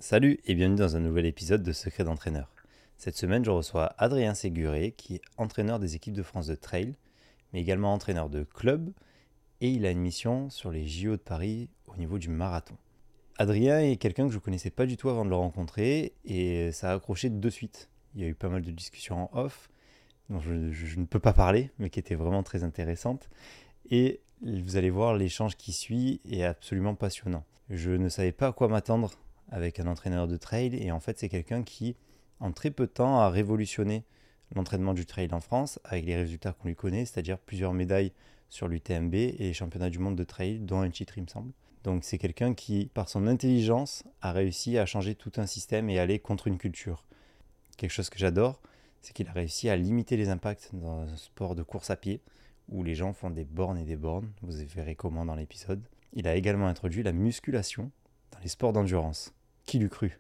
Salut et bienvenue dans un nouvel épisode de Secret d'entraîneur. Cette semaine, je reçois Adrien Séguré, qui est entraîneur des équipes de France de trail, mais également entraîneur de club, et il a une mission sur les JO de Paris au niveau du marathon. Adrien est quelqu'un que je ne connaissais pas du tout avant de le rencontrer, et ça a accroché de suite. Il y a eu pas mal de discussions en off, dont je ne peux pas parler, mais qui étaient vraiment très intéressantes. Et vous allez voir, l'échange qui suit est absolument passionnant. Je ne savais pas à quoi m'attendre avec un entraîneur de trail, et en fait c'est quelqu'un qui en très peu de temps a révolutionné l'entraînement du trail en France avec les résultats qu'on lui connaît, c'est-à-dire plusieurs médailles sur l'UTMB et les championnats du monde de trail, dont un titre il me semble. Donc c'est quelqu'un qui, par son intelligence, a réussi à changer tout un système et aller contre une culture. Quelque chose que j'adore, c'est qu'il a réussi à limiter les impacts dans un sport de course à pied, où les gens font des bornes et des bornes, vous verrez comment dans l'épisode. Il a également introduit la musculation dans les sports d'endurance. Qui l'eût cru?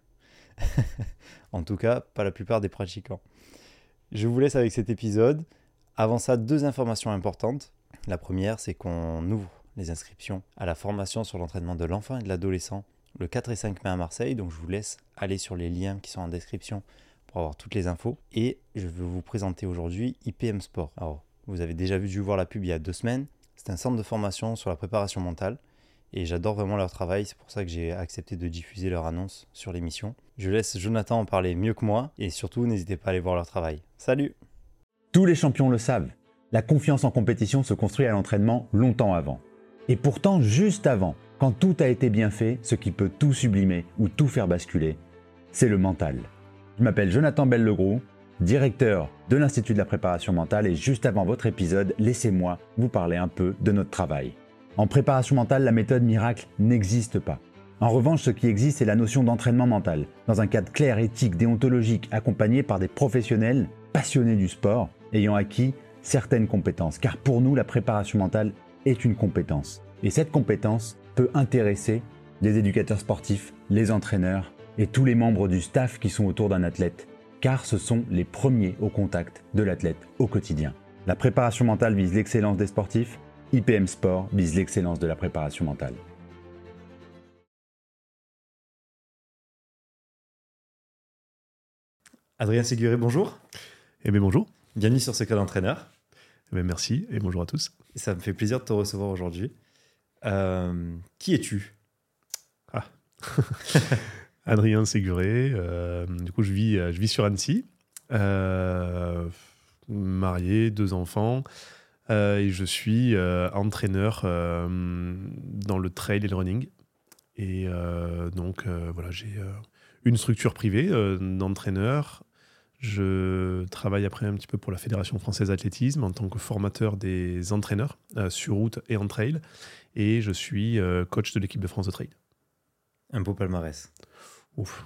En tout cas, pas la plupart des pratiquants. Je vous laisse avec cet épisode. Avant ça, 2 informations importantes. La première, c'est qu'on ouvre les inscriptions à la formation sur l'entraînement de l'enfant et de l'adolescent le 4 et 5 mai à Marseille. Donc je vous laisse aller sur les liens qui sont en description pour avoir toutes les infos. Et je vais vous présenter aujourd'hui IPM Sport. Alors, vous avez déjà dû voir la pub il y a 2 semaines. C'est un centre de formation sur la préparation mentale. Et j'adore vraiment leur travail, c'est pour ça que j'ai accepté de diffuser leur annonce sur l'émission. Je laisse Jonathan en parler mieux que moi, et surtout n'hésitez pas à aller voir leur travail. Salut! Tous les champions le savent, la confiance en compétition se construit à l'entraînement longtemps avant. Et pourtant, juste avant, quand tout a été bien fait, ce qui peut tout sublimer ou tout faire basculer, c'est le mental. Je m'appelle Jonathan Bell-Legroux, directeur de l'Institut de la préparation mentale, et juste avant votre épisode, laissez-moi vous parler un peu de notre travail. En préparation mentale, la méthode miracle n'existe pas. En revanche, ce qui existe, c'est la notion d'entraînement mental, dans un cadre clair, éthique, déontologique, accompagné par des professionnels passionnés du sport, ayant acquis certaines compétences. Car pour nous, la préparation mentale est une compétence. Et cette compétence peut intéresser les éducateurs sportifs, les entraîneurs et tous les membres du staff qui sont autour d'un athlète, car ce sont les premiers au contact de l'athlète au quotidien. La préparation mentale vise l'excellence des sportifs, IPM Sport vise l'excellence de la préparation mentale. Adrien Séguré, bonjour. Eh bien bonjour. Bienvenue sur Secret d'entraîneur. Eh bien, merci et bonjour à tous. Ça me fait plaisir de te recevoir aujourd'hui. Qui es-tu? Adrien Séguré. Du coup, je vis sur Annecy. Marié, 2 enfants. Et je suis entraîneur dans le trail et le running. Et donc, voilà, j'ai une structure privée d'entraîneur. Je travaille après un petit peu pour la Fédération française d'athlétisme en tant que formateur des entraîneurs sur route et en trail. Et je suis coach de l'équipe de France de trail. Un beau palmarès. Ouf.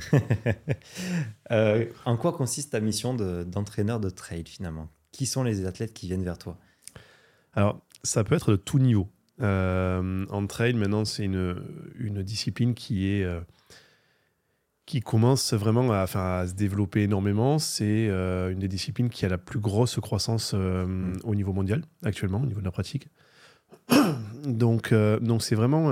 En quoi consiste ta mission d'entraîneur de trail finalement? Qui sont les athlètes qui viennent vers toi? Alors, ça peut être de tout niveau. En trail, maintenant, c'est une discipline qui commence vraiment à se développer énormément. C'est une des disciplines qui a la plus grosse croissance au niveau mondial, actuellement, au niveau de la pratique. Donc c'est vraiment...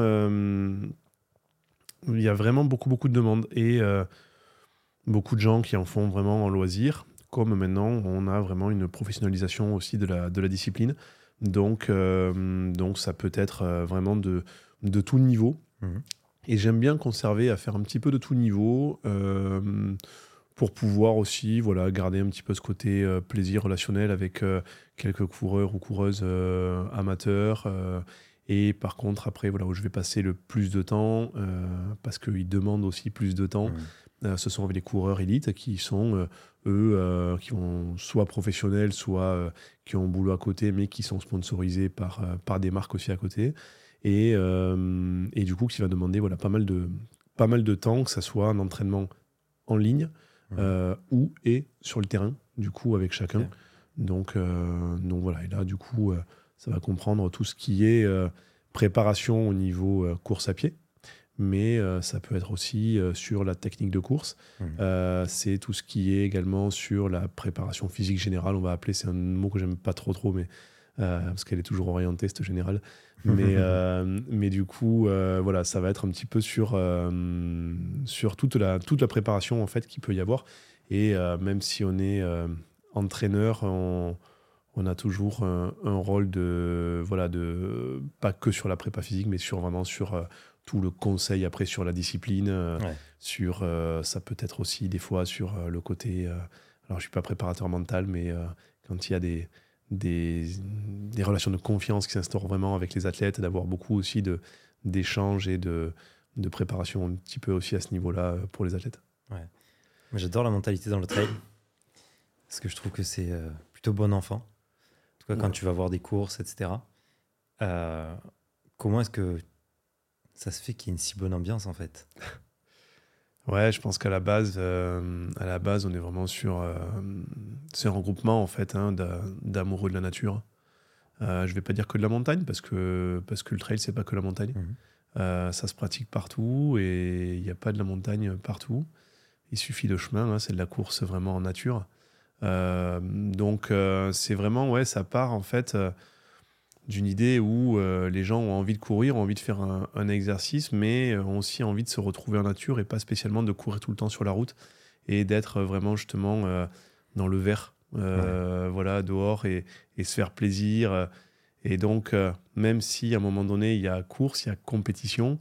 il y a vraiment beaucoup de demandes et beaucoup de gens qui en font vraiment en loisir, comme maintenant, on a vraiment une professionnalisation aussi de la discipline. Donc ça peut être vraiment de tout niveau. Et j'aime bien conserver à faire un petit peu de tout niveau pour pouvoir aussi garder un petit peu ce côté plaisir relationnel avec quelques coureurs ou coureuses amateurs. Et par contre, après, où je vais passer le plus de temps, parce qu'ils demandent aussi plus de temps, ce sont les coureurs élites qui sont, eux, qui ont soit professionnels, soit qui ont un boulot à côté, mais qui sont sponsorisés par des marques aussi à côté. Et du coup, qui va demander pas mal de temps, que ce soit un entraînement en ligne ou et sur le terrain, du coup, avec chacun. Okay. Donc voilà, et là, du coup, ça va comprendre tout ce qui est préparation au niveau course à pied, mais ça peut être aussi sur la technique de course. C'est tout ce qui est également sur la préparation physique générale, on va appeler, c'est un mot que j'aime pas trop, mais parce qu'elle est toujours orientée, cette générale. Mais du coup, voilà, ça va être un petit peu sur toute la préparation en fait qu'il peut y avoir. Et même si on est entraîneur, on a toujours un rôle de pas que sur la prépa physique, mais vraiment sur tout le conseil après sur la discipline, ça peut être aussi des fois sur le côté. Alors je suis pas préparateur mental, mais quand il y a des relations de confiance qui s'instaurent vraiment avec les athlètes, d'avoir beaucoup aussi d'échanges et de préparation un petit peu aussi à ce niveau-là pour les athlètes. Ouais. Moi, j'adore la mentalité dans le trail parce que je trouve que c'est plutôt bon enfant. En tout cas, quand tu vas voir des courses, etc. Comment est-ce que ça se fait qu'il y ait une si bonne ambiance en fait? Ouais, je pense qu'à la base, on est vraiment sur c'est un regroupement en fait d'amoureux de la nature. Je vais pas dire que de la montagne parce que le trail c'est pas que la montagne. Ça se pratique partout et il n'y a pas de la montagne partout. Il suffit de chemin, c'est de la course vraiment en nature. Donc c'est vraiment ça part en fait d'une idée où les gens ont envie de courir, ont envie de faire un exercice, mais ont aussi envie de se retrouver en nature et pas spécialement de courir tout le temps sur la route et d'être vraiment justement dans le vert, dehors et se faire plaisir. Et donc, même si à un moment donné, il y a course, il y a compétition,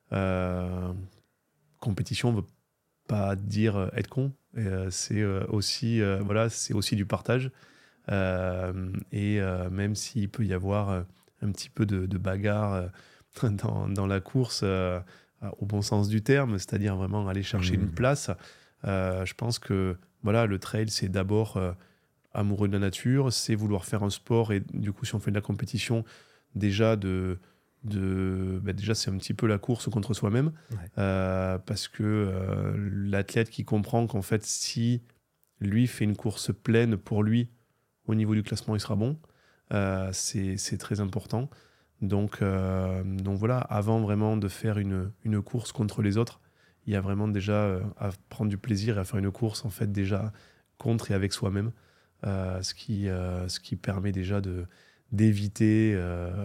compétition ne veut pas dire être con, c'est aussi du partage. Et même s'il peut y avoir un petit peu de bagarre dans la course au bon sens du terme, c'est-à-dire vraiment aller chercher une place, je pense que le trail c'est d'abord amoureux de la nature, c'est vouloir faire un sport et du coup si on fait de la compétition déjà déjà c'est un petit peu la course contre soi-même, parce que l'athlète qui comprend qu'en fait si lui fait une course pleine pour lui, au niveau du classement, il sera bon. C'est très important. Donc voilà, avant vraiment de faire une course contre les autres, il y a vraiment déjà à prendre du plaisir et à faire une course en fait déjà contre et avec soi-même, ce qui permet déjà d'éviter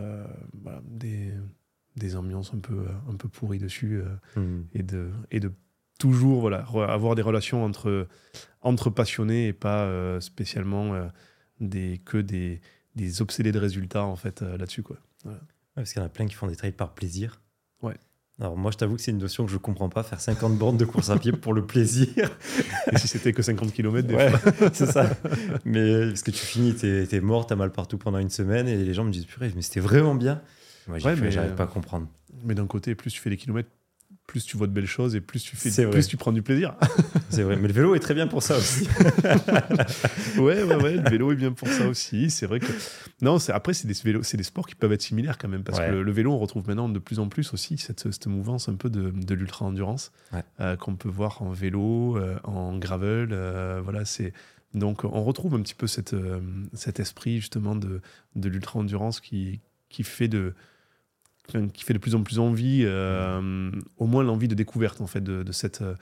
des ambiances un peu pourries dessus et de toujours avoir des relations entre passionnés et pas spécialement des obsédés de résultats en fait là-dessus quoi. Voilà. Parce qu'il y en a plein qui font des trails par plaisir. Ouais. Alors moi je t'avoue que c'est une notion que je comprends pas, faire 50 bornes de course à pied pour le plaisir. Et si c'était que 50 km des fois. C'est ça. Mais parce que tu finis, t'es mort, t'as mal partout pendant une semaine et les gens me disent purée, mais c'était vraiment bien. Moi j'arrive pas à comprendre. Mais d'un côté, plus tu fais des kilomètres, plus tu vois de belles choses et plus tu prends du plaisir. C'est vrai, mais le vélo est très bien pour ça aussi. ouais, le vélo est bien pour ça aussi. C'est vrai que après c'est des sports qui peuvent être similaires quand même parce que le vélo on retrouve maintenant de plus en plus aussi cette mouvance un peu de l'ultra endurance qu'on peut voir en vélo, en gravel. Donc on retrouve un petit peu cet esprit justement de l'ultra endurance qui fait de plus en plus envie, au moins l'envie de découverte en fait de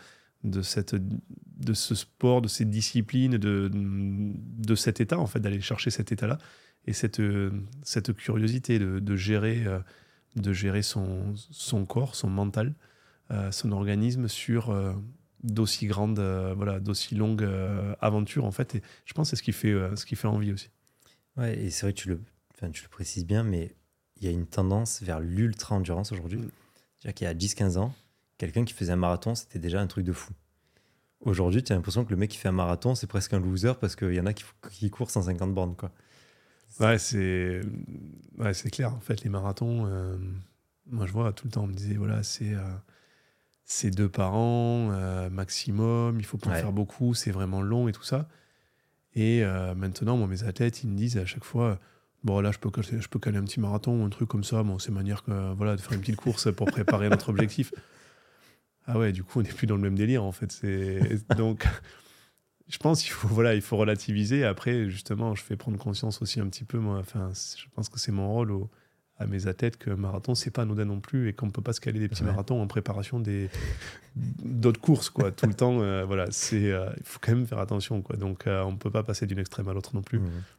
ce sport, de cette discipline, de cet état en fait, d'aller chercher cet état-là et cette curiosité de gérer son corps, son mental, son organisme sur d'aussi grandes, d'aussi longues aventures en fait. Et je pense que c'est ce qui fait envie aussi. Ouais, et c'est vrai que tu le précises bien, mais il y a une tendance vers l'ultra-endurance aujourd'hui. C'est-à-dire qu'il y a 10-15 ans, quelqu'un qui faisait un marathon, c'était déjà un truc de fou. Aujourd'hui, tu as l'impression que le mec qui fait un marathon, c'est presque un loser parce qu'il y en a qui courent 150 bornes, quoi. Ouais, c'est clair. En fait, les marathons, moi, je vois tout le temps, on me disait, voilà, c'est 2 par an, maximum, il faut pas en faire beaucoup, c'est vraiment long et tout ça. Et maintenant, moi, mes athlètes, ils me disent à chaque fois... Bon, là, je peux caler un petit marathon ou un truc comme ça. Bon, c'est manière de faire une petite course pour préparer notre objectif. Ah ouais, du coup, on n'est plus dans le même délire, en fait. Donc, je pense qu'il faut relativiser. Après, justement, je fais prendre conscience aussi un petit peu, moi. Enfin, je pense que c'est mon rôle à mes athlètes que marathon, c'est pas anodin non plus et qu'on ne peut pas se caler des petits marathons en préparation d'autres courses, quoi. Tout le temps, il faut quand même faire attention, quoi. Donc, on ne peut pas passer d'une extrême à l'autre non plus.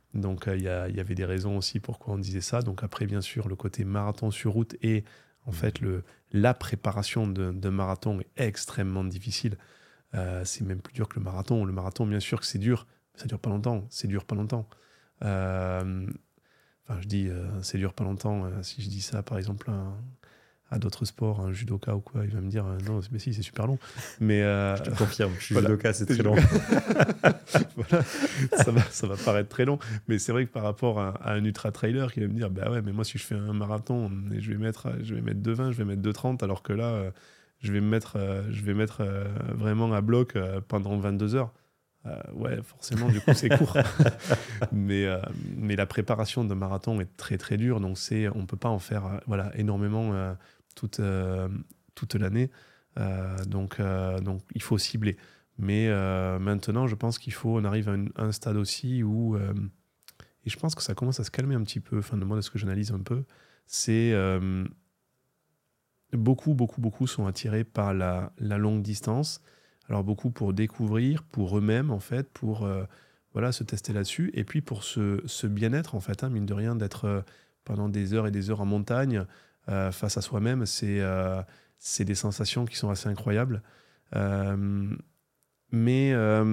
Donc, il y avait des raisons aussi pourquoi on disait ça. Donc, après, bien sûr, le côté marathon sur route et en fait, la préparation d'un marathon est extrêmement difficile. C'est même plus dur que le marathon. Le marathon, bien sûr que c'est dur, mais ça dure pas longtemps. C'est dur pas longtemps. Enfin, je dis, c'est dur pas longtemps. Si je dis ça, par exemple, à d'autres sports, un judoka ou quoi, il va me dire non, mais si, c'est super long. Mais Je te confirme, je suis voilà. judoka, c'est très long. Voilà, ça va paraître très long, mais c'est vrai que par rapport à un ultra trailer qui va me dire bah ouais, mais moi si je fais un marathon et je vais mettre 2,20, je vais mettre 2,30, alors que là je vais me mettre vraiment à bloc pendant 22 heures. Ouais, forcément, du coup, c'est court. mais la préparation d'un marathon est très très dure, donc on peut pas en faire voilà, énormément toute l'année. Donc il faut cibler. Mais maintenant, je pense on arrive à un stade aussi où, et je pense que ça commence à se calmer un petit peu, enfin, de moi, de ce que j'analyse un peu, c'est beaucoup sont attirés par la longue distance. Alors beaucoup pour découvrir, pour eux-mêmes, en fait, pour voilà, se tester là-dessus, et puis pour ce bien-être, en fait, hein, mine de rien, d'être pendant des heures et des heures en montagne, face à soi-même, c'est des sensations qui sont assez incroyables. Mais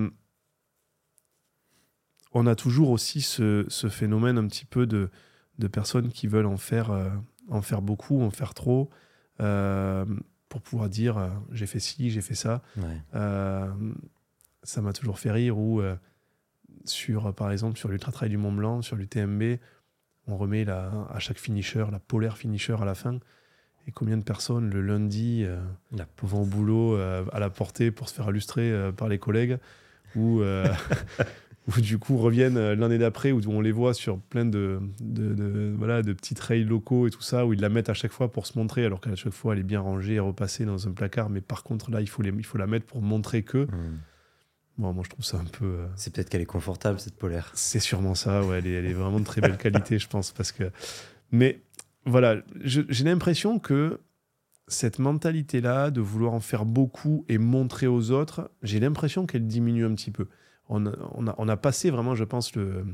on a toujours aussi ce phénomène un petit peu de personnes qui veulent en faire beaucoup, en faire trop, pour pouvoir dire j'ai fait ci, j'ai fait ça. Ouais. Ça m'a toujours fait rire, ou par exemple sur l'Ultra Trail du Mont Blanc, sur l'UTMB, on remet à chaque finisher, la polaire finisher à la fin. Et combien de personnes le lundi vont au boulot à la portée pour se faire illustrer par les collègues, ou du coup reviennent l'année d'après, où on les voit sur plein de petits trails locaux et tout ça, où ils la mettent à chaque fois pour se montrer, alors qu'à chaque fois elle est bien rangée et repassée dans un placard, mais par contre là il faut la mettre pour montrer que... Bon, moi je trouve ça un peu... C'est peut-être qu'elle est confortable, cette polaire. C'est sûrement ça, ouais, elle est vraiment de très belle qualité, je pense, parce que... Mais voilà, j'ai l'impression que cette mentalité-là de vouloir en faire beaucoup et montrer aux autres, j'ai l'impression qu'elle diminue un petit peu. On a passé vraiment, je pense,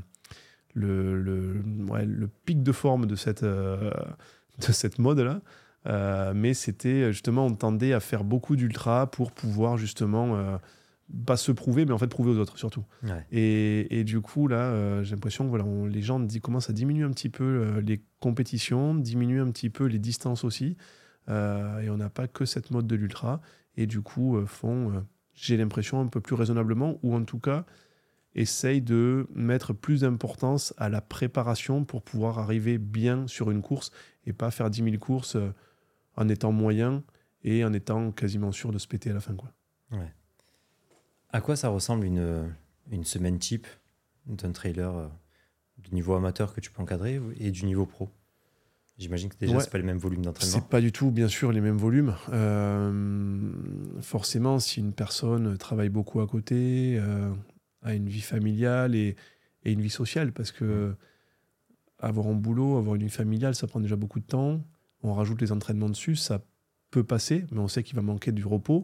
le pic de forme de cette mode-là. Mais c'était justement, on tendait à faire beaucoup d'ultra pour pouvoir justement pas se prouver, mais en fait prouver aux autres surtout. Ouais. Et du coup, là, j'ai l'impression que voilà, les gens commencent à diminuer un petit peu les compétitions, diminuer un petit peu les distances aussi. Et on n'a pas que cette mode de l'ultra. Et du coup, font, j'ai l'impression, un peu plus raisonnablement, ou en tout cas, essayent de mettre plus d'importance à la préparation pour pouvoir arriver bien sur une course et pas faire 10 000 courses en étant moyen et en étant quasiment sûr de se péter à la fin, quoi. Ouais. À quoi ça ressemble une semaine type d'un trailer du niveau amateur que tu peux encadrer et du niveau pro? J'imagine que déjà, c'est pas les mêmes volumes d'entraînement. C'est pas du tout, bien sûr, les mêmes volumes. Forcément, si une personne travaille beaucoup à côté, a une vie familiale et une vie sociale, parce que avoir un boulot, avoir une vie familiale, ça prend déjà beaucoup de temps. On rajoute les entraînements dessus, ça peut passer, mais on sait qu'il va manquer du repos.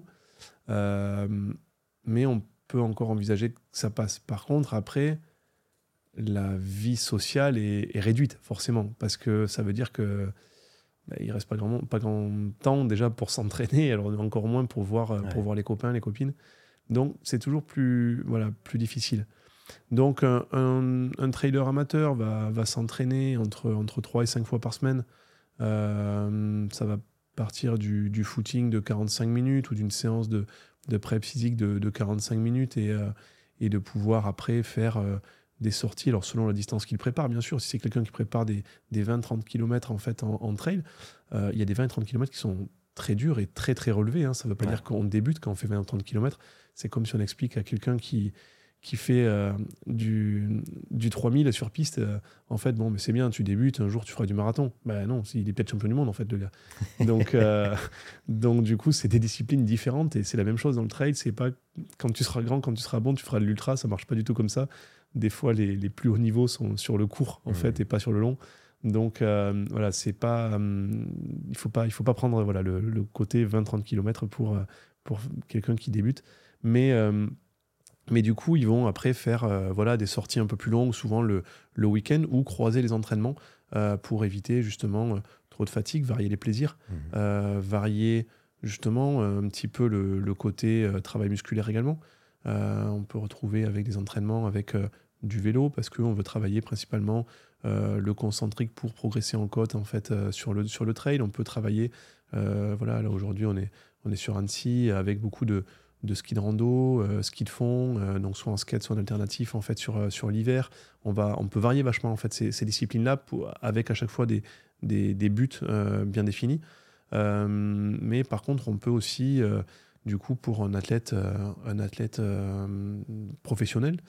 Mais on peut encore envisager que ça passe. Par contre, après, la vie sociale est réduite, forcément, parce que ça veut dire que il reste pas grand temps déjà pour s'entraîner, alors encore moins pour voir les copains, les copines. Donc, c'est toujours plus difficile. Donc, un trailer amateur va s'entraîner entre 3 et 5 fois par semaine. Ça va partir du footing de 45 minutes ou d'une séance de prep physique de 45 minutes et de pouvoir après faire des sorties, alors selon la distance qu'il prépare, bien sûr. Si c'est quelqu'un qui prépare des 20-30 km en fait en trail, il y a des 20 et 30 km qui sont très durs et très très relevés, hein. Ça ne veut pas dire qu'on débute quand on fait 20 ou 30 km. C'est comme si on explique à quelqu'un qui fait du 3000 sur piste, en fait, bon, mais c'est bien, tu débutes, un jour tu feras du marathon. Ben non, il est peut-être champion du monde, en fait, le gars. Donc du coup, c'est des disciplines différentes et c'est la même chose dans le trail. C'est pas quand tu seras grand, quand tu seras bon, tu feras de l'ultra, ça marche pas du tout comme ça. Des fois, les plus hauts niveaux sont sur le court, en fait, et pas sur le long. Donc voilà, c'est pas, il faut pas prendre le côté 20-30 km pour quelqu'un qui débute. Mais Mais du coup, ils vont après faire des sorties un peu plus longues, souvent le week-end, ou croiser les entraînements pour éviter justement trop de fatigue, varier les plaisirs, varier justement un petit peu le côté travail musculaire également. On peut retrouver avec des entraînements avec du vélo, parce qu'on veut travailler principalement le concentrique pour progresser en côte en fait, sur le trail. On peut travailler, là aujourd'hui on est sur Annecy avec beaucoup de ski de rando, ski de fond, donc soit en skate, soit en alternatif en fait sur l'hiver. On peut varier vachement en fait ces disciplines-là avec à chaque fois des buts bien définis. Mais par contre, on peut aussi, du coup, pour un athlète professionnel,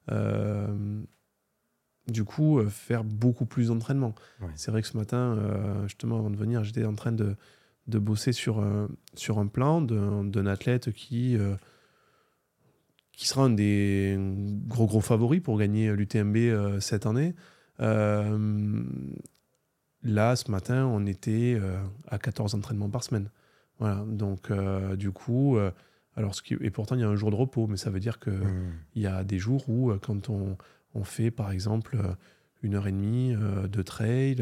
faire beaucoup plus d'entraînement. Ouais. C'est vrai que ce matin, justement, avant de venir, j'étais en train de bosser sur un plan d'un athlète qui sera un des gros favoris pour gagner l'UTMB cette année. Là, ce matin, on était à 14 entraînements par semaine. Voilà, donc du coup, et pourtant il y a un jour de repos, mais ça veut dire qu'il y a des jours où quand on fait par exemple 1h30 de trail,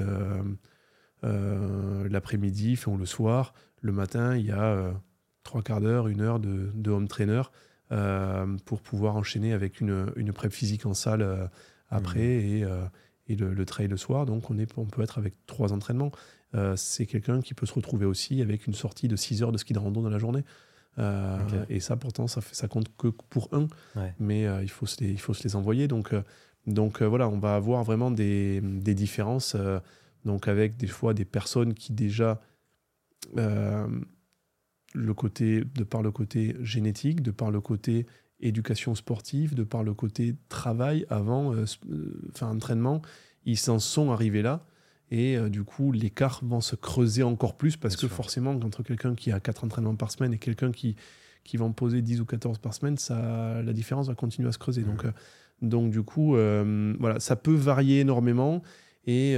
l'après-midi ou le soir, le matin il y a 3/4 d'heure, 1 heure de home trainer pour pouvoir enchaîner avec une prep physique en salle après et le trail le soir. Donc on peut être avec 3 entraînements. C'est quelqu'un qui peut se retrouver aussi avec une sortie de 6 heures de ski de rando dans la journée. Et ça, pourtant, ça compte que pour un. Ouais. Mais il faut se les envoyer. Donc voilà, on va avoir vraiment des différences. Donc avec des fois des personnes qui déjà, de par le côté génétique, de par le côté éducation sportive, de par le côté travail avant, entraînement, ils s'en sont arrivés là. Et du coup, l'écart va se creuser encore plus parce que forcément, entre quelqu'un qui a 4 entraînements par semaine et quelqu'un qui va en poser 10 ou 14 par semaine, la différence va continuer à se creuser. Donc du coup, ça peut varier énormément et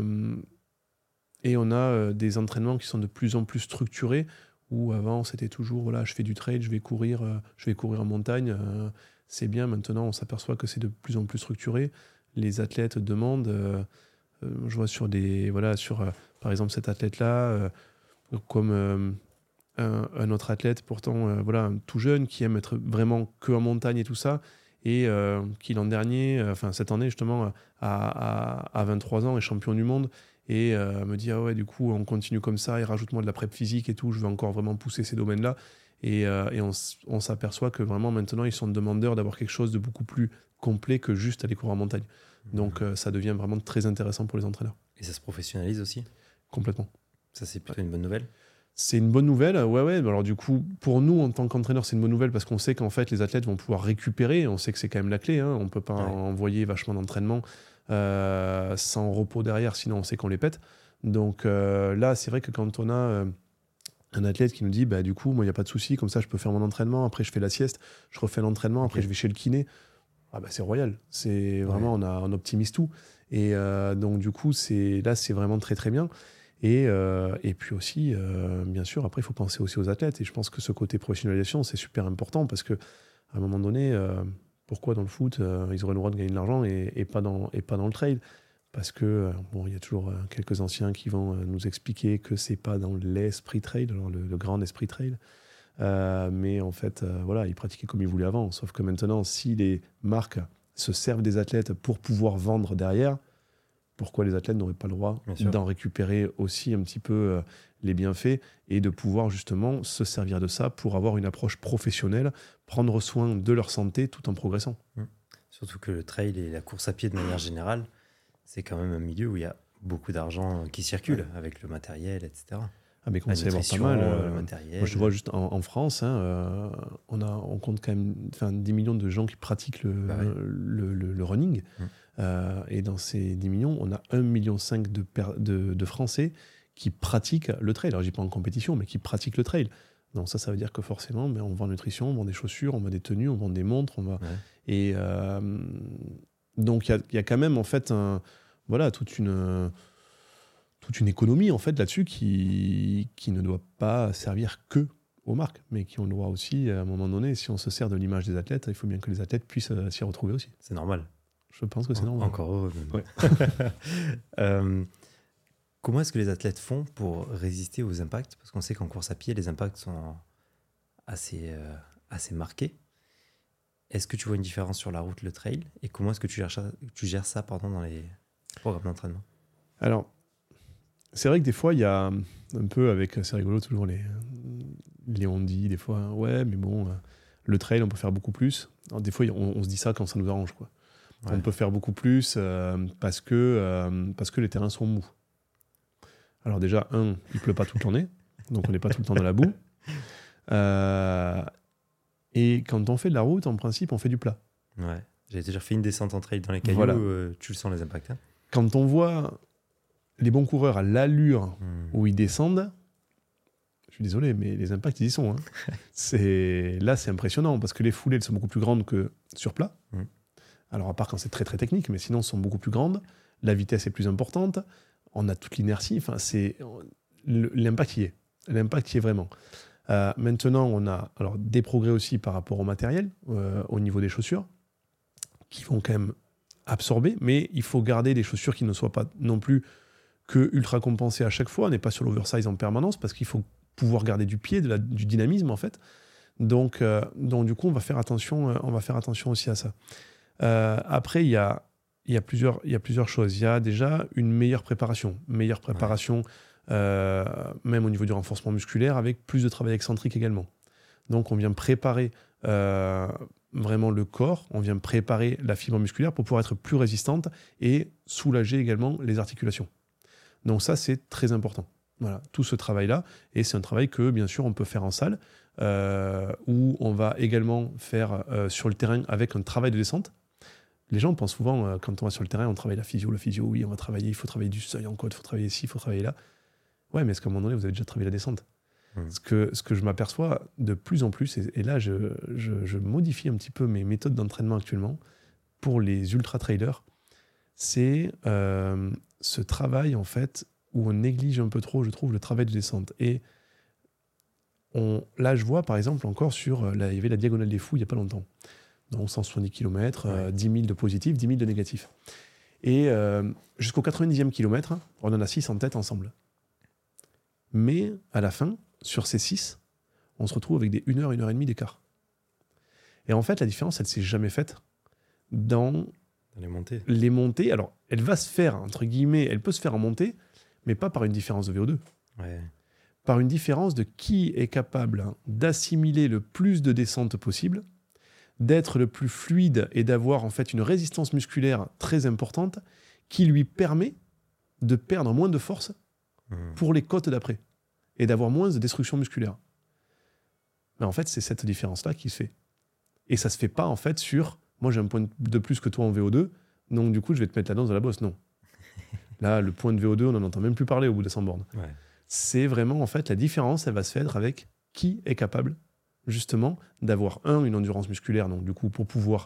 on a des entraînements qui sont de plus en plus structurés où avant, c'était toujours, je fais du trail, je vais courir en montagne. C'est bien, maintenant, on s'aperçoit que c'est de plus en plus structuré. Les athlètes demandent... je vois par exemple cet athlète-là, comme un autre athlète, pourtant tout jeune, qui aime être vraiment que en montagne et tout ça, et qui l'an dernier, cette année justement, à 23 ans, est champion du monde, et me dit du coup on continue comme ça, et rajoute-moi de la prep physique et tout, je veux encore vraiment pousser ces domaines-là. Et on s'aperçoit que vraiment maintenant ils sont demandeurs d'avoir quelque chose de beaucoup plus complet que juste aller courir en montagne. Donc ça devient vraiment très intéressant pour les entraîneurs. Et ça se professionnalise aussi ? Complètement. Ça, c'est plutôt une bonne nouvelle ? C'est une bonne nouvelle, ouais. Alors du coup, pour nous, en tant qu'entraîneur, c'est une bonne nouvelle parce qu'on sait qu'en fait, les athlètes vont pouvoir récupérer. On sait que c'est quand même la clé. On ne peut pas envoyer vachement d'entraînement sans repos derrière, sinon on sait qu'on les pète. Donc là, c'est vrai que quand on a un athlète qui nous dit, du coup, moi, il n'y a pas de souci, comme ça, je peux faire mon entraînement, après, je fais la sieste, je refais l'entraînement, après, je vais chez le kiné. C'est royal. C'est vraiment, on optimise tout. Et donc, du coup, c'est vraiment très, très bien. Et puis aussi, bien sûr, après, il faut penser aussi aux athlètes. Et je pense que ce côté professionnalisation, c'est super important parce qu'à un moment donné, pourquoi dans le foot, ils auraient le droit de gagner de l'argent et pas dans le trail ? Parce que, il y a toujours quelques anciens qui vont nous expliquer que c'est pas dans l'esprit trail, alors le grand esprit trail. Mais en fait, ils pratiquaient comme ils voulaient avant. Sauf que maintenant, si les marques se servent des athlètes pour pouvoir vendre derrière, pourquoi les athlètes n'auraient pas le droit d'en récupérer aussi un petit peu les bienfaits et de pouvoir justement se servir de ça pour avoir une approche professionnelle, prendre soin de leur santé tout en progressant. Surtout que le trail et la course à pied de manière générale, c'est quand même un milieu où il y a beaucoup d'argent qui circule avec le matériel, etc. Mais qu'on sait voir pas mal. Le matériel. Moi, je vois juste en France, on compte quand même 10 millions de gens qui pratiquent le running. Et dans ces 10 millions, on a 1,5 million de Français qui pratiquent le trail. Alors, je dis pas en compétition, mais qui pratiquent le trail. Donc ça veut dire que forcément, on vend nutrition, on vend des chaussures, on vend des tenues, on vend des montres. Et donc, il y a quand même, en fait, toute une économie en fait, là-dessus qui ne doit pas servir que aux marques, mais qui ont le droit aussi, à un moment donné, si on se sert de l'image des athlètes, il faut bien que les athlètes puissent s'y retrouver aussi. C'est normal. Je pense que c'est normal. Encore heureux. Même. Ouais. Comment est-ce que les athlètes font pour résister aux impacts? Parce qu'on sait qu'en course à pied, les impacts sont assez marqués. Est-ce que tu vois une différence sur la route, le trail? Et comment est-ce que tu gères ça dans les programmes d'entraînement? Alors, c'est vrai que des fois, il y a un peu avec, c'est rigolo, toujours les on dit des fois, ouais, mais bon, le trail, on peut faire beaucoup plus. Alors, des fois, on se dit ça quand ça nous arrange, quoi. Ouais. On peut faire beaucoup plus parce que les terrains sont mous. Alors déjà, il pleut pas toute l'année, donc on n'est pas tout le temps dans la boue. Et quand on fait de la route, en principe, on fait du plat. Ouais. J'ai déjà fait une descente en trail dans les cailloux, voilà. Tu le sens les impacts. Hein. Quand on voit les bons coureurs à l'allure où ils descendent, je suis désolé, mais les impacts, ils y sont. Hein. Là, c'est impressionnant, parce que les foulées, elles sont beaucoup plus grandes que sur plat. Alors, à part quand c'est très, très technique, mais sinon, elles sont beaucoup plus grandes. La vitesse est plus importante. On a toute l'inertie. Enfin, l'impact y est. L'impact y est vraiment. Maintenant, on a des progrès aussi par rapport au matériel, au niveau des chaussures, qui vont quand même absorber, mais il faut garder des chaussures qui ne soient pas non plus que ultra compensées à chaque fois. On n'est pas sur l'oversize en permanence, parce qu'il faut pouvoir garder du pied, du dynamisme, en fait. Donc, du coup, on va faire attention aussi à ça. Après, il y a plusieurs choses. Il y a déjà une meilleure préparation. Même au niveau du renforcement musculaire, avec plus de travail excentrique également. Donc on vient préparer vraiment le corps, on vient préparer la fibre musculaire pour pouvoir être plus résistante et soulager également les articulations. Donc ça, c'est très important. Voilà, tout ce travail-là, et c'est un travail que, bien sûr, on peut faire en salle, où on va également faire sur le terrain avec un travail de descente. Les gens pensent souvent, quand on va sur le terrain, on travaille la physio, oui, il faut travailler du seuil en côte, il faut travailler ici, il faut travailler là. Ouais, mais est-ce qu'à un moment donné, vous avez déjà travaillé la descente ? Ce que je m'aperçois de plus en plus, et là, je modifie un petit peu mes méthodes d'entraînement actuellement pour les ultra-trailers, c'est ce travail, en fait, où on néglige un peu trop, je trouve, le travail de descente. Et là, je vois, par exemple, encore il y avait la Diagonale des Fous il n'y a pas longtemps. Donc 170 km, 10 000 de positifs, 10 000 de négatifs. Et jusqu'au 90e kilomètre, on en a 6 en tête ensemble. Mais à la fin, sur ces 6, on se retrouve avec des 1 heure, 1 heure et demie d'écart. Et en fait, la différence, elle ne s'est jamais faite dans les montées. Alors, elle va se faire, entre guillemets, elle peut se faire en montée, mais pas par une différence de VO2. Ouais. Par une différence de qui est capable d'assimiler le plus de descente possible, d'être le plus fluide et d'avoir en fait une résistance musculaire très importante qui lui permet de perdre moins de force pour les côtes d'après et d'avoir moins de destruction musculaire. Mais en fait, c'est cette différence-là qui se fait. Et ça se fait pas en fait sur moi j'ai un point de plus que toi en VO2, donc du coup je vais te mettre la danse dans la bosse. Non. Là, le point de VO2, on n'en entend même plus parler au bout de 100 bornes. Ouais. C'est vraiment en fait la différence, elle va se faire avec qui est capable justement d'avoir une endurance musculaire, donc du coup pour pouvoir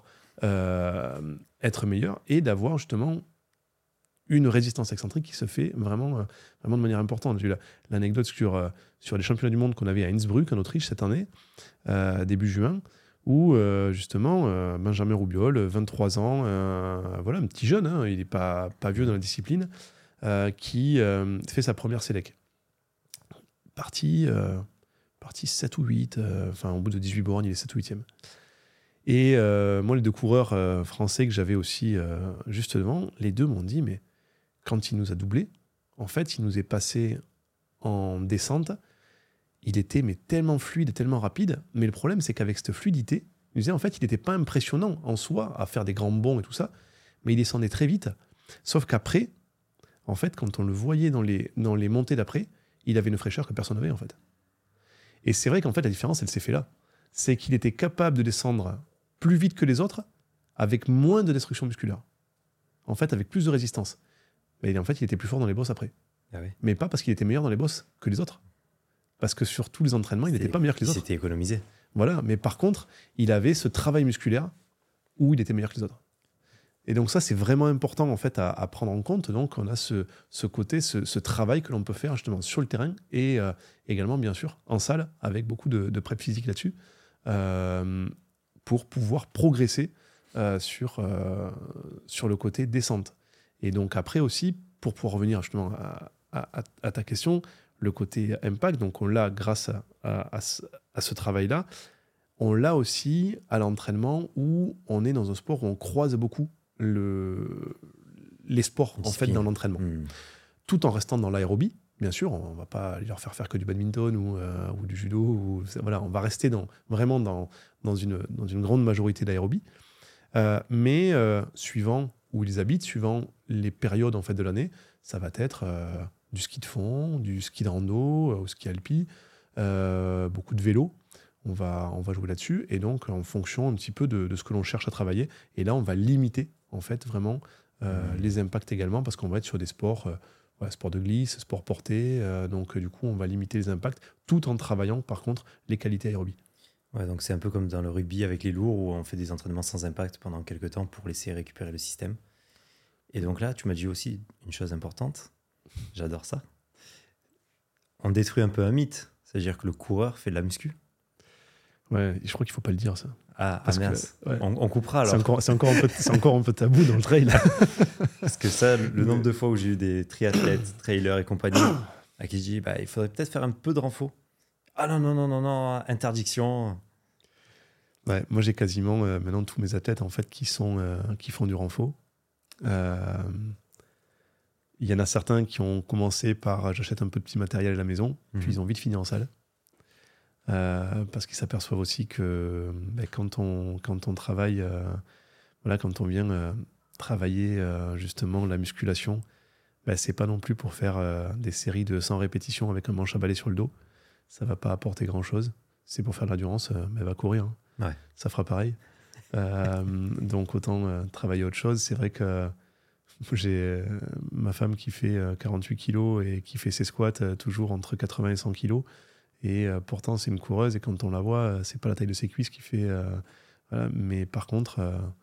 être meilleur, et d'avoir justement une résistance excentrique qui se fait vraiment de manière importante. J'ai eu l'anecdote sur les championnats du monde qu'on avait à Innsbruck en Autriche cette année, début juin, où justement Benjamin Roubiol, 23 ans, voilà, un petit jeune, il n'est pas vieux dans la discipline, qui fait sa première sélec. Parti 7 ou 8, au bout de 18 bornes, il est 7 ou 8e. Et moi, les 2 coureurs français que j'avais aussi juste devant, les 2 m'ont dit, mais quand il nous a doublé, en fait, il nous est passé en descente, il était tellement fluide, tellement rapide, mais le problème, c'est qu'avec cette fluidité, il disait, en fait, il n'était pas impressionnant en soi à faire des grands bonds et tout ça, mais il descendait très vite. Sauf qu'après, en fait, quand on le voyait dans les montées d'après, il avait une fraîcheur que personne n'avait, en fait. Et c'est vrai qu'en fait, la différence, elle s'est fait là. C'est qu'il était capable de descendre plus vite que les autres, avec moins de destruction musculaire. En fait, avec plus de résistance. Mais en fait, il était plus fort dans les bosses après. Ah oui. Mais pas parce qu'il était meilleur dans les bosses que les autres. Parce que sur tous les entraînements, il n'était pas meilleur que les autres. Il s'était économisé. Voilà, mais par contre, il avait ce travail musculaire où il était meilleur que les autres. Et donc ça, c'est vraiment important en fait à prendre en compte. Donc on a ce côté, ce travail que l'on peut faire justement sur le terrain et également bien sûr en salle avec beaucoup de prep physique là-dessus pour pouvoir progresser sur le côté descente. Et donc après aussi, pour pouvoir revenir justement à ta question, le côté impact, donc on l'a grâce à ce travail-là, on l'a aussi à l'entraînement où on est dans un sport où on croise beaucoup les sports en fait dans l'entraînement, tout en restant dans l'aérobie. Bien sûr, on ne va pas leur faire que du badminton ou du judo. Voilà, on va rester vraiment dans une grande majorité d'aérobie. Mais suivant où ils habitent, suivant les périodes en fait de l'année, ça va être du ski de fond, du ski de rando, au ski alpi, beaucoup de vélo. On va jouer là-dessus, et donc en fonction un petit peu de ce que l'on cherche à travailler. Et là, on va limiter en fait vraiment les impacts également, parce qu'on va être sur des sports, sport de glisse, sport porté. Donc du coup, on va limiter les impacts tout en travaillant par contre les qualités aérobie. Ouais, donc c'est un peu comme dans le rugby avec les lourds où on fait des entraînements sans impact pendant quelques temps pour laisser récupérer le système. Et donc là, tu m'as dit aussi une chose importante. J'adore ça. On détruit un peu un mythe. C'est-à-dire que le coureur fait de la muscu. Ouais, je crois qu'il ne faut pas le dire, ça. Ah mince. Ouais. On coupera alors. C'est encore un peu tabou dans le trail. Parce que ça, le nombre de fois où j'ai eu des triathlètes, trailers et compagnie, à qui je dis, il faudrait peut-être faire un peu de renfo. Ah non, interdiction. Ouais, moi j'ai quasiment maintenant tous mes athlètes en fait qui font du renfo. Il y en a certains qui ont commencé par j'achète un peu de petit matériel à la maison, puis ils ont vite fini en salle. Parce qu'ils s'aperçoivent aussi que quand on travaille, quand on vient travailler justement la musculation, c'est pas non plus pour faire des séries de 100 répétitions avec un manche à balai sur le dos. Ça va pas apporter grand chose. C'est pour faire de l'endurance, elle va courir. Hein. Ouais. Ça fera pareil. Donc autant travailler autre chose. C'est vrai que j'ai ma femme qui fait 48 kilos et qui fait ses squats toujours entre 80 et 100 kilos. Et pourtant, c'est une coureuse, et quand on la voit, c'est pas la taille de ses cuisses qui fait. Voilà. Mais par contre,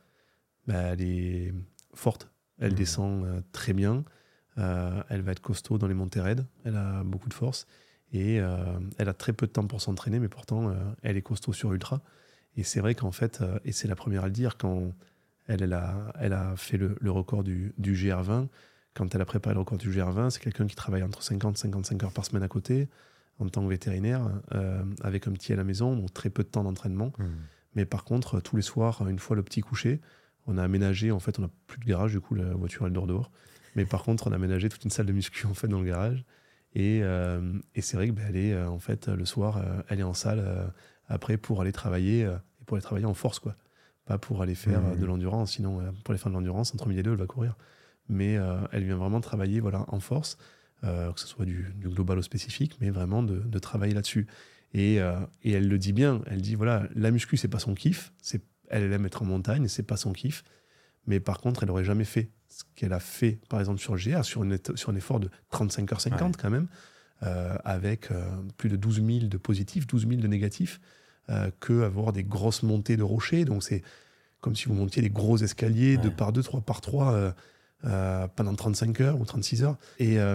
elle est forte. Elle descend très bien. Elle va être costaud dans les montées raides. Elle a beaucoup de force. Et elle a très peu de temps pour s'entraîner, mais pourtant, elle est costaud sur ultra. Et c'est vrai qu'en fait, et c'est la première à le dire, quand elle a fait le record du GR20, quand elle a préparé le record du GR20, c'est quelqu'un qui travaille entre 50 et 55 heures par semaine à côté, en tant que vétérinaire, avec un petit à la maison, donc très peu de temps d'entraînement. Mais par contre, tous les soirs, une fois le petit couché, on a aménagé, en fait, on n'a plus de garage, du coup, la voiture, elle dort dehors. Mais par contre, on a aménagé toute une salle de muscu, en fait, dans le garage. Et c'est vrai que elle est, en fait, le soir, elle est en salle après pour aller travailler, et pour aller travailler en force, quoi. Pas pour aller faire de l'endurance, sinon, pour aller faire de l'endurance, entre midi et deux, elle va courir. Mais elle vient vraiment travailler, voilà, en force. Que ce soit du global au spécifique, mais vraiment de travailler là-dessus. Et elle le dit bien, elle dit, voilà, la muscu, c'est pas son kiff, elle aime être en montagne, c'est pas son kiff, mais par contre, elle n'aurait jamais fait ce qu'elle a fait, par exemple, sur le GR, sur un effort de 35h50 quand même, avec plus de 12 000 de positifs, 12 000 de négatifs, que avoir des grosses montées de rochers. Donc c'est comme si vous montiez des gros escaliers 2 par 2, 3 par 3 pendant 35 heures ou 36 heures.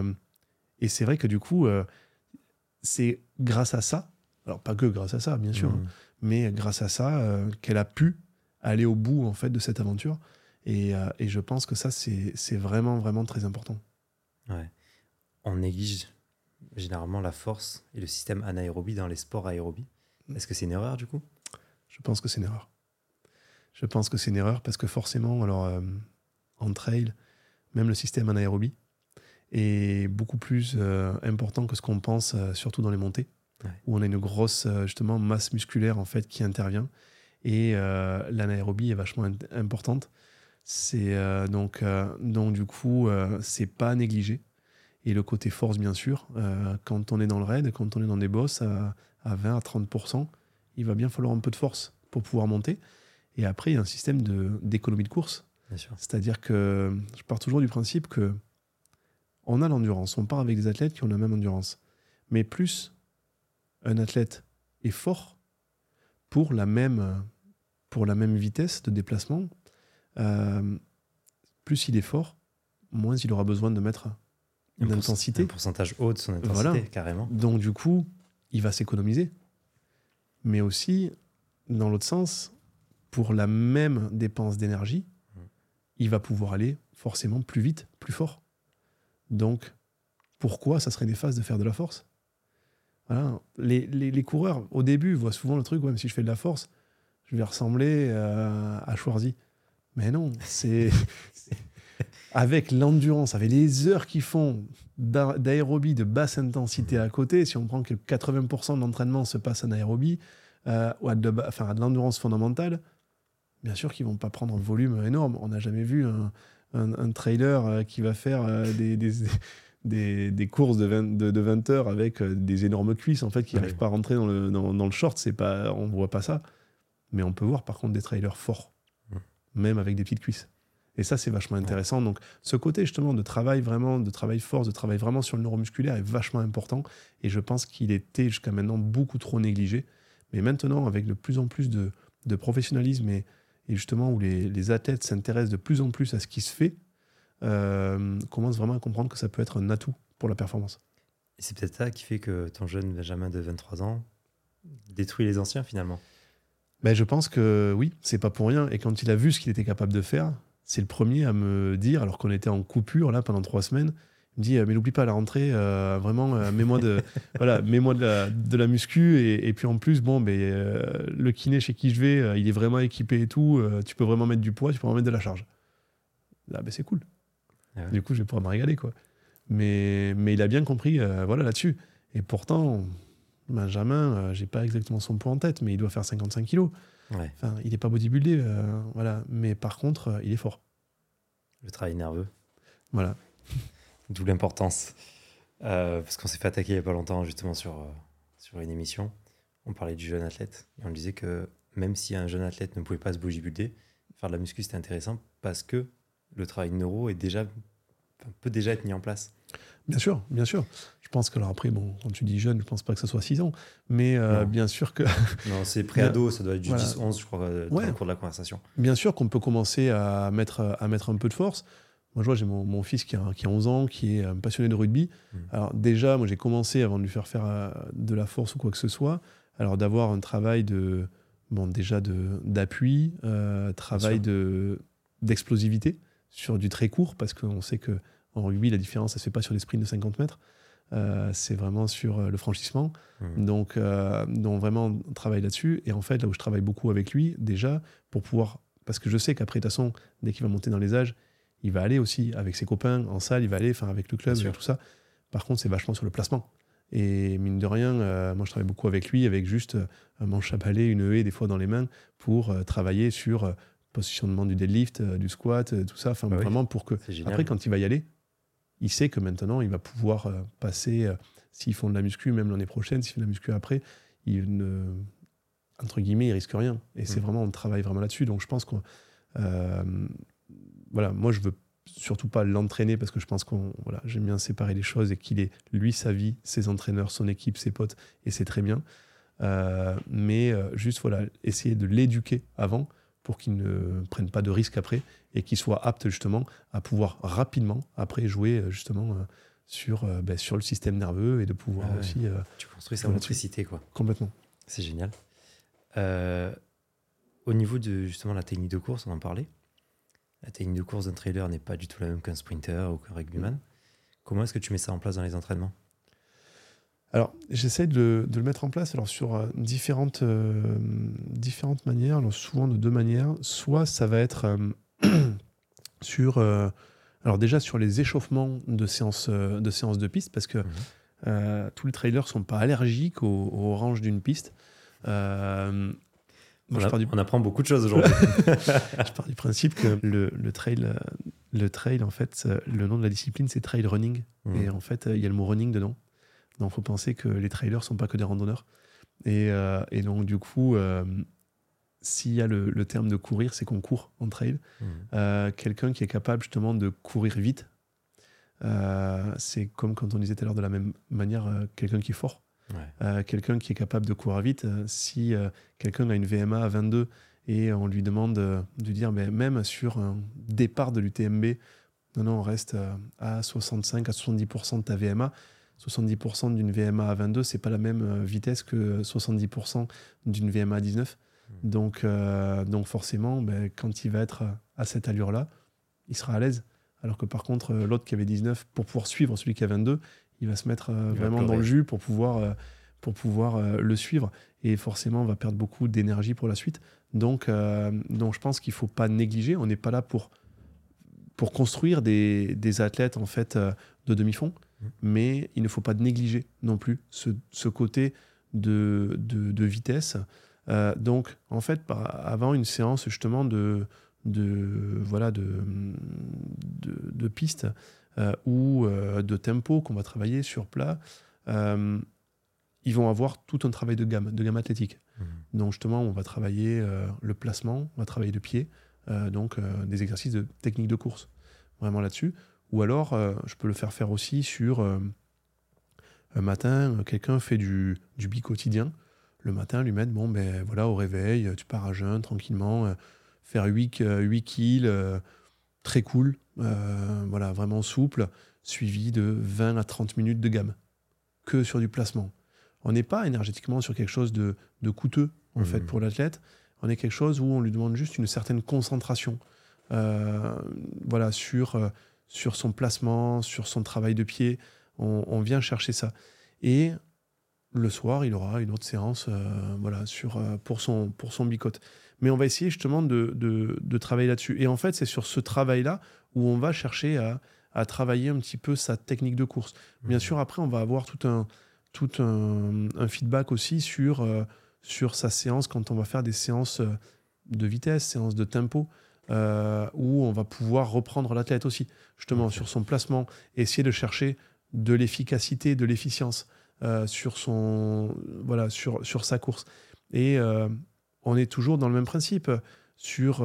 Et c'est vrai que du coup, c'est grâce à ça, alors pas que grâce à ça, bien sûr, mais grâce à ça qu'elle a pu aller au bout en fait de cette aventure. Et je pense que ça, c'est vraiment, vraiment très important. Ouais. On néglige généralement la force et le système anaérobie dans les sports aérobie. Est-ce que c'est une erreur du coup ? Je pense que c'est une erreur. Je pense que c'est une erreur parce que forcément, alors en trail, même le système anaérobie est beaucoup plus important que ce qu'on pense, surtout dans les montées, où on a une grosse justement masse musculaire en fait qui intervient, et l'anaérobie est vachement importante. C'est donc du coup c'est pas à négliger. Et le côté force, bien sûr, quand on est dans le raid, quand on est dans des bosses à 20 à 30%, il va bien falloir un peu de force pour pouvoir monter. Et après, il y a un système d'économie de course. Bien sûr. C'est-à-dire que je pars toujours du principe que on a l'endurance, on part avec des athlètes qui ont la même endurance. Mais plus un athlète est fort pour la même vitesse de déplacement, plus il est fort, moins il aura besoin de mettre une intensité. Un pourcentage haut de son intensité, Voilà. carrément. Donc du coup, il va s'économiser. Mais aussi, dans l'autre sens, pour la même dépense d'énergie, il va pouvoir aller forcément plus vite, plus fort. Donc, pourquoi ça serait néfaste de faire de la force ? Voilà. Les coureurs, au début, voient souvent le truc, ouais, mais si je fais de la force, je vais ressembler à Schwarzy. Mais non, c'est avec l'endurance, avec les heures qu'ils font d'aérobie de basse intensité à côté, si on prend que 80% de l'entraînement se passe en aérobie, ou à de l'endurance fondamentale, bien sûr qu'ils ne vont pas prendre un volume énorme. On n'a jamais vu un trailer qui va faire des courses de 20 heures avec des énormes cuisses en fait, qui n'arrivent pas à rentrer dans le short. On ne voit pas ça. Mais on peut voir par contre des trailers forts, même avec des petites cuisses. Et ça, c'est vachement intéressant. Donc, ce côté justement de travail force, de travail vraiment sur le neuromusculaire est vachement important. Et je pense qu'il était jusqu'à maintenant beaucoup trop négligé. Mais maintenant, avec de plus en plus de professionnalisme et justement où les athlètes s'intéressent de plus en plus à ce qui se fait, commencent vraiment à comprendre que ça peut être un atout pour la performance. Et c'est peut-être ça qui fait que ton jeune Benjamin de 23 ans détruit les anciens finalement. Ben, je pense que oui, c'est pas pour rien. Et quand il a vu ce qu'il était capable de faire, c'est le premier à me dire, alors qu'on était en coupure là pendant 3 semaines, il me dit mais n'oublie pas à la rentrée, vraiment mets-moi de la muscu et puis en plus le kiné chez qui je vais, il est vraiment équipé et tout, tu peux vraiment mettre du poids, tu peux vraiment mettre de la charge. Là c'est cool. Ouais. Du coup je vais pouvoir me régaler quoi. Mais il a bien compris là-dessus. Et pourtant Benjamin, j'ai pas exactement son poids en tête, mais il doit faire 55 kilos. Ouais. Enfin, il n'est pas bodybuildé, voilà. Mais par contre, il est fort. Le travail nerveux. Voilà. D'où l'importance. Parce qu'on s'est fait attaquer il n'y a pas longtemps, justement, sur une émission. On parlait du jeune athlète. Et on disait que même si un jeune athlète ne pouvait pas se bodybuilder, faire de la muscu, c'était intéressant parce que le travail neuro peut déjà être mis en place. Bien sûr, bien sûr. Je pense que, alors après, quand tu dis jeune, je ne pense pas que ce soit 6 ans. Mais bien sûr que. Non, c'est pré-ado, ça doit être du voilà. 10-11, je crois, dans le cours de la conversation. Bien sûr qu'on peut commencer à mettre un peu de force. Moi, je vois, j'ai mon fils qui a 11 ans, qui est passionné de rugby. Alors, déjà, moi, j'ai commencé, avant de lui faire de la force ou quoi que ce soit, alors d'avoir un travail d'appui, travail d'explosivité sur du très court, parce qu'on sait que en rugby, la différence, ça ne se fait pas sur les sprints de 50 mètres. C'est vraiment sur le franchissement. Donc, vraiment, on travaille là-dessus. Et en fait, là où je travaille beaucoup avec lui, déjà, pour pouvoir... Parce que je sais qu'après, de toute façon, dès qu'il va monter dans les âges, il va aller aussi avec ses copains en salle, il va aller avec le club et tout ça. Par contre, c'est vachement sur le placement. Et mine de rien, moi, je travaille beaucoup avec lui, avec juste un manche à balai, une haie, des fois dans les mains, pour travailler sur positionnement du deadlift, du squat, tout ça. Enfin, vraiment pour que... Après, quand il va y aller, il sait que maintenant, il va pouvoir passer, s'ils font de la muscu, même l'année prochaine, s'il fait de la muscu après, entre guillemets, il risque rien. Et c'est vraiment, on travaille vraiment là-dessus. Donc, je pense que, moi, je veux surtout pas l'entraîner parce que je pense j'aime bien séparer les choses et qu'il ait, lui, sa vie, ses entraîneurs, son équipe, ses potes, et c'est très bien. Mais juste, essayer de l'éduquer avant pour qu'il ne prenne pas de risques après et qu'il soit apte justement à pouvoir rapidement après jouer justement sur le système nerveux et de pouvoir aussi... tu construis sa motricité, quoi. Complètement. C'est génial. Au niveau de justement la technique de course, on en parlait. La technique de course d'un trailer n'est pas du tout la même qu'un sprinter ou qu'un rugbyman. Comment est-ce que tu mets ça en place dans les entraînements ? Alors, j'essaie de le mettre en place sur différentes manières, alors souvent de 2 manières. Soit ça va être sur les échauffements de séances de piste, parce que tous les trailers ne sont pas allergiques aux oranges d'une piste. On apprend beaucoup de choses aujourd'hui. Je pars du principe que le trail, en fait, le nom de la discipline, c'est trail running. Et en fait, il y a le mot running dedans. Donc, il faut penser que les trailers ne sont pas que des randonneurs. Et donc, du coup, s'il y a le terme de courir, c'est qu'on court en trail. Quelqu'un qui est capable justement de courir vite, c'est comme quand on disait tout à l'heure de la même manière, quelqu'un qui est fort. Quelqu'un qui est capable de courir vite, si quelqu'un a une VMA à 22 et on lui demande de dire, mais même sur un départ de l'UTMB, non, on reste à 65 à 70% de ta VMA. 70% d'une VMA à 22, c'est pas la même vitesse que 70% d'une VMA à 19. Donc forcément, quand il va être à cette allure-là, il sera à l'aise. Alors que par contre, l'autre qui avait 19, pour pouvoir suivre celui qui a 22, il va se mettre vraiment dans le jus pour pouvoir le suivre. Et forcément, on va perdre beaucoup d'énergie pour la suite. Donc je pense qu'il ne faut pas négliger. On n'est pas là pour construire des athlètes en fait, de demi-fond. Mais il ne faut pas négliger non plus ce côté de vitesse. Donc, en fait, avant une séance justement de piste ou de tempo qu'on va travailler sur plat, ils vont avoir tout un travail de gamme athlétique. Donc, justement, on va travailler le placement, on va travailler le pied, des exercices de technique de course, vraiment là-dessus. Ou alors, je peux le faire aussi sur un matin, quelqu'un fait du bi-quotidien. Le matin, lui mettre, au réveil, tu pars à jeun, tranquillement, faire 8 kills, très cool, vraiment souple, suivi de 20 à 30 minutes de gamme, que sur du placement. On n'est pas énergétiquement sur quelque chose de coûteux, en fait, pour l'athlète. On est quelque chose où on lui demande juste une certaine concentration sur son placement, sur son travail de pied. On vient chercher ça. Et le soir, il aura une autre séance pour son bicote. Mais on va essayer justement de travailler là-dessus. Et en fait, c'est sur ce travail-là où on va chercher à travailler un petit peu sa technique de course. Bien sûr, après, on va avoir tout un feedback aussi sur sa séance quand on va faire des séances de vitesse, séances de tempo, où on va pouvoir reprendre l'athlète aussi, justement, sur son placement, et essayer de chercher de l'efficacité, de l'efficience sur sa course. Et on est toujours dans le même principe, sur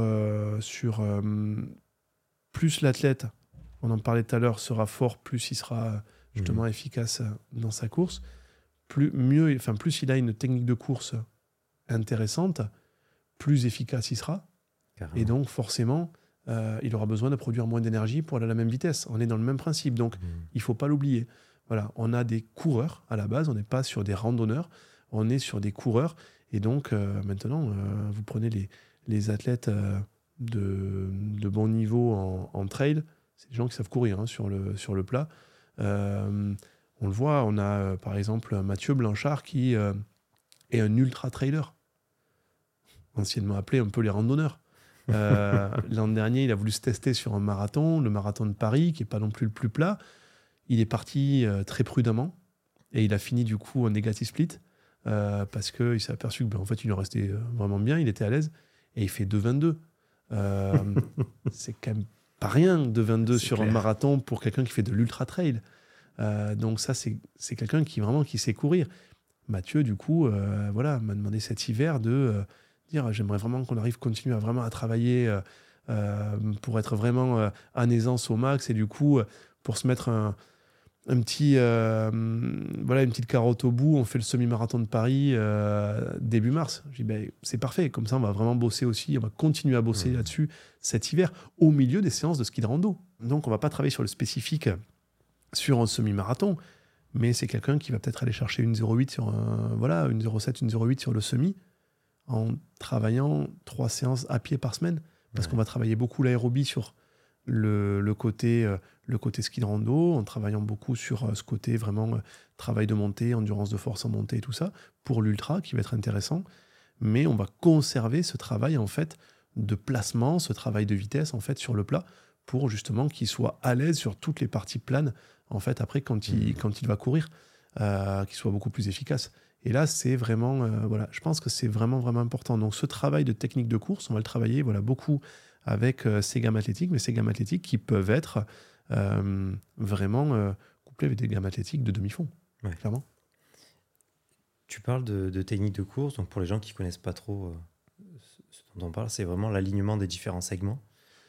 plus l'athlète, on en parlait tout à l'heure, sera fort, plus il sera justement efficace dans sa course, plus il a une technique de course intéressante, plus efficace il sera. Carrément. Et donc forcément, il aura besoin de produire moins d'énergie pour aller à la même vitesse. On est dans le même principe, donc il ne faut pas l'oublier. Voilà, on a des coureurs à la base, on n'est pas sur des randonneurs, on est sur des coureurs. Et donc maintenant, vous prenez les athlètes de bon niveau en trail, c'est des gens qui savent courir sur le plat. On le voit, on a par exemple Mathieu Blanchard qui est un ultra-trailer, anciennement appelé un peu les randonneurs. L'an dernier, il a voulu se tester sur un marathon, le marathon de Paris, qui n'est pas non plus le plus plat. Il est parti très prudemment et il a fini du coup en negative split parce qu'il s'est aperçu que en fait, il en restait vraiment bien, il était à l'aise et il fait 2,22. C'est quand même pas rien, 2,22 sur clair. Un marathon pour quelqu'un qui fait de l'ultra-trail. Donc ça, c'est quelqu'un qui sait courir. Mathieu, du coup, m'a demandé cet hiver de dire j'aimerais vraiment qu'on continue à travailler pour être vraiment en aisance au max et du coup, pour se mettre une petite carotte au bout, on fait le semi-marathon de Paris début mars. Je dis c'est parfait, comme ça on va vraiment bosser aussi, on va continuer à bosser là-dessus cet hiver au milieu des séances de ski de rando. Donc on va pas travailler sur le spécifique sur un semi-marathon, mais c'est quelqu'un qui va peut-être aller chercher une 0,8 sur une 0,7, une 0,8 sur le semi en travaillant 3 séances à pied par semaine parce qu'on va travailler beaucoup l'aérobie sur le côté ski de rando, en travaillant beaucoup sur ce côté vraiment travail de montée, endurance de force en montée et tout ça, pour l'ultra qui va être intéressant. Mais on va conserver ce travail en fait de placement, ce travail de vitesse en fait sur le plat pour justement qu'il soit à l'aise sur toutes les parties planes en fait après quand il va courir, qu'il soit beaucoup plus efficace. Et là, c'est vraiment, je pense que c'est vraiment, vraiment important. Donc ce travail de technique de course, on va le travailler beaucoup avec ces gammes athlétiques, mais ces gammes athlétiques qui peuvent être vraiment couplées avec des gammes athlétiques de demi-fond, clairement. Tu parles de technique de course, donc pour les gens qui ne connaissent pas trop ce dont on parle, c'est vraiment l'alignement des différents segments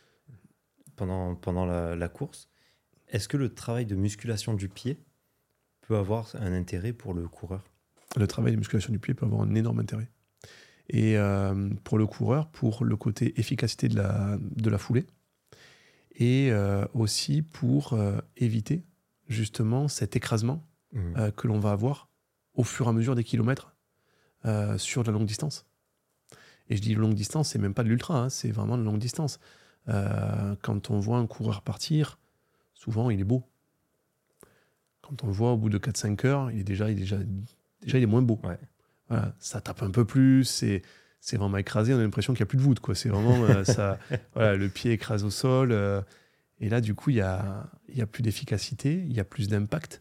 pendant la course. Est-ce que le travail de musculation du pied peut avoir un intérêt pour le coureur ? Le travail de musculation du pied peut avoir un énorme intérêt. Et pour le coureur, pour le côté efficacité de la foulée, et aussi pour éviter justement cet écrasement que l'on va avoir au fur et à mesure des kilomètres sur de la longue distance. Et je dis longue distance, c'est même pas de l'ultra, hein, c'est vraiment de longue distance. Quand on voit un coureur partir, souvent il est beau. Quand on le voit au bout de 4-5 heures, il est moins beau. Ouais. Voilà, ça tape un peu plus, c'est vraiment écrasé, on a l'impression qu'il n'y a plus de voûte, quoi. C'est vraiment ça, voilà, le pied écrase au sol. Et là, du coup, il y a plus d'efficacité, il y a plus d'impact,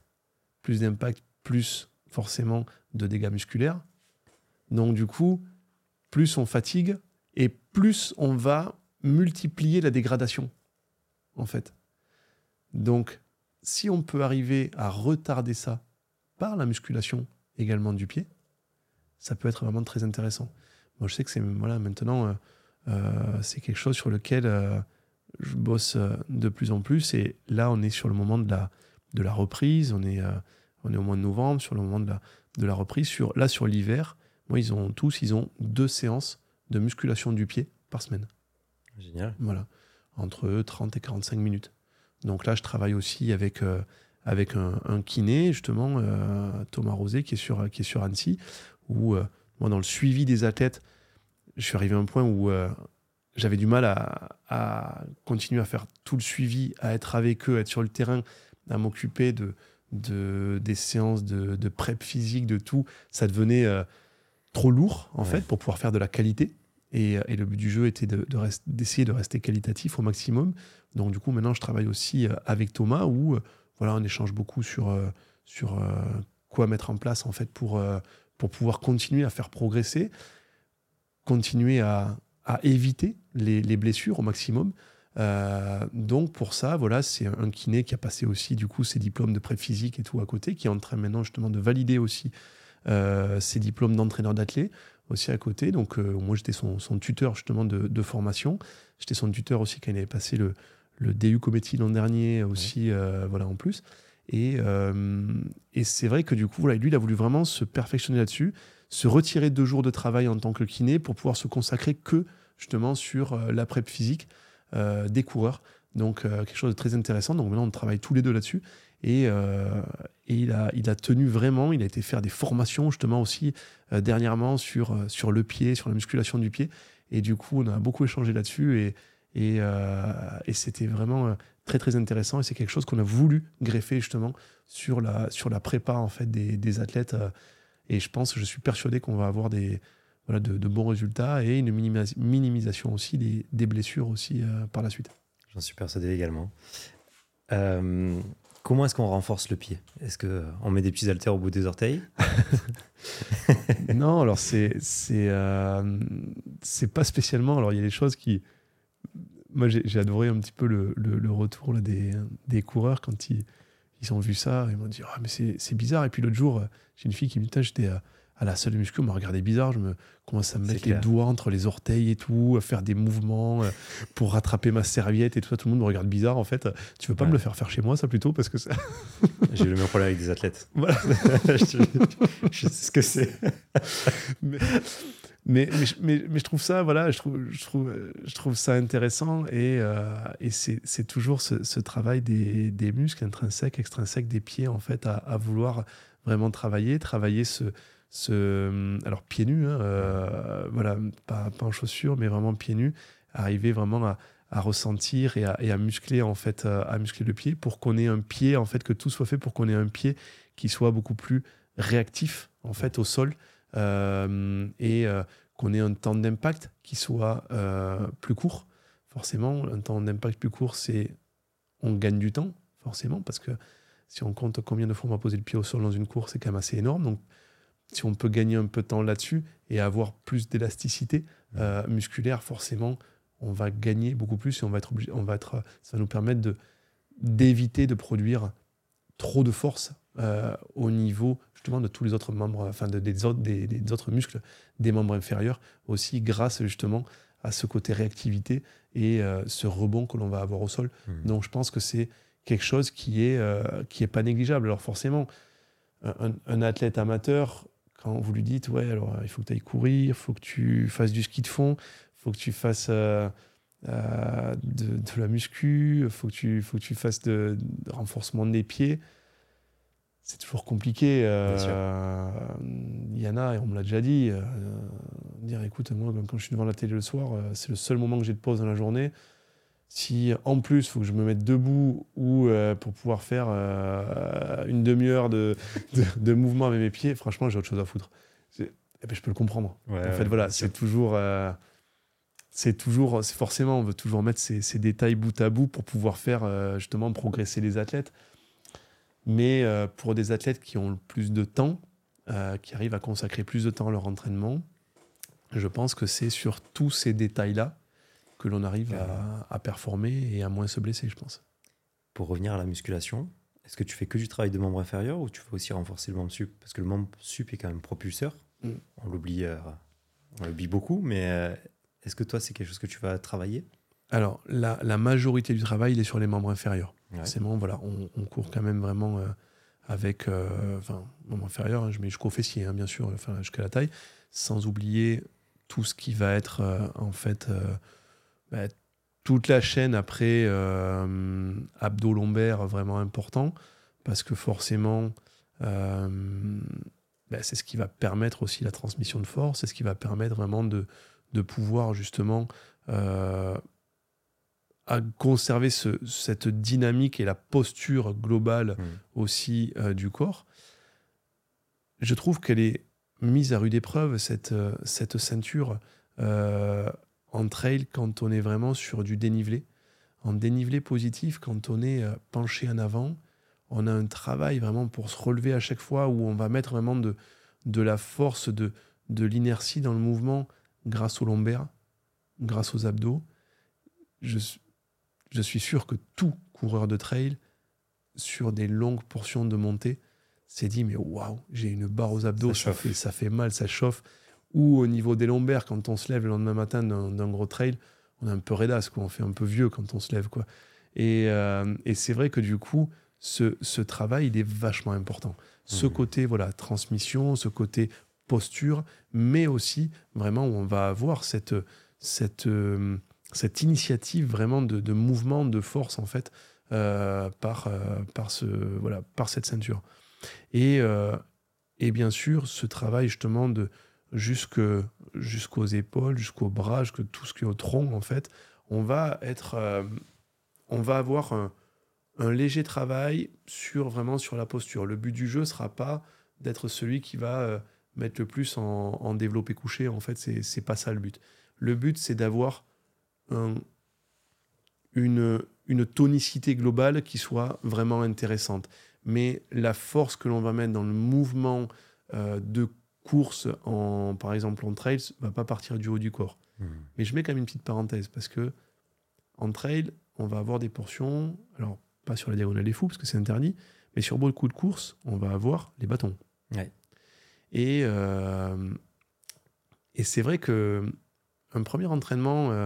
plus forcément de dégâts musculaires. Donc, du coup, plus on fatigue et plus on va multiplier la dégradation, en fait. Donc, si on peut arriver à retarder ça par la musculation également du pied, ça peut être vraiment très intéressant. Moi, je sais que maintenant, c'est quelque chose sur lequel je bosse de plus en plus. Et là, on est sur le moment de la reprise. On est au mois de novembre, sur le moment de la reprise. Sur l'hiver, moi, ils ont 2 séances de musculation du pied par semaine. Génial. Voilà, entre 30 et 45 minutes. Donc là, je travaille aussi avec un kiné, justement, Thomas Rosé, qui est sur Annecy, où moi, dans le suivi des athlètes, je suis arrivé à un point où j'avais du mal à continuer à faire tout le suivi, à être avec eux, à être sur le terrain, à m'occuper des séances de prep physique, de tout. Ça devenait trop lourd, en fait, pour pouvoir faire de la qualité. Et le but du jeu était d'essayer de rester qualitatif au maximum. Donc, du coup, maintenant, je travaille aussi avec Thomas, où on échange beaucoup sur quoi mettre en place, en fait, pour pouvoir continuer à faire progresser, continuer à éviter les blessures au maximum. Donc, pour ça, c'est un kiné qui a passé aussi, du coup, ses diplômes de prep physique et tout à côté, qui est en train maintenant, justement, de valider aussi ses diplômes d'entraîneur d'athlète aussi à côté. Donc, moi, j'étais son tuteur, justement, de formation. J'étais son tuteur aussi quand il avait passé le DU Cometti l'an dernier aussi, en plus. Et c'est vrai que du coup, lui, il a voulu vraiment se perfectionner là-dessus, se retirer 2 jours de travail en tant que kiné pour pouvoir se consacrer que justement sur la prep physique des coureurs. Donc, quelque chose de très intéressant. Donc maintenant, on travaille tous les deux là-dessus. Et il a tenu vraiment, il a été faire des formations justement aussi dernièrement sur le pied, sur la musculation du pied. Et du coup, on a beaucoup échangé là-dessus et c'était vraiment très très intéressant. Et c'est quelque chose qu'on a voulu greffer justement sur la prépa en fait des athlètes. Et je suis persuadé qu'on va avoir de bons résultats et une minimisation aussi des blessures aussi par la suite. J'en suis persuadé également. Comment est-ce qu'on renforce le pied ? Est-ce qu'on met des petits haltères au bout des orteils ? Non, alors c'est pas spécialement. Alors il y a des choses qui... Moi j'ai adoré un petit peu le retour là, des coureurs quand ils ont vu ça. Ils m'ont dit « Ah mais c'est bizarre ». Et puis l'autre jour, j'ai une fille qui me dit « J'étais à la salle de muscu, on m'a regardé bizarre, je commence à me mettre les doigts entre les orteils et tout, à faire des mouvements pour rattraper ma serviette et tout ça. Tout le monde me regarde bizarre en fait. Tu veux pas me le faire chez moi ça plutôt parce que ça... J'ai le même problème avec des athlètes. Voilà. je sais ce que c'est. mais je trouve ça, je trouve ça intéressant et c'est toujours ce travail des muscles intrinsèques, extrinsèques des pieds en fait à vouloir vraiment travailler alors pieds nus, pas en chaussures, mais vraiment pieds nus, arriver vraiment à ressentir et à muscler en fait, à muscler le pied pour qu'on ait un pied en fait, que tout soit fait pour qu'on ait un pied qui soit beaucoup plus réactif en fait au sol et qu'on ait un temps d'impact qui soit plus court. Forcément, un temps d'impact plus court, on gagne du temps forcément parce que si on compte combien de fois on va poser le pied au sol dans une course, c'est quand même assez énorme. Donc si on peut gagner un peu de temps là-dessus et avoir plus d'élasticité musculaire, forcément, on va gagner beaucoup plus et ça va nous permettre d'éviter de produire trop de force au niveau justement de tous les autres membres, enfin des autres muscles des membres inférieurs, aussi grâce justement à ce côté réactivité et ce rebond que l'on va avoir au sol. Donc je pense que c'est quelque chose qui est pas négligeable. Alors forcément, un athlète amateur, quand vous lui dites, ouais, alors il faut que tu ailles courir, il faut que tu fasses du ski de fond, il faut que tu fasses de la muscu, il faut que tu fasses de renforcement des pieds. C'est toujours compliqué. Il y en a, et on me l'a déjà dit, dire écoute, moi, quand je suis devant la télé le soir, c'est le seul moment que j'ai de pause dans la journée. Si en plus, il faut que je me mette debout ou pour pouvoir faire une demi-heure de mouvement avec mes pieds, franchement, j'ai autre chose à foutre. Eh ben, je peux le comprendre. Ouais, en fait, voilà, c'est forcément, on veut toujours mettre ces détails bout à bout pour pouvoir faire justement progresser les athlètes. Mais pour des athlètes qui ont le plus de temps, qui arrivent à consacrer plus de temps à leur entraînement, je pense que c'est sur tous ces détails-là que l'on arrive à performer et à moins se blesser, je pense. Pour revenir à la musculation, est-ce que tu fais que du travail de membre inférieur ou tu fais aussi renforcer le membre sup? Parce que le membre sup est quand même propulseur. On l'oublie beaucoup, mais est-ce que toi, c'est quelque chose que tu vas travailler? Alors, la majorité du travail, il est sur les membres inférieurs. Ouais. Forcément, voilà, on court quand même vraiment avec membre inférieur, je mets jusqu'au fessier, bien sûr, jusqu'à la taille, sans oublier tout ce qui va être toute la chaîne après abdos lombaires vraiment important, parce que forcément, c'est ce qui va permettre aussi la transmission de force, c'est ce qui va permettre vraiment de pouvoir justement à conserver cette dynamique et la posture globale aussi du corps. Je trouve qu'elle est mise à rude épreuve, cette ceinture en trail, quand on est vraiment sur du dénivelé. En dénivelé positif, quand on est penché en avant, on a un travail vraiment pour se relever à chaque fois, où on va mettre vraiment de la force, de l'inertie dans le mouvement grâce aux lombaires, grâce aux abdos. Je suis sûr que tout coureur de trail, sur des longues portions de montée, s'est dit, mais waouh, j'ai une barre aux abdos, ça fait mal, ça chauffe. Ou au niveau des lombaires, quand on se lève le lendemain matin d'un gros trail, on est un peu raidasse, quoi. On fait un peu vieux quand on se lève, quoi. Et c'est vrai que du coup, ce travail, il est vachement important. Ce côté transmission, ce côté posture, mais aussi vraiment où on va avoir cette initiative vraiment de mouvement, de force, en fait, par cette ceinture. Et bien sûr, ce travail justement jusqu'aux épaules, jusqu'au bras, jusqu'à tout ce qui est au tronc, en fait, on va avoir un léger travail sur la posture. Le but du jeu ne sera pas d'être celui qui va mettre le plus en développé couché. En fait, c'est pas ça le but. Le but, c'est d'avoir une tonicité globale qui soit vraiment intéressante. Mais la force que l'on va mettre dans le mouvement de course, par exemple en trail, ne va pas partir du haut du corps. Mais je mets quand même une petite parenthèse, parce que en trail, on va avoir des portions, alors pas sur la diagonale des fous, parce que c'est interdit, mais sur beaucoup de courses, on va avoir les bâtons. Ouais. Et c'est vrai qu'un premier entraînement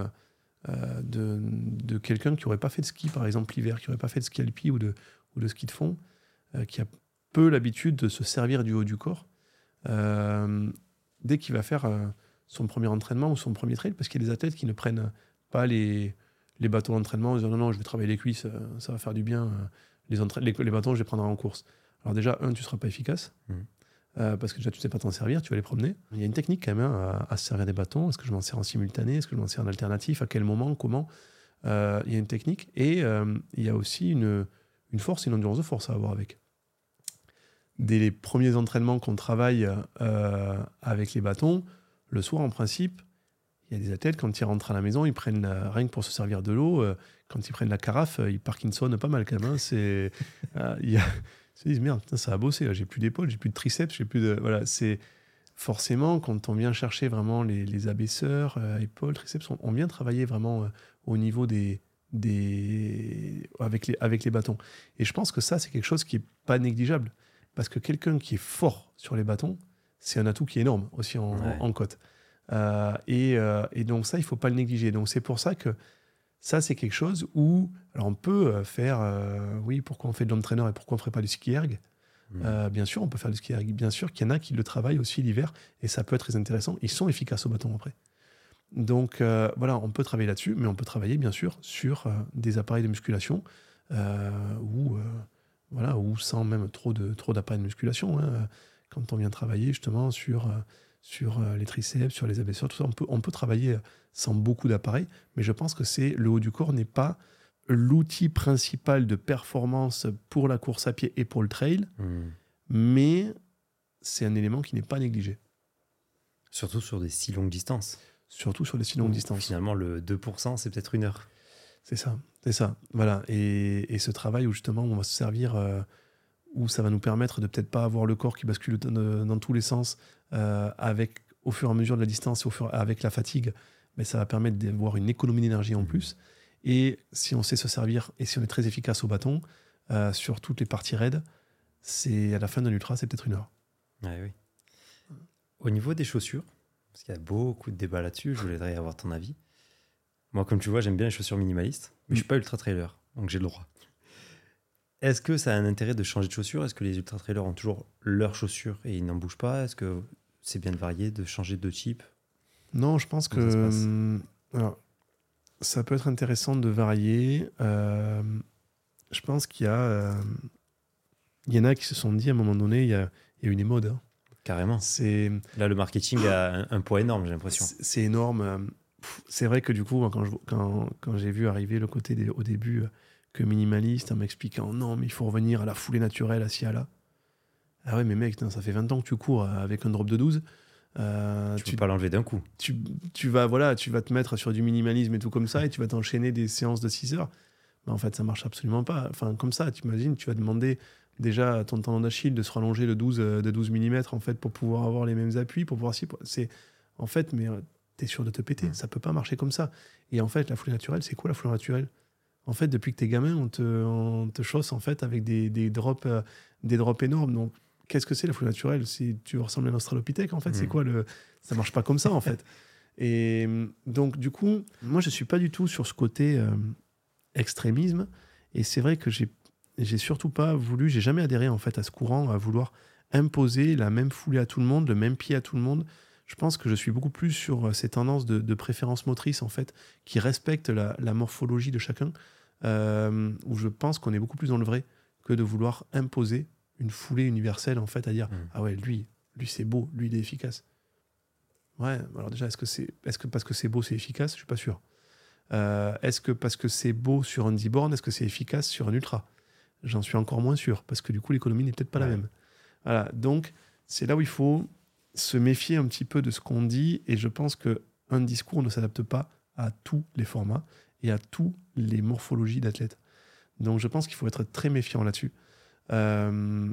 de quelqu'un qui n'aurait pas fait de ski, par exemple l'hiver, qui n'aurait pas fait de ski alpi ou de ski de fond, qui a peu l'habitude de se servir du haut du corps, dès qu'il va faire son premier entraînement ou son premier trail, parce qu'il y a des athlètes qui ne prennent pas les bâtons d'entraînement en disant non, je vais travailler les cuisses, ça va faire du bien, les bâtons, je les prendrai en course. Alors déjà, tu ne seras pas efficace, parce que déjà, tu ne sais pas t'en servir, tu vas les promener. Il y a une technique quand même à se servir des bâtons. Est-ce que je m'en sers en simultané? Est-ce que je m'en sers en alternatif? À quel moment? Comment? Il y a une technique, et il y a aussi une force et une endurance de force à avoir avec. Dès les premiers entraînements qu'on travaille avec les bâtons, le soir, en principe, il y a des athlètes, quand ils rentrent à la maison, ils prennent rien que pour se servir de l'eau, quand ils prennent la carafe, ils parkinsonnent pas mal quand même. Ils se disent, merde, putain, ça a bossé, là, j'ai plus d'épaules, j'ai plus de triceps, j'ai plus de... Voilà, c'est forcément, quand on vient chercher vraiment les abaisseurs, épaules, triceps, on vient travailler vraiment au niveau avec les bâtons. Et je pense que ça, c'est quelque chose qui n'est pas négligeable. Parce que quelqu'un qui est fort sur les bâtons, c'est un atout qui est énorme aussi en côte. Et donc ça, il ne faut pas le négliger. Donc c'est pour ça que ça, c'est quelque chose où... Alors on peut faire... oui, pourquoi on fait de l'entraîneur et pourquoi on ne ferait pas du ski erg? Bien sûr, on peut faire du ski erg. Bien sûr qu'il y en a qui le travaillent aussi l'hiver, et ça peut être très intéressant. Ils sont efficaces au bâton après. Donc voilà, on peut travailler là-dessus, mais on peut travailler bien sûr sur des appareils de musculation ou sans même trop d'appareils de musculation. Hein. Quand on vient travailler justement sur les triceps, sur les abaisseurs, tout ça, on peut travailler sans beaucoup d'appareils, mais je pense que le haut du corps n'est pas l'outil principal de performance pour la course à pied et pour le trail, mais c'est un élément qui n'est pas négligé. Surtout sur des si longues distances. Surtout sur les si longues distances. Finalement, le 2%, c'est peut-être 1 heure. C'est ça. Voilà. Et ce travail où justement on va se servir, où ça va nous permettre de peut-être pas avoir le corps qui bascule dans tous les sens, au fur et à mesure de la distance, avec la fatigue, mais ça va permettre d'avoir une économie d'énergie en plus. Et si on sait se servir et si on est très efficace au bâton, sur toutes les parties raides, c'est à la fin d'un ultra, c'est peut-être 1 heure. Ouais, oui. Au niveau des chaussures, parce qu'il y a beaucoup de débats là-dessus, je voudrais avoir ton avis. Moi, comme tu vois, j'aime bien les chaussures minimalistes, mais je suis pas ultra-trailer, donc j'ai le droit. Est-ce que ça a un intérêt de changer de chaussures ? Est-ce que les ultra-trailers ont toujours leurs chaussures et ils n'en bougent pas ? Est-ce que c'est bien de varier, de changer de type ? Non, je pense que ça peut être intéressant de varier. Je pense qu'il y en a qui se sont dit à un moment donné, il y a une mode. Hein. Carrément. Là, le marketing a un poids énorme, j'ai l'impression. C'est énorme. C'est vrai que du coup, quand j'ai vu arriver le côté au début que minimaliste, en m'expliquant non, mais il faut revenir à la foulée naturelle, à ci, à là. Ah ouais, mais mec, ça fait 20 ans que tu cours avec un drop de 12. Tu peux pas l'enlever d'un coup. Tu vas te mettre sur du minimalisme et tout comme ça, et tu vas t'enchaîner des séances de 6 heures. Mais en fait, ça marche absolument pas. Enfin, comme ça, tu imagines, tu vas demander déjà à ton tendon d'Achille de se rallonger de 12 mm en fait, pour pouvoir avoir les mêmes appuis, pour pouvoir en fait, mais t'es sûr de te péter. Ça peut pas marcher comme ça. Et en fait, la foulée naturelle, c'est quoi la foulée naturelle ? En fait, depuis que t'es gamin, on te chausse en fait avec des drops énormes. Donc, qu'est-ce que c'est la foulée naturelle ? Si tu ressembles à un australopithèque, en fait, c'est quoi ça marche pas comme ça, en fait. Et donc, du coup, moi, je suis pas du tout sur ce côté extrémisme. Et c'est vrai que j'ai surtout pas voulu, j'ai jamais adhéré en fait à ce courant, à vouloir imposer la même foulée à tout le monde, le même pied à tout le monde. Je pense que je suis beaucoup plus sur ces tendances de préférence motrice en fait, qui respectent la morphologie de chacun, où je pense qu'on est beaucoup plus dans le vrai que de vouloir imposer une foulée universelle en fait, à dire ah ouais, lui c'est beau, lui il est efficace. Ouais, alors déjà est-ce que parce que c'est beau c'est efficace ? Je suis pas sûr. Est-ce que parce que c'est beau sur un 10 bornes, est-ce que c'est efficace sur un ultra ? J'en suis encore moins sûr, parce que du coup, l'économie n'est peut-être pas la même. Voilà, donc c'est là où il faut se méfier un petit peu de ce qu'on dit, et je pense qu'un discours ne s'adapte pas à tous les formats et à toutes les morphologies d'athlètes. Donc je pense qu'il faut être très méfiant là-dessus. Je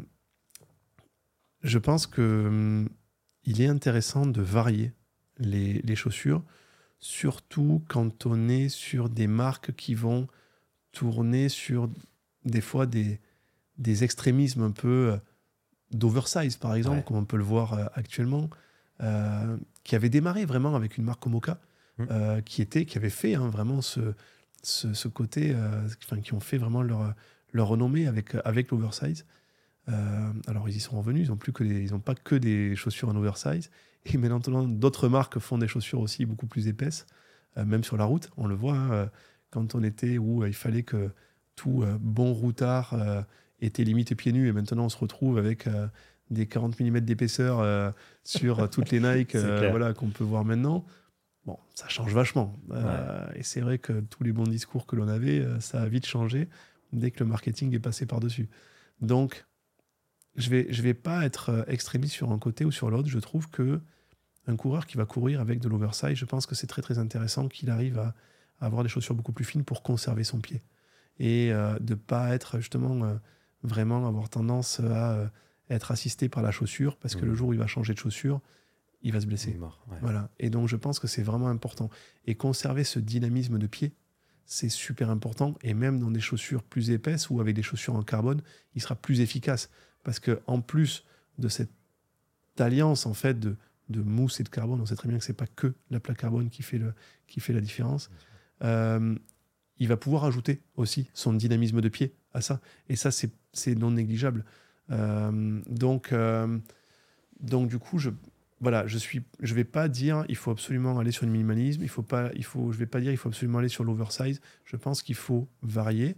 pense qu'il est intéressant de varier les chaussures, surtout quand on est sur des marques qui vont tourner sur des fois des extrémismes un peu d'oversize, par exemple, comme on peut le voir actuellement, qui avait démarré vraiment avec une marque comme Oka, qui avait fait vraiment ce côté, qui ont fait vraiment leur renommée avec l'oversize. Alors ils y sont revenus, ils n'ont pas que des chaussures en oversize, et maintenant d'autres marques font des chaussures aussi beaucoup plus épaisses, même sur la route, on le voit, quand on était où il fallait que tout bon routard était limite pieds nus, et maintenant on se retrouve avec des 40 mm d'épaisseur sur toutes les Nike qu'on peut voir maintenant. Bon, ça change vachement. Et c'est vrai que tous les bons discours que l'on avait, ça a vite changé dès que le marketing est passé par-dessus. Donc, je vais pas être extrémiste sur un côté ou sur l'autre. Je trouve qu'un coureur qui va courir avec de l'oversize, je pense que c'est très très intéressant qu'il arrive à avoir des chaussures beaucoup plus fines pour conserver son pied. Et de ne pas être justement vraiment avoir tendance à être assisté par la chaussure, parce que le jour où il va changer de chaussure, il va se blesser. Il est mort, Voilà. Et donc je pense que c'est vraiment important. Et conserver ce dynamisme de pied, c'est super important. Et même dans des chaussures plus épaisses ou avec des chaussures en carbone, il sera plus efficace. Parce qu'en plus de cette alliance en fait, de mousse et de carbone, on sait très bien que ce n'est pas que la plaque carbone qui fait la différence. Il va pouvoir ajouter aussi son dynamisme de pied à ça. Et ça, c'est non négligeable. Donc du coup, je vais pas dire il faut absolument aller sur le minimalisme, je vais pas dire il faut absolument aller sur l'oversize. Je pense qu'il faut varier.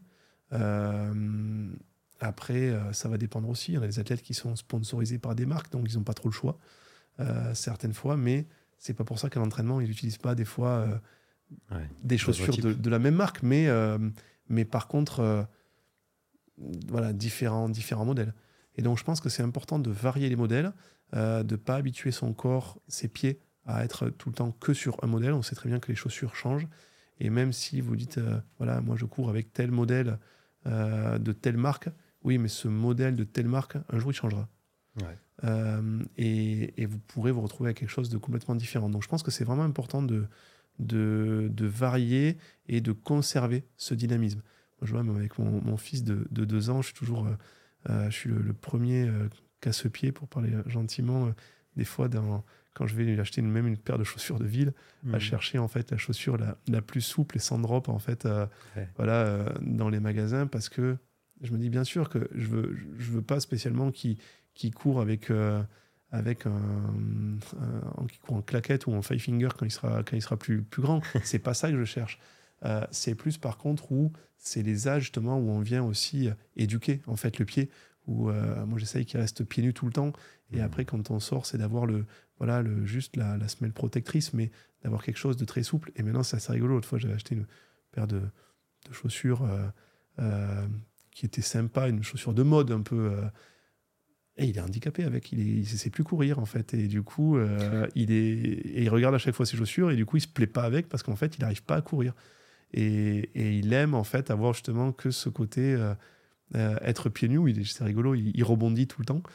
Après, ça va dépendre aussi. Il y en a des athlètes qui sont sponsorisés par des marques, donc ils n'ont pas trop le choix certaines fois, mais c'est pas pour ça qu'à l'entraînement, ils n'utilisent pas des fois des chaussures de la même marque, mais par contre, voilà, différents modèles. Et donc, je pense que c'est important de varier les modèles, de ne pas habituer son corps, ses pieds, à être tout le temps que sur un modèle. On sait très bien que les chaussures changent. Et même si vous dites, voilà, moi je cours avec tel modèle de telle marque, oui, mais ce modèle de telle marque, un jour il changera. Ouais. Et vous pourrez vous retrouver avec quelque chose de complètement différent. Donc je pense que c'est vraiment important de varier et de conserver ce dynamisme. Moi, je vois, même avec mon fils de 2 ans, je suis le premier casse-pied, pour parler gentiment, des fois quand je vais lui acheter même une paire de chaussures de ville, à chercher en fait la chaussure la plus souple et sans drop en fait, dans les magasins, parce que je me dis bien sûr que je veux pas spécialement qu'il court qui court en claquette ou en five finger quand il sera plus grand. C'est pas ça que je cherche. C'est plus par contre où c'est les âges justement où on vient aussi éduquer en fait le pied, où moi j'essaye qu'il reste pieds nus tout le temps, et après quand on sort c'est d'avoir juste la semelle protectrice, mais d'avoir quelque chose de très souple. Et maintenant c'est assez rigolo. L'autre fois j'avais acheté une paire de chaussures qui était sympa, une chaussure de mode un peu, et il est handicapé avec, il ne sait plus courir en fait, et du coup il regarde à chaque fois ses chaussures, et du coup il se plaît pas avec parce qu'en fait il n'arrive pas à courir, et il aime en fait avoir justement que ce côté être pieds nus, c'est rigolo, il rebondit tout le temps,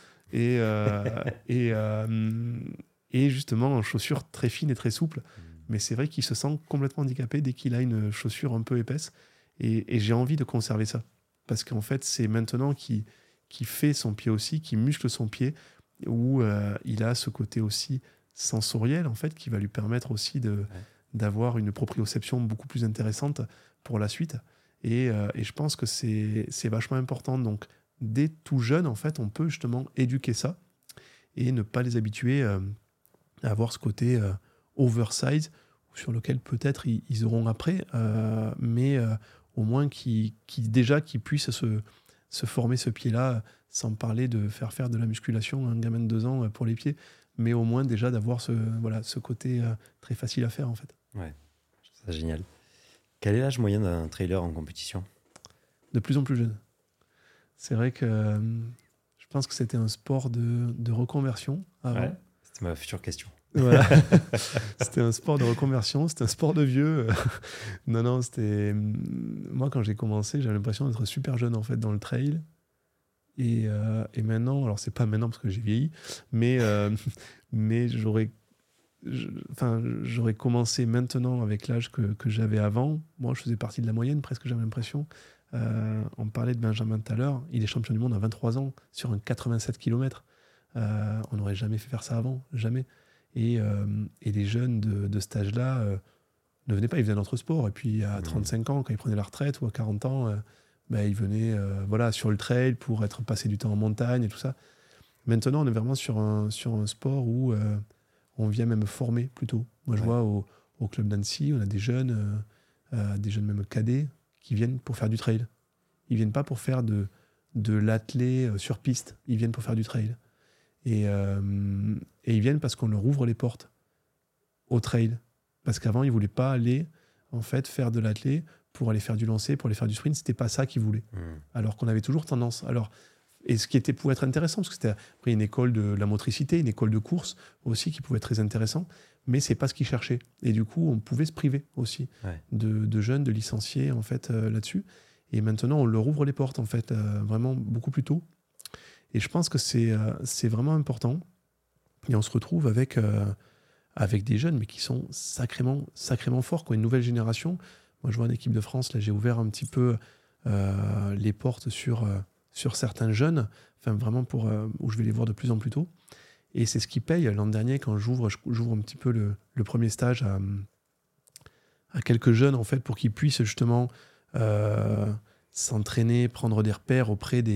et justement en chaussures très fines et très souples. Mais c'est vrai qu'il se sent complètement handicapé dès qu'il a une chaussure un peu épaisse, et j'ai envie de conserver ça, parce qu'en fait c'est maintenant qui fait son pied aussi, qui muscle son pied, où il a ce côté aussi sensoriel en fait, qui va lui permettre aussi d'avoir une proprioception beaucoup plus intéressante pour la suite. Et je pense que c'est vachement important. Donc dès tout jeune en fait, on peut justement éduquer ça et ne pas les habituer à avoir ce côté oversize, sur lequel peut-être ils auront après, mais au moins qui puissent se former ce pied-là, sans parler de faire de la musculation à un gamin de 2 ans pour les pieds, mais au moins déjà d'avoir ce côté très facile à faire en fait. Ouais, je trouve ça génial. Quel est l'âge moyen d'un trailer en compétition ? De plus en plus jeune. C'est vrai que je pense que c'était un sport de reconversion avant. Ouais, c'était ma future question. Voilà. C'était un sport de reconversion, c'était un sport de vieux. Non, c'était... Moi, quand j'ai commencé, j'avais l'impression d'être super jeune, en fait, dans le trail. Et maintenant, alors c'est pas maintenant parce que j'ai vieilli, mais j'aurais commencé maintenant avec l'âge que j'avais avant. Moi, je faisais partie de la moyenne, presque, j'avais l'impression. On parlait de Benjamin tout à l'heure, il est champion du monde à 23 ans, sur un 87 km. On n'aurait jamais fait faire ça avant, jamais. Et les jeunes de cet âge-là ne venaient pas, ils venaient dans notre sport. Et puis à 35 ans, quand ils prenaient la retraite, ou à 40 ans, ils venaient sur le trail pour passer du temps en montagne et tout ça. Maintenant, on est vraiment sur un sport où on vient même former plutôt. Moi, je vois au club d'Annecy, on a des jeunes même cadets, qui viennent pour faire du trail. Ils viennent pas pour faire de l'athlé sur piste, ils viennent pour faire du trail. Et ils viennent parce qu'on leur ouvre les portes au trail. Parce qu'avant, ils ne voulaient pas aller en fait, faire de l'athlé pour aller faire du lancer, pour aller faire du sprint. Ce n'était pas ça qu'ils voulaient. Alors qu'on avait toujours tendance. Et ce qui était pour être intéressant, parce que c'était après une école de la motricité, une école de course aussi qui pouvait être très intéressant, mais ce n'est pas ce qu'ils cherchaient. Et du coup, on pouvait se priver aussi de jeunes, de licenciés en fait, là-dessus. Et maintenant, on leur ouvre les portes en fait, vraiment beaucoup plus tôt. Et je pense que c'est vraiment important. Et on se retrouve avec des jeunes, mais qui sont sacrément forts, quoi. Une nouvelle génération. Moi, je vois en équipe de France, là, j'ai ouvert un petit peu les portes sur certains jeunes, enfin vraiment où je vais les voir de plus en plus tôt. Et c'est ce qui paye. L'an dernier, quand j'ouvre un petit peu le premier stage à quelques jeunes, en fait, pour qu'ils puissent justement s'entraîner, prendre des repères auprès des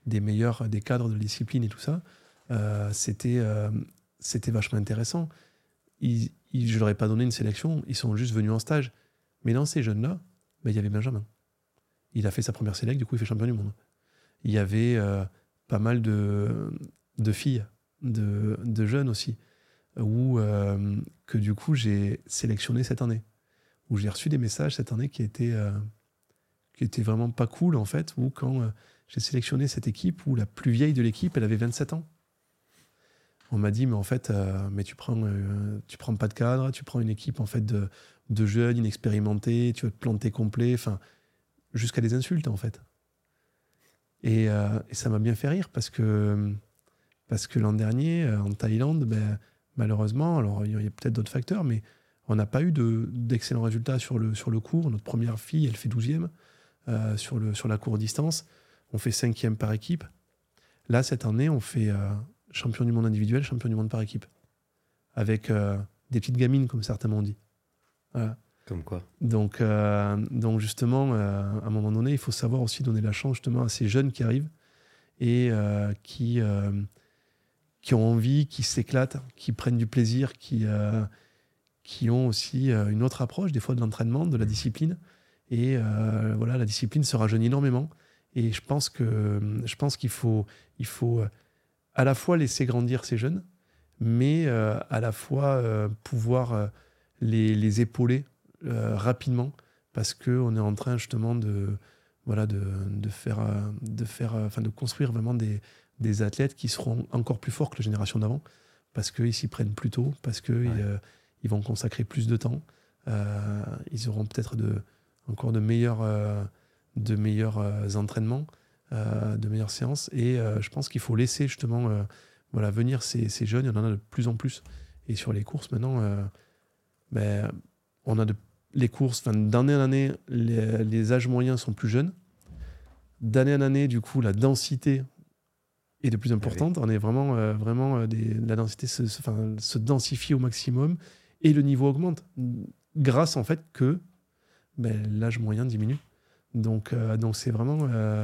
des meilleurs, des cadres de la discipline et tout ça, c'était vachement intéressant. Je leur ai pas donné une sélection, ils sont juste venus en stage. Mais dans ces jeunes-là, il y avait Benjamin. Il a fait sa première sélection, du coup il fait champion du monde. Il y avait pas mal de filles, de jeunes aussi, que du coup j'ai sélectionné cette année. Où j'ai reçu des messages cette année qui étaient vraiment pas cool en fait, où quand j'ai sélectionné cette équipe, où la plus vieille de l'équipe, elle avait 27 ans. On m'a dit, mais en fait, mais tu prends pas de cadre, tu prends une équipe en fait de jeunes, inexpérimentés, tu vas te planter complet, enfin, jusqu'à des insultes en fait. Et ça m'a bien fait rire parce que l'an dernier, en Thaïlande, malheureusement, alors il y a peut-être d'autres facteurs, mais on n'a pas eu d'excellents résultats sur le court. Notre première fille, elle fait 12e sur la courte distance. On fait 5e par équipe. Là, cette année, on fait champion du monde individuel, champion du monde par équipe. Avec des petites gamines, comme certains m'ont dit. Voilà. Comme quoi. Donc justement, à un moment donné, il faut savoir aussi donner la chance justement à ces jeunes qui arrivent et qui ont envie, qui s'éclatent, qui prennent du plaisir, qui ont aussi une autre approche des fois de l'entraînement, de la discipline. Et voilà, la discipline se rajeunit énormément. Et je pense qu'il faut à la fois laisser grandir ces jeunes, mais à la fois pouvoir les épauler rapidement, parce qu'on est en train justement de construire vraiment des athlètes qui seront encore plus forts que la génération d'avant, parce qu'ils s'y prennent plus tôt, parce qu'ils ils vont consacrer plus de temps. Ils auront peut-être encore de meilleurs entraînements, de meilleures séances. Et je pense qu'il faut laisser justement venir ces jeunes. Il y en a de plus en plus. Et sur les courses, maintenant, on a les courses, d'année en année, les âges moyens sont plus jeunes. D'année en année, du coup, la densité est de plus importante. On est vraiment la densité se densifie au maximum et le niveau augmente grâce en fait que l'âge moyen diminue. Donc c'est vraiment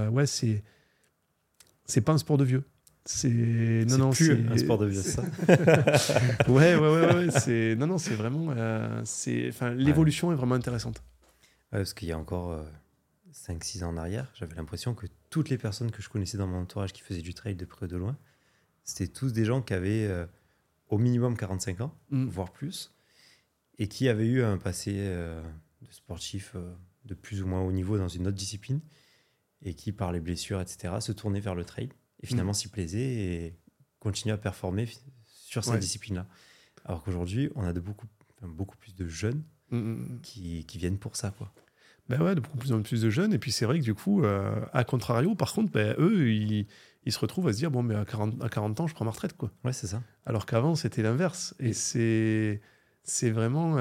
c'est pas un sport de vieux. C'est un sport de vieux, ça. ouais. C'est vraiment l'évolution est vraiment intéressante. Parce qu'il y a encore 5-6 ans en arrière, j'avais l'impression que toutes les personnes que je connaissais dans mon entourage qui faisaient du trail de près ou de loin, c'était tous des gens qui avaient au minimum 45 ans, voire plus, et qui avaient eu un passé de sportif de plus ou moins haut niveau dans une autre discipline, et qui, par les blessures, etc., se tournaient vers le trail, et finalement s'y plaisaient et continuaient à performer sur cette discipline-là. Alors qu'aujourd'hui, on a beaucoup plus de jeunes qui viennent pour ça, quoi. De plus en plus de jeunes. Et puis c'est vrai que du coup, à contrario, par contre, eux, ils se retrouvent à se dire à 40 ans, je prends ma retraite, quoi. Ouais, c'est ça. Alors qu'avant, c'était l'inverse. Et c'est vraiment...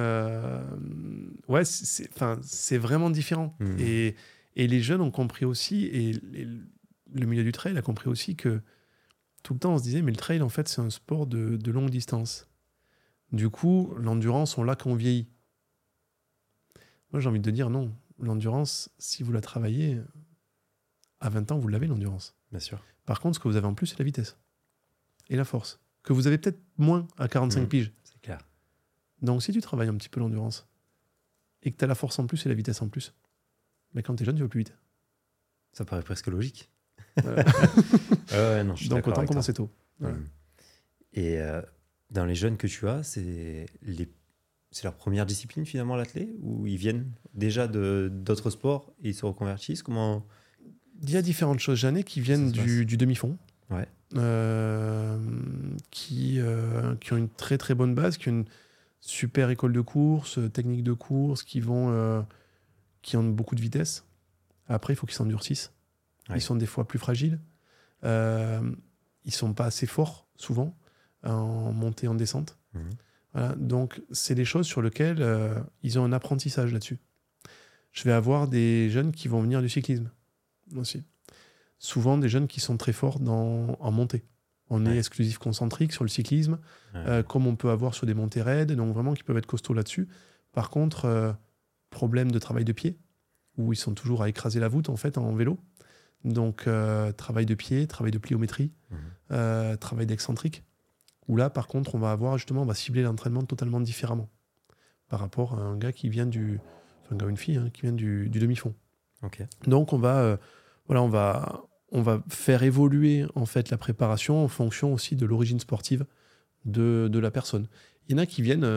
c'est vraiment différent. Et les jeunes ont compris aussi, et le milieu du trail a compris aussi que tout le temps, on se disait, mais le trail, en fait, c'est un sport de longue distance. Du coup, l'endurance, on l'a quand on vieillit. Moi, j'ai envie de dire non. L'endurance, si vous la travaillez, à 20 ans, vous l'avez, l'endurance. Bien sûr. Par contre, ce que vous avez en plus, c'est la vitesse et la force, que vous avez peut-être moins à 45 piges. C'est clair. Donc, si tu travailles un petit peu l'endurance et que tu as la force en plus et la vitesse en plus, quand tu es jeune, tu vas plus vite. Ça paraît presque logique. Non, je suis donc, d'accord autant avec commencer toi. tôt. Voilà. Et dans les jeunes que tu as, c'est leur première discipline finalement, l'athlé, ou ils viennent déjà d'autres sports et ils se reconvertissent? Comment... Il y a différentes choses. J'en ai qui viennent du demi-fond, qui ont une très très bonne base, qui ont une super école de course, technique de course, qui ont beaucoup de vitesse. Après, il faut qu'ils s'endurcissent. Ils sont des fois plus fragiles. Ils sont pas assez forts, souvent, en montée, en descente. Voilà, donc, c'est des choses sur lesquelles ils ont un apprentissage là-dessus. Je vais avoir des jeunes qui vont venir du cyclisme aussi. Souvent, des jeunes qui sont très forts en montée. On est exclusif concentrique sur le cyclisme, comme on peut avoir sur des montées raides, donc vraiment qui peuvent être costauds là-dessus. Par contre, problème de travail de pied, où ils sont toujours à écraser la voûte en fait en vélo. Donc, travail de pied, travail de pliométrie, travail d'excentrique. Où là, par contre, on va cibler l'entraînement totalement différemment par rapport à un gars qui vient un gars ou une fille qui vient du demi-fond. Ok. Donc, on va faire évoluer en fait la préparation en fonction aussi de l'origine sportive de la personne. Il y en a qui viennent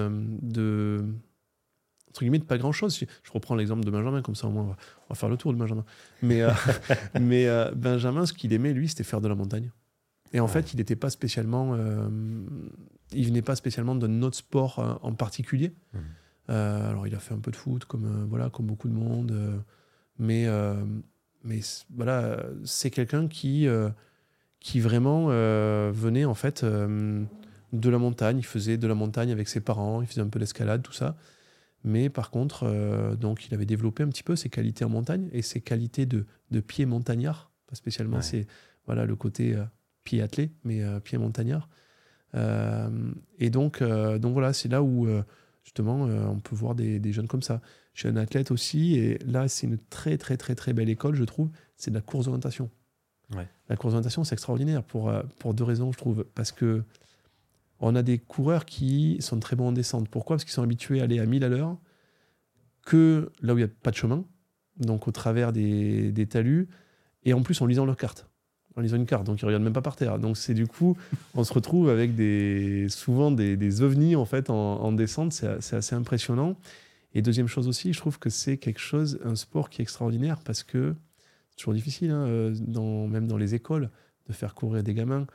entre guillemets de pas grand-chose. Je reprends l'exemple de Benjamin, comme ça au moins on va faire le tour de Benjamin. Mais Benjamin, ce qu'il aimait, lui, c'était faire de la montagne. Et en fait, il n'était pas spécialement... il venait pas spécialement d'un autre sport en particulier. Alors, il a fait un peu de foot, comme beaucoup de monde. Mais voilà, c'est quelqu'un qui vraiment venait en fait de la montagne. Il faisait de la montagne avec ses parents, il faisait un peu d'escalade, tout ça. Mais par contre, donc, il avait développé un petit peu ses qualités en montagne et ses qualités de pied montagnard. Pas spécialement, c'est le côté pied attelé, mais pied montagnard. Et donc voilà, c'est là où justement on peut voir des jeunes comme ça. Je suis un athlète aussi, et là, c'est une très, très, très, très belle école, je trouve. C'est de la course d'orientation. Ouais. La course d'orientation, c'est extraordinaire pour 2 raisons, je trouve. Parce que on a des coureurs qui sont très bons en descente. Pourquoi ? Parce qu'ils sont habitués à aller à 1000 à l'heure, que là où il n'y a pas de chemin, donc au travers des talus, et en plus en lisant leur carte. En lisant une carte, donc ils ne regardent même pas par terre. Donc c'est du coup, on se retrouve avec souvent des ovnis en fait en descente. C'est assez impressionnant. Et deuxième chose aussi, je trouve que c'est un sport qui est extraordinaire, parce que c'est toujours difficile, même dans les écoles, de faire courir des gamins.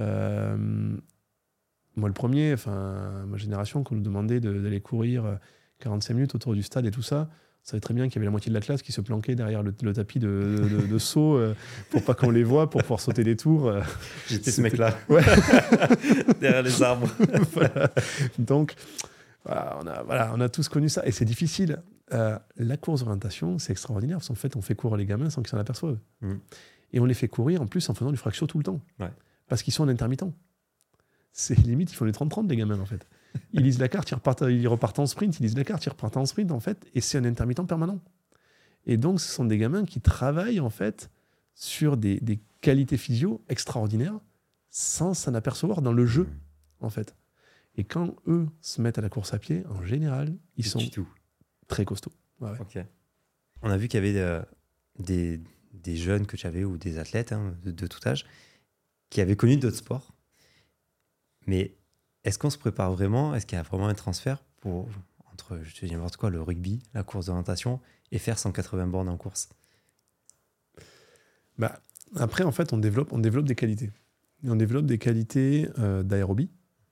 Moi, le premier, ma génération, qu'on nous demandait d'aller courir 45 minutes autour du stade et tout ça, on savait très bien qu'il y avait la moitié de la classe qui se planquait derrière le tapis de saut pour pas qu'on les voit, pour pouvoir sauter des tours. J'étais ce mec-là, ouais. derrière les arbres. Voilà. Donc, on a tous connu ça, et c'est difficile. La course d'orientation, c'est extraordinaire, parce qu'en fait, on fait courir les gamins sans qu'ils s'en aperçoivent. Et on les fait courir, en plus, en faisant du fractio tout le temps. Ouais. Parce qu'ils sont en intermittent. C'est limite, ils font les 30-30, les gamins, en fait. Ils lisent la carte, ils repartent en sprint, ils lisent la carte, ils repartent en sprint, en fait, et c'est un intermittent permanent. Et donc, ce sont des gamins qui travaillent, en fait, sur des qualités physio extraordinaires, sans s'en apercevoir dans le jeu, en fait. Et quand eux se mettent à la course à pied, en général, ils sont très costauds. Ouais. Okay. On a vu qu'il y avait des jeunes que tu avais, ou des athlètes de tout âge, qui avaient connu d'autres sports. Mais est-ce qu'on se prépare vraiment ? Est-ce qu'il y a vraiment un transfert entre, je te dis n'importe quoi, le rugby, la course d'orientation, et faire 180 bornes en course ? Après, en fait, on développe des qualités. Et on développe des qualités d'aérobie,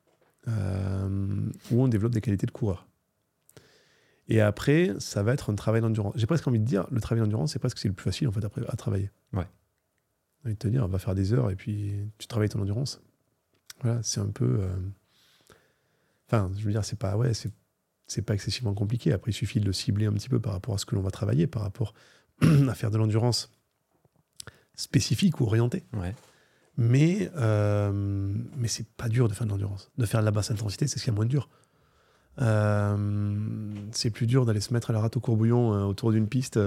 ou on développe des qualités de coureur. Et après, ça va être un travail d'endurance. J'ai presque envie de dire, le travail d'endurance, c'est le plus facile en fait à travailler. Ouais. J'ai envie de te dire, on va faire des heures et puis tu travailles ton endurance. Voilà, c'est un peu... je veux dire, c'est pas excessivement compliqué. Après, il suffit de le cibler un petit peu par rapport à ce que l'on va travailler, par rapport à faire de l'endurance spécifique ou orientée. Ouais. Mais c'est pas dur de faire de l'endurance. De faire de la basse intensité, c'est ce qui est moins dur. C'est plus dur d'aller se mettre à la rate au courbouillon autour d'une piste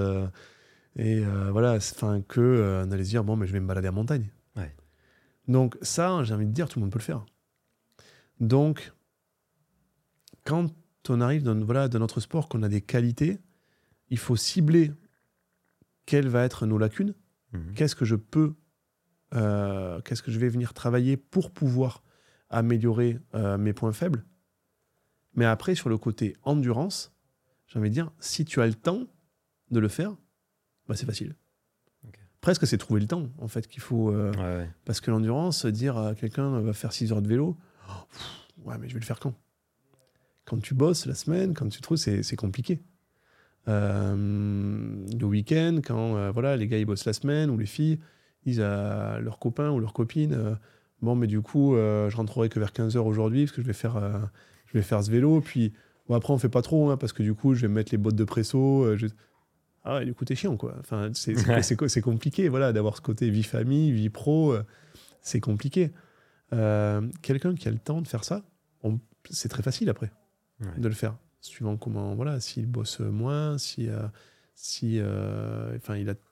que d'aller se dire bon, mais je vais me balader en montagne. Ouais. Donc ça, j'ai envie de dire, tout le monde peut le faire. Donc quand on arrive dans notre sport, qu'on a des qualités, il faut cibler quelles vont être nos lacunes, qu'est-ce que je vais venir travailler pour pouvoir améliorer mes points faibles. Mais après, sur le côté endurance, j'ai envie de dire, si tu as le temps de le faire, c'est facile. Okay. Presque, c'est trouver le temps, en fait, qu'il faut... Ouais. Parce que l'endurance, dire à quelqu'un va faire 6 heures de vélo, mais je vais le faire quand ? Quand tu bosses la semaine, quand tu trouves, c'est compliqué. Le week-end, quand les gars ils bossent la semaine, ou les filles disent à leurs copains ou leurs copines du coup, je rentrerai que vers 15h aujourd'hui, parce que je vais faire ce vélo, puis après on fait pas trop, parce que du coup je vais me mettre les bottes de presso. Du coup t'es chiant, quoi. Enfin, c'est compliqué, d'avoir ce côté vie famille, vie pro, c'est compliqué. Quelqu'un qui a le temps de faire ça, c'est très facile après de le faire, suivant comment, s'il bosse moins, il a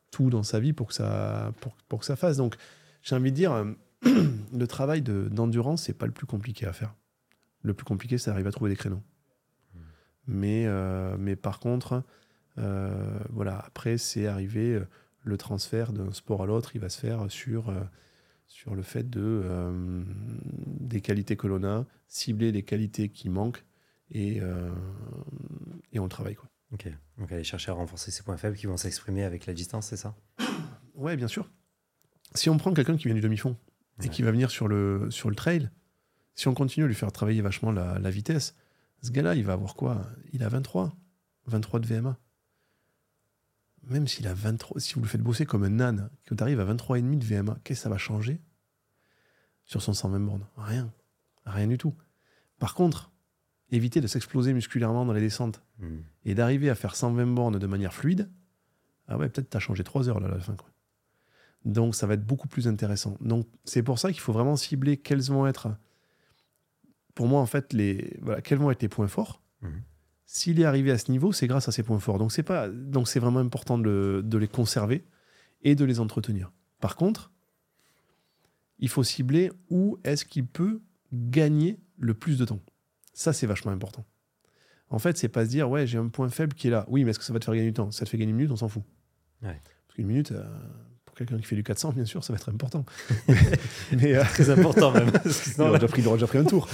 tout dans sa vie pour que ça fasse. Donc, j'ai envie de dire, le travail d'endurance, c'est pas le plus compliqué à faire. Le plus compliqué, c'est d'arriver à trouver des créneaux. Mais par contre, voilà, après, c'est arrivé, le transfert d'un sport à l'autre, il va se faire sur le fait des qualités que l'on a, cibler les qualités qui manquent et on le travaille, quoi. Ok, donc aller chercher à renforcer ses points faibles qui vont s'exprimer avec la distance, c'est ça? Ouais, bien sûr. Si on prend quelqu'un qui vient du demi-fond et qui va venir sur le trail, si on continue à lui faire travailler vachement la vitesse, ce gars-là, il va avoir quoi? Il a 23 de VMA. Même s'il a 23, si vous le faites bosser comme un âne, que tu arrives à 23,5 de VMA, qu'est-ce que ça va changer sur son 120 bornes? Rien du tout. Par contre, éviter de s'exploser musculairement dans les descentes et d'arriver à faire 120 bornes de manière fluide, ah ouais, peut-être tu as changé 3 heures là, à la fin, quoi. Donc ça va être beaucoup plus intéressant. Donc c'est pour ça qu'il faut vraiment cibler quels vont être, pour moi en fait, quels vont être les points forts. S'il est arrivé à ce niveau, c'est grâce à ses points forts. Donc c'est vraiment important de les conserver et de les entretenir. Par contre, il faut cibler où est-ce qu'il peut gagner le plus de temps. Ça, c'est vachement important. En fait, c'est pas se dire, ouais, j'ai un point faible qui est là. Oui, mais est-ce que ça va te faire gagner du temps? Ça te fait gagner une minute, on s'en fout. Ouais. Parce qu'une minute, pour quelqu'un qui fait du 400, bien sûr, ça va être important. mais très important même. Il aura déjà pris un tour.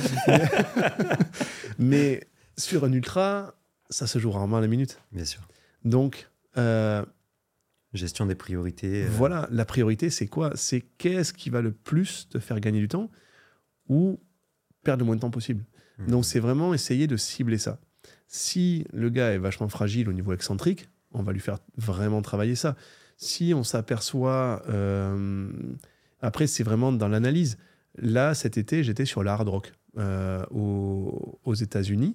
Mais sur un ultra, ça se joue rarement à la minute. Bien sûr. Donc, gestion des priorités. Voilà, la priorité, c'est quoi? C'est qu'est-ce qui va le plus te faire gagner du temps ou perdre le moins de temps possible. Donc, c'est vraiment essayer de cibler ça. Si le gars est vachement fragile au niveau excentrique, on va lui faire vraiment travailler ça. Si on s'aperçoit... après, c'est vraiment dans l'analyse. Là, cet été, j'étais sur la hard rock aux États-Unis.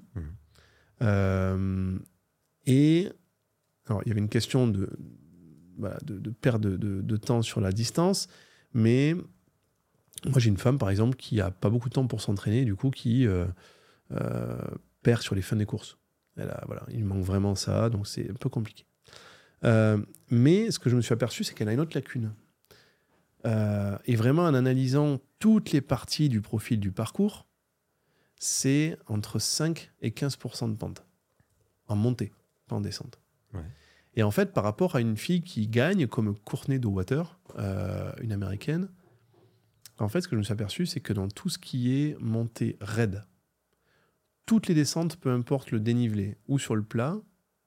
Et alors, il y avait une question de perte de temps sur la distance, mais moi j'ai une femme par exemple qui a pas beaucoup de temps pour s'entraîner, du coup qui perd sur les fins des courses. Il manque vraiment ça, donc c'est un peu compliqué. Mais ce que je me suis aperçu, c'est qu'elle a une autre lacune. Et vraiment en analysant toutes les parties du profil du parcours, c'est entre 5 et 15% de pente en montée, pas en descente. Ouais. Et en fait, par rapport à une fille qui gagne, comme Courtney Dauwalter, une américaine, en fait, ce que je me suis aperçu, c'est que dans tout ce qui est montée raide, toutes les descentes, peu importe le dénivelé ou sur le plat,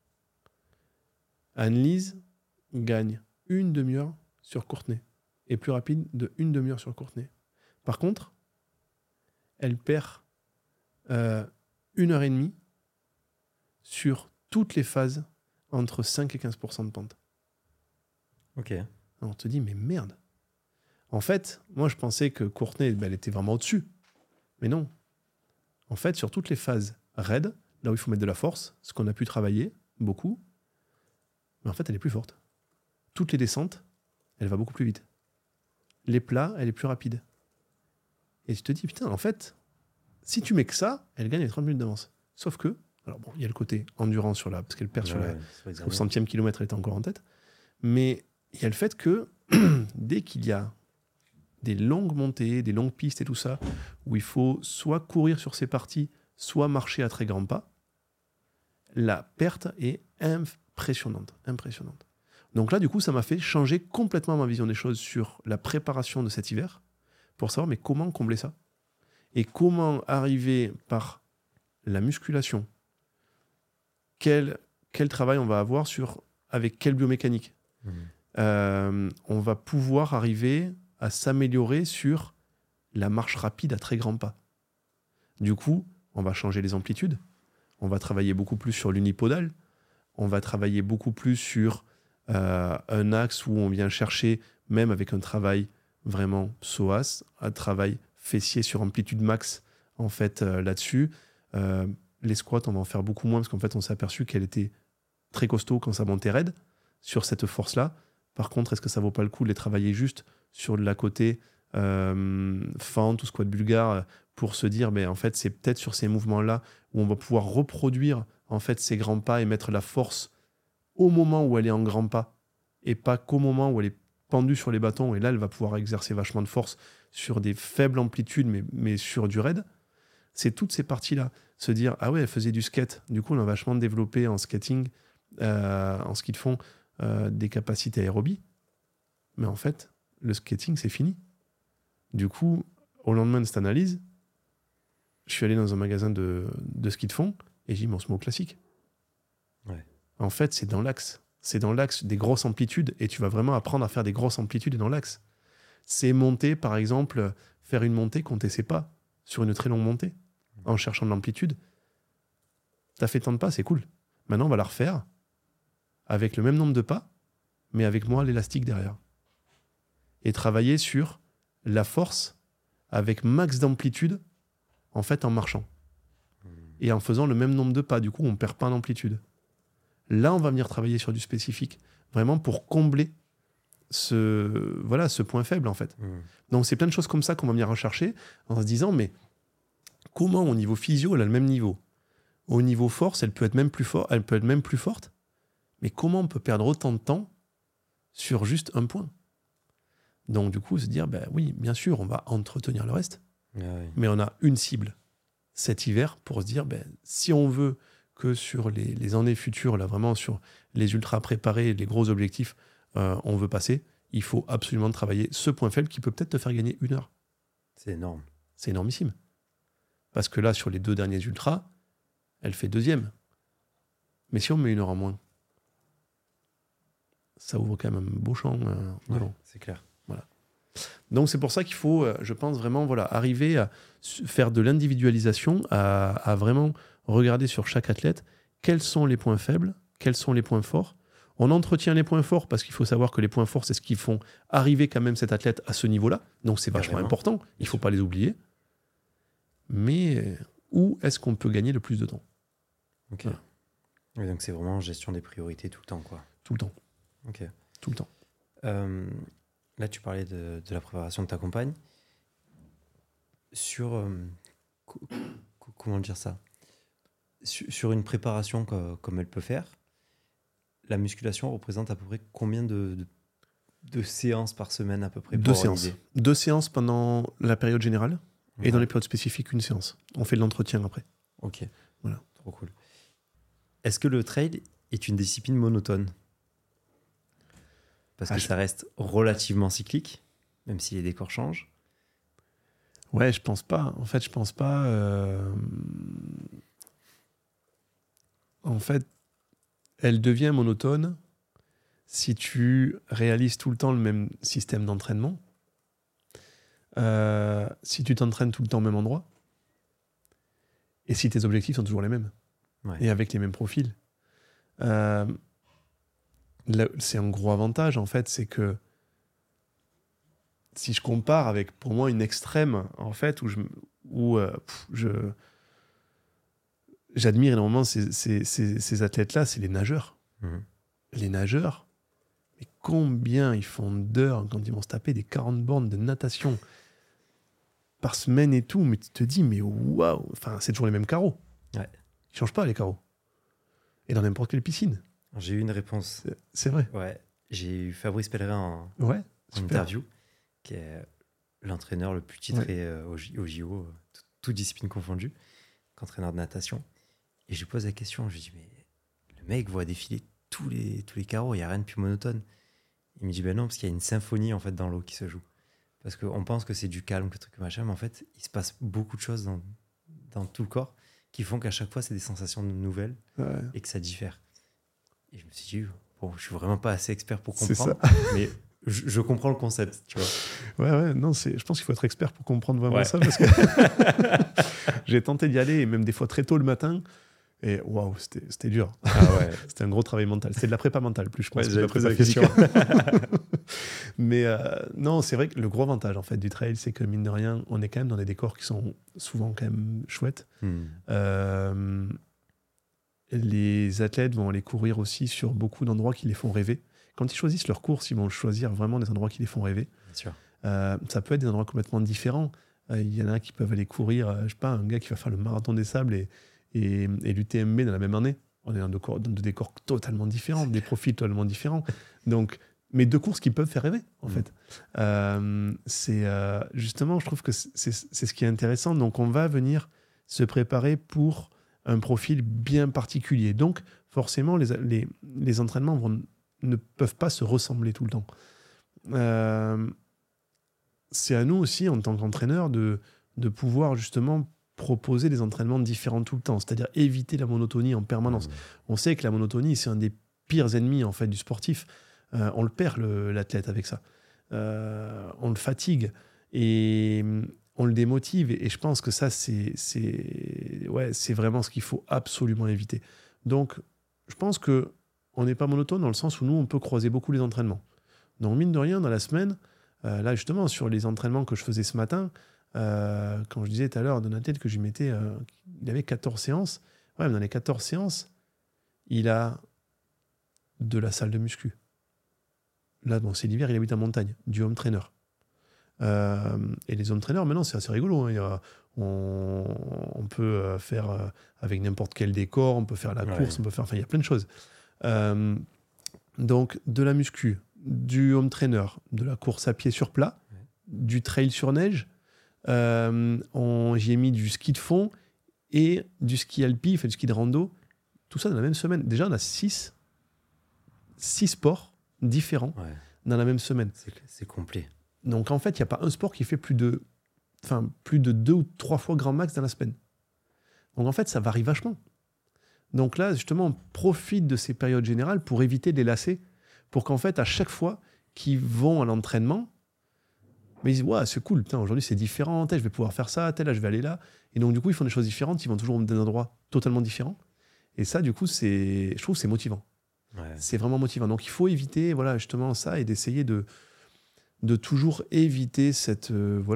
Anne-Lise gagne une demi-heure sur Courtney, et plus rapide de une demi-heure sur Courtney. Par contre, elle perd 1h30 sur toutes les phases entre 5 et 15% de pente. Ok. Alors on te dit, mais merde. En fait, moi je pensais que Courtney, elle était vraiment au-dessus. Mais non. En fait, sur toutes les phases raides, là où il faut mettre de la force, ce qu'on a pu travailler beaucoup, mais en fait, elle est plus forte. Toutes les descentes, elle va beaucoup plus vite. Les plats, elle est plus rapide. Et tu te dis, putain, en fait, si tu mets que ça, elle gagne les 30 minutes d'avance. Sauf que, alors bon, il y a le côté endurance parce qu'elle perd au centième kilomètre, elle était encore en tête. Mais il y a le fait que dès qu'il y a des longues montées, des longues pistes et tout ça, où il faut soit courir sur ces parties, soit marcher à très grands pas, la perte est impressionnante. Donc là, du coup, ça m'a fait changer complètement ma vision des choses sur la préparation de cet hiver, pour savoir mais comment combler ça et comment arriver par la musculation, quel travail on va avoir avec quelle biomécanique. On va pouvoir arriver à s'améliorer sur la marche rapide à très grands pas. Du coup, on va changer les amplitudes, on va travailler beaucoup plus sur l'unipodal, on va travailler beaucoup plus sur un axe où on vient chercher, même avec un travail vraiment psoas, un travail fessier sur amplitude max, en fait, là-dessus. Les squats, on va en faire beaucoup moins, parce qu'en fait, on s'est aperçu qu'elle était très costaud quand ça montait raide, sur cette force-là. Par contre, est-ce que ça vaut pas le coup de les travailler juste sur de la côté fente ou squat bulgare pour se dire, en fait, c'est peut-être sur ces mouvements-là où on va pouvoir reproduire en fait ces grands pas et mettre la force au moment où elle est en grand pas et pas qu'au moment où elle est pendue sur les bâtons, et là, elle va pouvoir exercer vachement de force sur des faibles amplitudes, mais sur du raid. C'est toutes ces parties-là. Se dire, ah ouais, elle faisait du skate. Du coup, on a vachement développé en skating, en ski de fond, des capacités aérobie. Mais en fait, le skating, c'est fini. Du coup, au lendemain de cette analyse, je suis allé dans un magasin de ski de fond et j'ai dit, mon SMO classique. Ouais. En fait, c'est dans l'axe. C'est dans l'axe des grosses amplitudes et tu vas vraiment apprendre à faire des grosses amplitudes dans l'axe. C'est monter, par exemple, faire une montée qu'on ne sait pas sur une très longue montée en cherchant de l'amplitude. T'as fait tant de pas, c'est cool. Maintenant, on va la refaire avec le même nombre de pas, mais avec moins l'élastique derrière. Et travailler sur la force avec max d'amplitude, en fait, en marchant. Et en faisant le même nombre de pas. Du coup, on ne perd pas d'amplitude. Là, on va venir travailler sur du spécifique, vraiment pour combler ce point faible, en fait. Donc, c'est plein de choses comme ça qu'on va venir rechercher en se disant, mais comment, au niveau physio, elle a le même niveau ? Au niveau force, elle peut être même plus forte. Mais comment on peut perdre autant de temps sur juste un point ? Donc, du coup, se dire, ben oui, bien sûr, on va entretenir le reste. Ah oui. Mais on a une cible cet hiver pour se dire, ben, si on veut que sur les années futures, là, vraiment sur les ultras préparés, les gros objectifs, on veut passer, il faut absolument travailler ce point faible qui peut peut-être te faire gagner 1 heure. C'est énorme. C'est énormissime. Parce que là, sur les 2 derniers ultras, elle fait 2e. Mais si on met 1 heure en moins, ça ouvre quand même un beau champ. C'est clair. Voilà. Donc c'est pour ça qu'il faut, je pense vraiment, arriver à faire de l'individualisation, à vraiment regarder sur chaque athlète quels sont les points faibles, quels sont les points forts. On entretient les points forts parce qu'il faut savoir que les points forts, c'est ce qui font arriver quand même cet athlète à ce niveau-là. Donc c'est vachement important, il ne faut pas les oublier. Mais où est-ce qu'on peut gagner le plus de temps ? Ok. Voilà. Oui, donc c'est vraiment gestion des priorités tout le temps, quoi. Tout le temps. Ok. Tout le temps. Là, tu parlais de la préparation de ta compagne. Sur... comment dire ça ? Sur une préparation comme elle peut faire, la musculation représente à peu près combien de séances par semaine à peu près ? 2 séances. 2 séances pendant la période générale et dans les périodes spécifiques, 1 séance. On fait de l'entretien après. Ok. Voilà. Trop cool. Est-ce que le trail est une discipline monotone ? Parce que ça reste relativement cyclique, même si les décors changent. Ouais, je pense pas. En fait, je pense pas. En fait, elle devient monotone si tu réalises tout le temps le même système d'entraînement, si tu t'entraînes tout le temps au même endroit, et si tes objectifs sont toujours les mêmes, et avec les mêmes profils. C'est un gros avantage, en fait, c'est que si je compare avec, pour moi, une extrême, en fait, j'admire énormément ces athlètes-là, c'est les nageurs. Les nageurs, mais combien ils font d'heures quand ils vont se taper des 40 bornes de natation par semaine et tout, mais tu te dis, mais waouh, enfin, c'est toujours les mêmes carreaux. Ouais. Ils ne changent pas, les carreaux. Et dans n'importe quelle piscine. J'ai eu une réponse. C'est vrai. Ouais. J'ai eu Fabrice Pellerin en interview, qui est l'entraîneur le plus titré au JO, toute discipline confondue, qu'entraîneur de natation. Et je lui pose la question, je lui dis, mais le mec voit défiler tous les carreaux, il n'y a rien de plus monotone. Il me dit, ben non, parce qu'il y a une symphonie en fait dans l'eau qui se joue. Parce qu'on pense que c'est du calme, que truc machin, mais en fait, il se passe beaucoup de choses dans tout le corps qui font qu'à chaque fois, c'est des sensations nouvelles et que ça diffère. Et je me suis dit, bon, je suis vraiment pas assez expert pour comprendre, mais je comprends le concept, tu vois. Ouais, non, je pense qu'il faut être expert pour comprendre vraiment ça, parce que j'ai tenté d'y aller, et même des fois très tôt le matin, et waouh, c'était dur. Ah ouais. C'était un gros travail mental. C'est de la prépa mentale, plus je pense que de la prépa physique. Mais non, c'est vrai que le gros avantage en fait, du trail, c'est que mine de rien, on est quand même dans des décors qui sont souvent quand même chouettes. Les athlètes vont aller courir aussi sur beaucoup d'endroits qui les font rêver. Quand ils choisissent leur course, ils vont choisir vraiment des endroits qui les font rêver. Bien sûr. Ça peut être des endroits complètement différents. Il y en a qui peuvent aller courir, je sais pas, un gars qui va faire le marathon des sables et l'UTMB dans la même année. On est dans deux décors totalement différents, des profils totalement différents. Donc, mais 2 courses qui peuvent faire rêver, en fait. Justement, je trouve que c'est ce qui est intéressant. Donc, on va venir se préparer pour un profil bien particulier. Donc, forcément, les entraînements ne peuvent pas se ressembler tout le temps. C'est à nous aussi, en tant qu'entraîneur, de pouvoir justement proposer des entraînements différents tout le temps, c'est-à-dire éviter la monotonie en permanence. On sait que la monotonie, c'est un des pires ennemis en fait, du sportif. On le perd, l'athlète, avec ça. On le fatigue et on le démotive. Et je pense que ça, c'est vraiment ce qu'il faut absolument éviter. Donc, je pense qu'on n'est pas monotone dans le sens où nous, on peut croiser beaucoup les entraînements. Donc, mine de rien, dans la semaine, là, justement, sur les entraînements que je faisais ce matin, quand je disais tout à l'heure d'un athlète que je mettais, il avait 14 séances. Ouais, mais dans les 14 séances, il a de la salle de muscu. Là, bon, c'est l'hiver, il habite en montagne, du home trainer. Et les home trainers, maintenant, c'est assez rigolo. Hein. On peut faire avec n'importe quel décor, on peut faire la course, on peut faire, enfin, il y a plein de choses. Donc, de la muscu, du home trainer, de la course à pied sur plat, du trail sur neige. J'y ai mis du ski de fond et du ski alpi, du ski de rando. Tout ça dans la même semaine. Déjà, on a 6 sports différents dans la même semaine. C'est complet. Donc, en fait, il n'y a pas un sport qui fait plus de 2 ou 3 fois grand max dans la semaine. Donc, en fait, ça varie vachement. Donc là, justement, on profite de ces périodes générales pour éviter de les lasser, pour qu'en fait, à chaque fois qu'ils vont à l'entraînement, mais ils disent, ouais, c'est cool, putain, aujourd'hui c'est différent, je vais pouvoir faire ça, là, je vais aller là. Et donc, du coup, ils font des choses différentes, ils vont toujours dans des endroits totalement différents. Et ça, du coup, je trouve que c'est motivant. Ouais. C'est vraiment motivant. Donc, il faut éviter, voilà, justement, ça et d'essayer de toujours éviter cette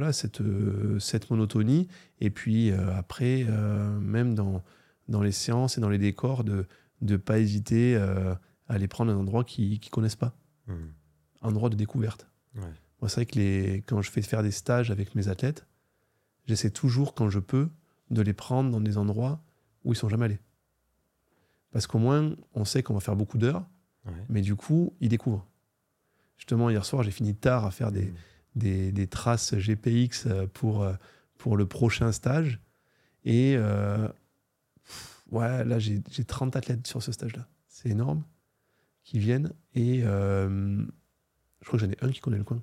monotonie. Et puis, après, même dans les séances et dans les décors, de ne pas hésiter à aller prendre un endroit qu'ils ne connaissent pas. Un endroit de découverte. Ouais. Moi, c'est vrai que quand je fais faire des stages avec mes athlètes, j'essaie toujours, quand je peux, de les prendre dans des endroits où ils ne sont jamais allés. Parce qu'au moins, on sait qu'on va faire beaucoup d'heures, mais du coup, ils découvrent. Justement, hier soir, j'ai fini tard à faire des traces GPX pour le prochain stage. Et là, j'ai 30 athlètes sur ce stage-là. C'est énorme. Qui viennent. Et je crois que j'en ai un qui connaît le coin.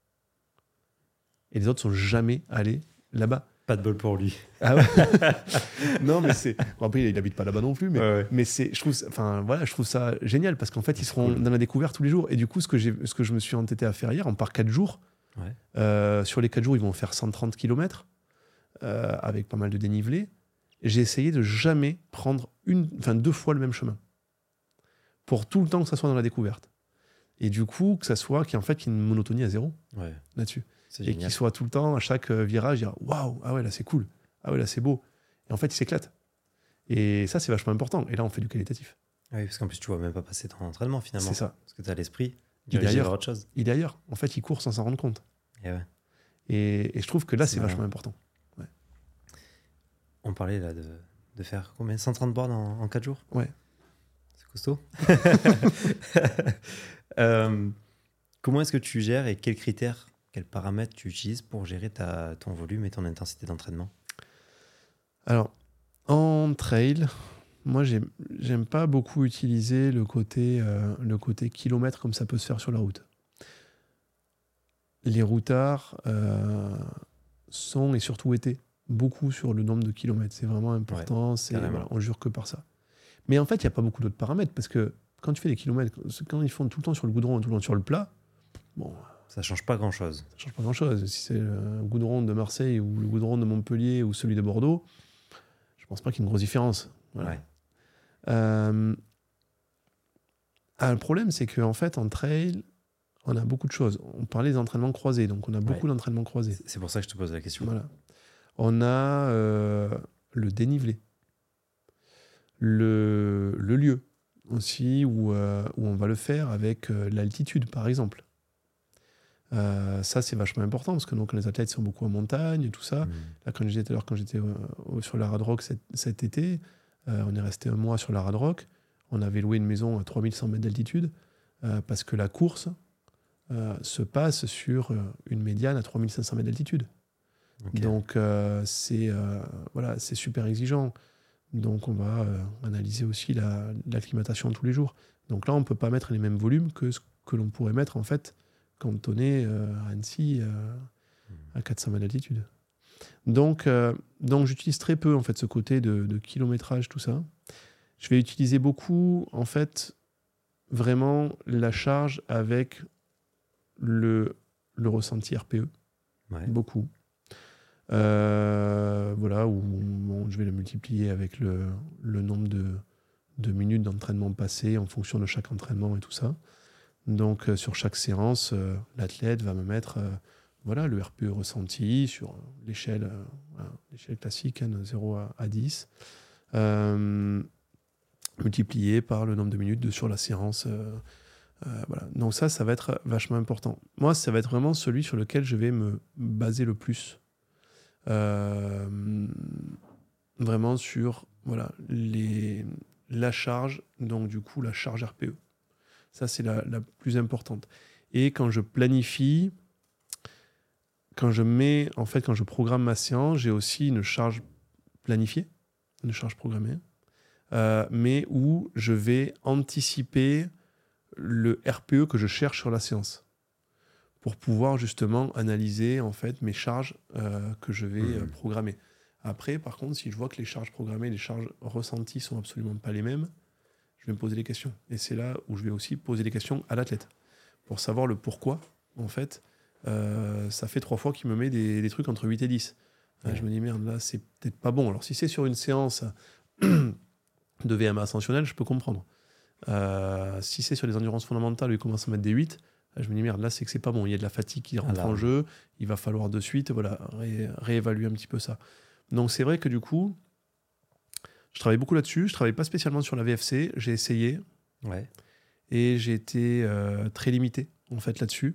Et les autres sont jamais allés là-bas. Pas de bol pour lui. Ah ouais. Non, mais c'est. Bon, après, il n'habite pas là-bas non plus, mais je trouve ça génial parce qu'en fait, ils seront dans la découverte tous les jours. Et du coup, ce que je me suis entêté à faire hier, on part 4 jours. Sur les 4 jours, ils vont faire 130 km avec pas mal de dénivelé. J'ai essayé de jamais prendre 2 fois le même chemin pour tout le temps que ça soit dans la découverte. Et du coup, que ça soit qu'il y ait une monotonie à zéro là-dessus. Et qu'il soit tout le temps, à chaque virage, dire waouh, ah ouais, là c'est cool, ah ouais, là c'est beau. Et en fait, il s'éclate. Et ça, c'est vachement important. Et là, on fait du qualitatif. Oui, parce qu'en plus, tu ne vois même pas passer ton entraînement finalement. C'est ça. Parce que tu as l'esprit dirigé vers autre chose. Il est ailleurs. En fait, il court sans s'en rendre compte. Et je trouve que là, c'est vachement important. Ouais. On parlait là de faire combien 130 bornes en 4 jours. Ouais. C'est costaud. Comment est-ce que tu gères et quels critères, quels paramètres tu utilises pour gérer ton volume et ton intensité d'entraînement? Alors, en trail, moi, j'aime pas beaucoup utiliser le côté kilomètre comme ça peut se faire sur la route. Les routards sont, et surtout été, beaucoup sur le nombre de kilomètres. C'est vraiment important. On jure que par ça. Mais en fait, il n'y a pas beaucoup d'autres paramètres parce que quand tu fais des kilomètres, quand ils font tout le temps sur le goudron et tout le temps sur le plat, bon, ça change pas grand-chose. Ça change pas grand-chose. Si c'est le goudron de Marseille ou le goudron de Montpellier ou celui de Bordeaux, je pense pas qu'il y ait une grosse différence. Voilà. Le problème, c'est qu'en fait, en trail, on a beaucoup de choses. On parlait des entraînements croisés, donc on a beaucoup d'entraînements croisés. C'est pour ça que je te pose la question. Voilà. On a le dénivelé, le lieu aussi où on va le faire avec l'altitude, par exemple. Ça, c'est vachement important parce que donc, les athlètes sont beaucoup en montagne et tout ça. Là, quand j'étais sur la Hard Rock cet été, on est resté un mois sur la Hard Rock. On avait loué une maison à 3100 mètres d'altitude parce que la course, se passe sur une médiane à 3500 mètres d'altitude. Ok. Donc, c'est super exigeant. Donc, on va analyser aussi l'acclimatation tous les jours. Donc là, on ne peut pas mettre les mêmes volumes que ce que l'on pourrait mettre, en fait, quand on est à Annecy, à 400 mètres d'altitude. Donc, j'utilise très peu, en fait, ce côté de kilométrage, tout ça. Je vais utiliser beaucoup, en fait, vraiment la charge avec le ressenti RPE. Ouais. Beaucoup. Où je vais le multiplier avec le nombre de minutes d'entraînement passées en fonction de chaque entraînement et tout ça. Donc, sur chaque séance, l'athlète va me mettre le RPE ressenti sur l'échelle classique, de 0 à 10, multiplié par le nombre de minutes sur la séance. Donc ça va être vachement important. Moi, ça va être vraiment celui sur lequel je vais me baser le plus. Vraiment sur la charge, donc du coup la charge RPE. Ça, c'est la plus importante. Et quand je planifie, quand je programme ma séance, j'ai aussi une charge planifiée, une charge programmée, mais où je vais anticiper le RPE que je cherche sur la séance pour pouvoir justement analyser en fait mes charges que je vais programmer. Après, par contre, si je vois que les charges programmées et les charges ressenties sont absolument pas les mêmes, je vais me poser des questions. Et c'est là où je vais aussi poser des questions à l'athlète pour savoir le pourquoi, en fait. Ça fait 3 fois qu'il me met des trucs entre 8 et 10. Ouais. Je me dis, merde, là, c'est peut-être pas bon. Alors, si c'est sur une séance de VMA ascensionnel, je peux comprendre. Si c'est sur les endurances fondamentales où il commence à mettre des 8, je me dis, merde, là, c'est que c'est pas bon. Il y a de la fatigue qui rentre en jeu. Il va falloir de suite réévaluer un petit peu ça. Donc, c'est vrai que du coup, je travaille beaucoup là-dessus. Je travaille pas spécialement sur la VFC. J'ai essayé. Ouais. Et j'ai été très limité, en fait, là-dessus.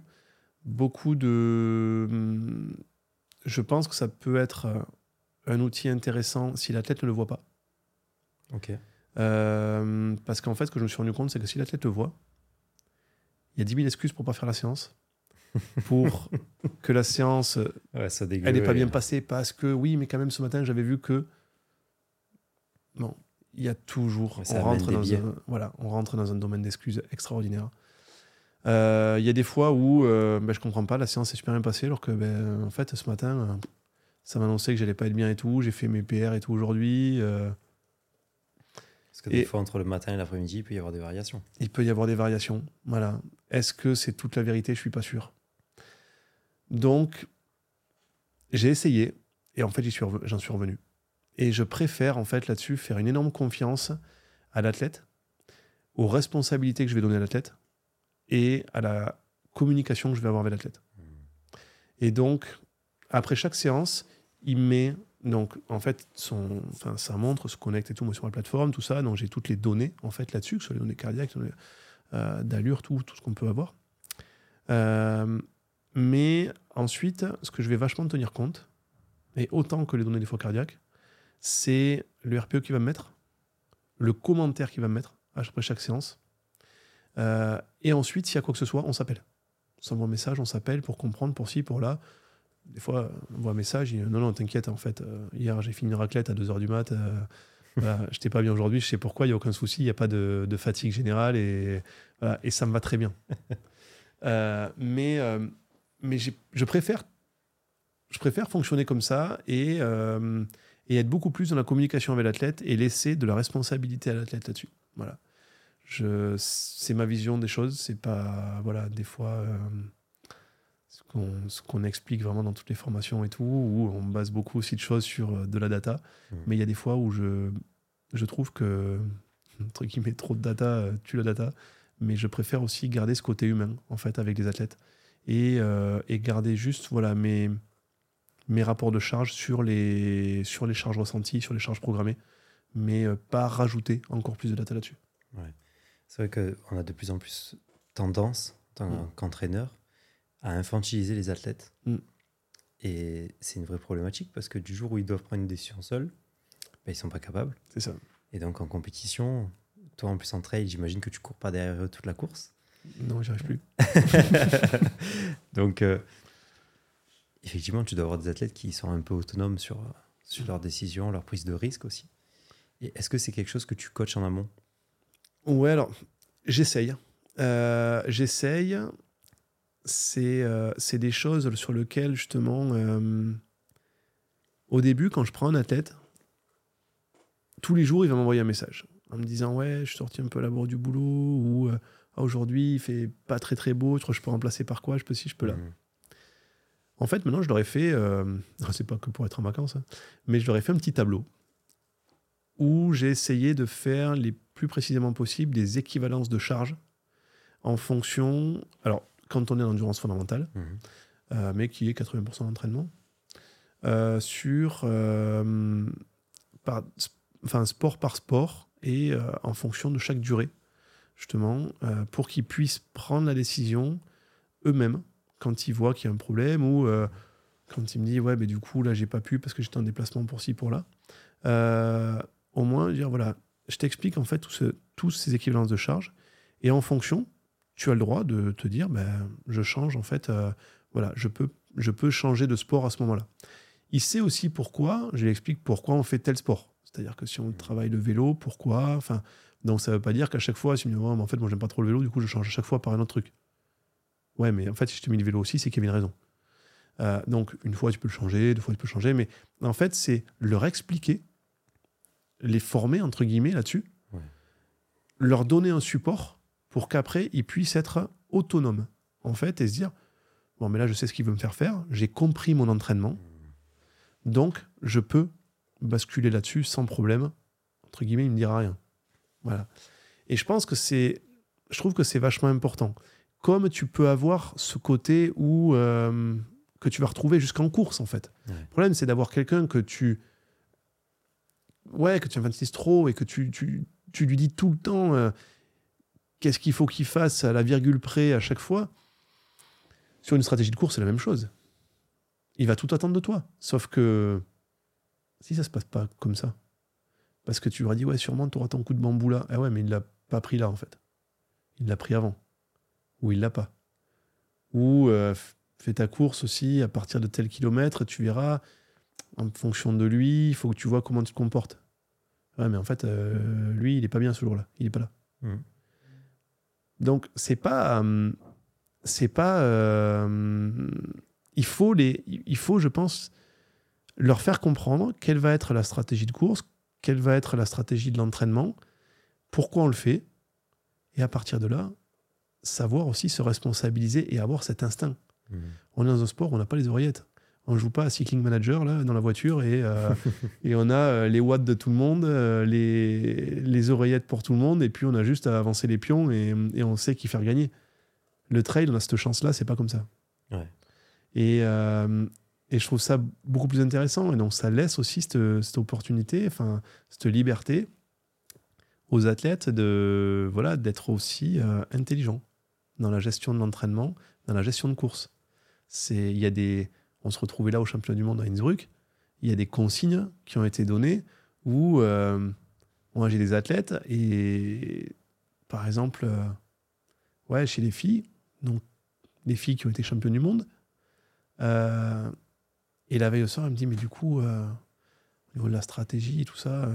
Je pense que ça peut être un outil intéressant si l'athlète ne le voit pas. Ok. Parce qu'en fait, ce que je me suis rendu compte, c'est que si l'athlète le voit, il y a 10 000 excuses pour ne pas faire la séance. Pour que la séance, elle n'est pas bien passée parce que, oui, mais quand même, ce matin, j'avais vu que... Non, il y a toujours... On rentre dans un domaine d'excuses extraordinaire. Il y a des fois où je ne comprends pas, la séance est super bien passée, alors que, en fait, ce matin, ça m'annonçait que j'allais pas être bien et tout. J'ai fait mes PR et tout aujourd'hui. Parce que des fois, entre le matin et l'après-midi, il peut y avoir des variations. Il peut y avoir des variations, voilà. Est-ce que c'est toute la vérité ? Je suis pas sûr. Donc, j'ai essayé, et en fait, j'en suis revenu. Et je préfère, en fait, là-dessus, faire une énorme confiance à l'athlète, aux responsabilités que je vais donner à l'athlète, et à la communication que je vais avoir avec l'athlète. Et donc, après chaque séance, il met... Donc, en fait, sa montre se connecte et tout, moi, sur la plateforme, tout ça. Donc, j'ai toutes les données, en fait, là-dessus, que ce soit les données cardiaques, les données d'allure, tout ce qu'on peut avoir. Mais ensuite, ce que je vais vachement tenir compte, et autant que les données d'effort cardiaque, c'est le RPE qu'il va me mettre, le commentaire qu'il va me mettre après chaque séance. Et ensuite, s'il y a quoi que ce soit, on s'appelle. On s'envoie un message, on s'appelle pour comprendre, pour ci, pour là. Des fois, on voit un message, il dit, non, t'inquiète, en fait, hier, j'ai fini une raclette à 2h du mat, voilà, je n'étais pas bien aujourd'hui, je sais pourquoi, il n'y a aucun souci, il n'y a pas de fatigue générale, et ça me va très bien. Mais je préfère fonctionner comme ça et être beaucoup plus dans la communication avec l'athlète et laisser de la responsabilité à l'athlète là-dessus. Voilà. C'est ma vision des choses, c'est pas, des fois... ce qu'on explique vraiment dans toutes les formations et tout, où on base beaucoup aussi de choses sur de la data. Mais il y a des fois où je trouve que, entre guillemets, trop de data tue la data. Mais je préfère aussi garder ce côté humain, en fait, avec les athlètes. Et garder juste mes rapports de charge sur les charges ressenties, sur les charges programmées. Mais pas rajouter encore plus de data là-dessus. Ouais. C'est vrai qu'on a de plus en plus tendance, en tant qu'entraîneur, à infantiliser les athlètes. Et c'est une vraie problématique parce que du jour où ils doivent prendre une décision seuls, ils ne sont pas capables. C'est ça. Et donc en compétition, toi en plus en trail, j'imagine que tu ne cours pas derrière eux toute la course. Non, j'y arrive plus. Donc, effectivement, tu dois avoir des athlètes qui sont un peu autonomes sur leurs décisions, leur prise de risque aussi. Et est-ce que c'est quelque chose que tu coaches en amont? Ouais, alors, j'essaye. J'essaye. C'est des choses sur lesquelles, justement, au début, quand je prends un athlète, tous les jours, il va m'envoyer un message en me disant « Ouais, je suis sorti un peu à la bourre du boulot » ou Ah, aujourd'hui, il fait pas très très beau, tu crois que je peux remplacer par quoi? Je peux ci, je peux là. En fait, maintenant, je leur ai fait, c'est pas que pour être en vacances, hein, mais je leur ai fait un petit tableau où j'ai essayé de faire les plus précisément possible des équivalences de charges en fonction, alors quand on est en endurance fondamentale, mais qui est 80% d'entraînement, sport par sport et en fonction de chaque durée, justement, pour qu'ils puissent prendre la décision eux-mêmes quand ils voient qu'il y a un problème ou quand ils me disent ouais, mais du coup, là, j'ai pas pu parce que j'étais en déplacement pour ci, pour là. Au moins, dire voilà, je t'explique en fait tous ces équivalences de charges et en fonction, tu as le droit de te dire je change en fait, voilà, je peux changer de sport à ce moment-là. Il sait aussi pourquoi, je lui explique pourquoi on fait tel sport. C'est-à-dire que si on travaille le vélo, pourquoi, enfin, donc ça ne veut pas dire qu'à chaque fois, si me dit, oh, mais en fait, moi, j'aime pas trop le vélo, du coup, je change à chaque fois par un autre truc. Ouais, mais en fait, si je te mets le vélo aussi, c'est qu'il y avait une raison. Donc, une fois, tu peux le changer, 2 fois, tu peux le changer, mais en fait, c'est leur expliquer, les former, entre guillemets, là-dessus, leur donner un support pour qu'après, ils puissent être autonomes, en fait, et se dire, bon, mais là, je sais ce qu'il veut me faire, j'ai compris mon entraînement, donc, je peux basculer là-dessus sans problème. Entre guillemets, il ne me dira rien. Voilà. Et je trouve que c'est vachement important. Comme tu peux avoir ce côté où, que tu vas retrouver jusqu'en course, en fait. Ouais. Le problème, c'est d'avoir quelqu'un que tu investises trop et que tu lui dis tout le temps qu'est-ce qu'il faut qu'il fasse à la virgule près à chaque fois. Sur une stratégie de course, c'est la même chose. Il va tout attendre de toi. Sauf que si ça se passe pas comme ça, parce que tu lui auras dit ouais, sûrement tu auras ton coup de bambou là. Ah ouais, mais il l'a pas pris là en fait. Il l'a pris avant. Ou il l'a pas. Ou fais ta course aussi à partir de tel kilomètre, tu verras en fonction de lui, il faut que tu vois comment tu te comportes. Ouais, mais en fait, lui, il est pas bien ce jour-là. Il est pas là. Donc c'est pas il faut, je pense, leur faire comprendre quelle va être la stratégie de course, quelle va être la stratégie de l'entraînement, pourquoi on le fait, et à partir de là, savoir aussi se responsabiliser et avoir cet instinct. On est dans un sport où on n'a pas les oreillettes. On ne joue pas à Cycling Manager là, dans la voiture et on a les watts de tout le monde, les oreillettes pour tout le monde, et puis on a juste à avancer les pions et on sait qui faire gagner. Le trail, on a cette chance-là, c'est pas comme ça. Ouais. Et je trouve ça beaucoup plus intéressant. Et donc, ça laisse aussi cette opportunité, enfin, cette liberté aux athlètes d'être aussi intelligents dans la gestion de l'entraînement, dans la gestion de course. On se retrouvait là au championnat du monde à Innsbruck. Il y a des consignes qui ont été données où moi, j'ai des athlètes et, par exemple, chez les filles, donc les filles qui ont été championnes du monde, et la veille au soir, elle me dit, mais du coup, au niveau de la stratégie et tout ça,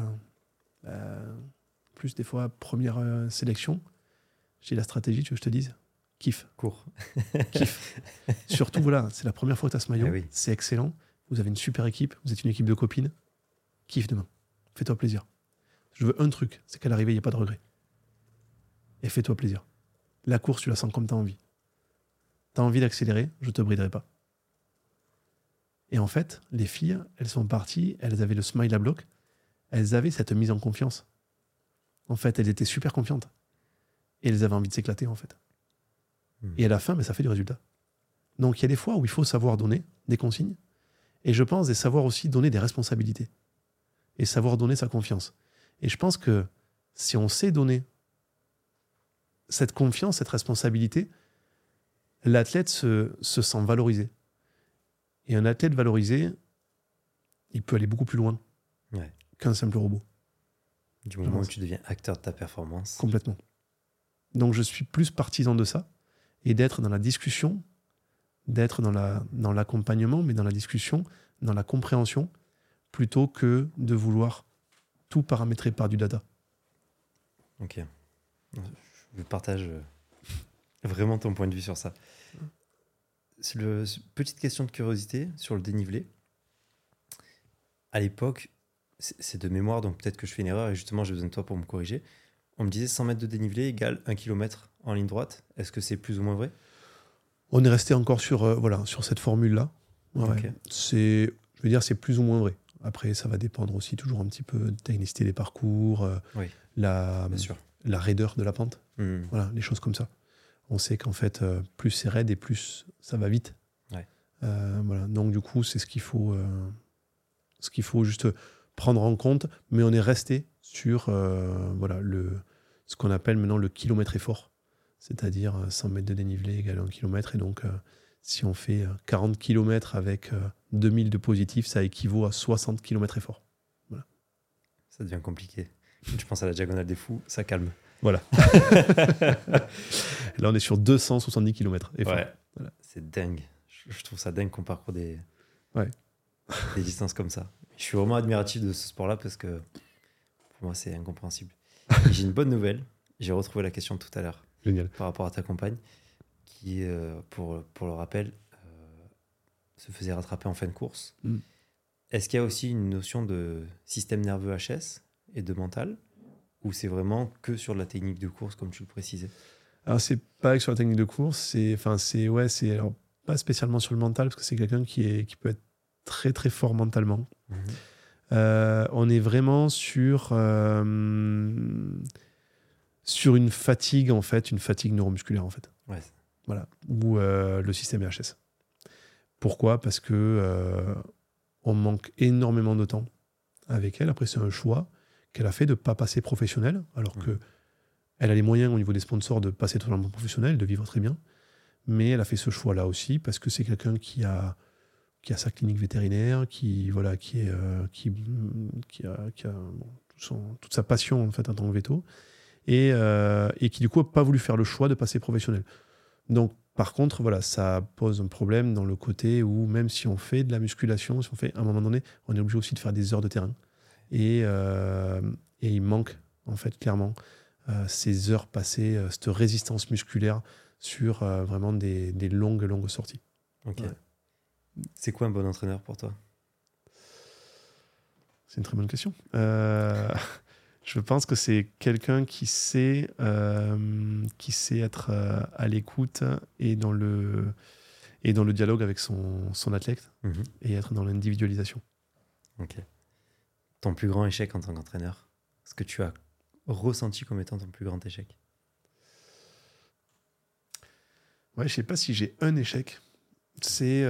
plus des fois, première sélection, j'ai la stratégie, tu veux que je te dise? Kiff. Cours. Kiff. Surtout, voilà, c'est la première fois que tu as ce maillot, c'est excellent, vous avez une super équipe, vous êtes une équipe de copines, kiffe demain, fais-toi plaisir. Je veux un truc, c'est qu'à l'arrivée, il n'y a pas de regret. Et fais-toi plaisir. La course, tu la sens comme tu as envie. Tu as envie d'accélérer, je ne te briderai pas. Et en fait, les filles, elles sont parties, elles avaient le smile à bloc, elles avaient cette mise en confiance. En fait, elles étaient super confiantes. Et elles avaient envie de s'éclater, en fait. Et à la fin, ça fait du résultat. Donc, il y a des fois où il faut savoir donner des consignes, et je pense savoir aussi donner des responsabilités, et savoir donner sa confiance. Et je pense que si on sait donner cette confiance, cette responsabilité, l'athlète se sent valorisé. Et un athlète valorisé, il peut aller beaucoup plus loin qu'un simple robot. Du moment où tu deviens acteur de ta performance. Complètement. Donc je suis plus partisan de ça, et d'être dans la discussion, d'être dans l'accompagnement, mais dans la discussion, dans la compréhension, plutôt que de vouloir tout paramétrer par du data. Ok. Je partage vraiment ton point de vue sur ça. Petite question de curiosité sur le dénivelé. À l'époque, c'est de mémoire, donc peut-être que je fais une erreur et justement j'ai besoin de toi pour me corriger. On me disait 100 mètres de dénivelé égale 1 km en ligne droite. Est-ce que c'est plus ou moins vrai? On est resté encore sur cette formule-là. Ouais. Ok. C'est plus ou moins vrai. Après, ça va dépendre aussi toujours un petit peu de la technicité des parcours, Oui, la bien sûr. raideur de la pente. Voilà, les choses comme ça. On sait qu'en fait, plus c'est raide et plus ça va vite. Ouais. Voilà. Donc du coup, c'est ce qu'il faut juste prendre en compte. Mais on est resté sur ce qu'on appelle maintenant le kilomètre effort. C'est-à-dire 100 mètres de dénivelé égale 1 km. Et donc, si on fait 40 km avec 2000 de positif, ça équivaut à 60 km effort. Voilà. Ça devient compliqué. Je pense à la diagonale des fous, ça calme. Voilà. Là, on est sur 270 km effort. Ouais. Voilà. C'est dingue. Je trouve ça dingue qu'on parcourt des distances comme ça. Je suis vraiment admiratif de ce sport-là parce que pour moi, c'est incompréhensible. Et j'ai une bonne nouvelle. J'ai retrouvé la question tout à l'heure. Génial. Par rapport à ta compagne qui, pour le rappel, se faisait rattraper en fin de course. Est-ce qu'il y a aussi une notion de système nerveux HS et de mental, ou c'est vraiment que sur la technique de course, comme tu le précisais? Alors, c'est pas que sur la technique de course, c'est alors, pas spécialement sur le mental, parce que c'est quelqu'un qui peut être très très fort mentalement. On est vraiment sur une fatigue, en fait, une fatigue neuromusculaire, en fait. Ouais. Voilà, ou le système HS. Pourquoi ? Parce que on manque énormément de temps avec elle. Après, c'est un choix qu'elle a fait de ne pas passer professionnel, alors que elle a les moyens au niveau des sponsors de passer totalement professionnel, de vivre très bien. Mais elle a fait ce choix-là aussi parce que c'est quelqu'un qui a sa clinique vétérinaire, qui a toute sa passion en fait en tant que véto, et qui du coup n'a pas voulu faire le choix de passer professionnel. Donc par contre, voilà, ça pose un problème dans le côté où même si on fait de la musculation, si on fait à un moment donné, on est obligé aussi de faire des heures de terrain. Et il manque en fait clairement ces heures passées, cette résistance musculaire sur vraiment des longues sorties. Ok. Ouais. C'est quoi un bon entraîneur pour toi ? C'est une très bonne question. Je pense que c'est quelqu'un qui sait être à l'écoute et dans le dialogue avec son athlète et être dans l'individualisation. Ok. Ton plus grand échec en tant qu'entraîneur ? Ce que tu as ressenti comme étant ton plus grand échec ? Ouais, je sais pas si j'ai un échec. C'est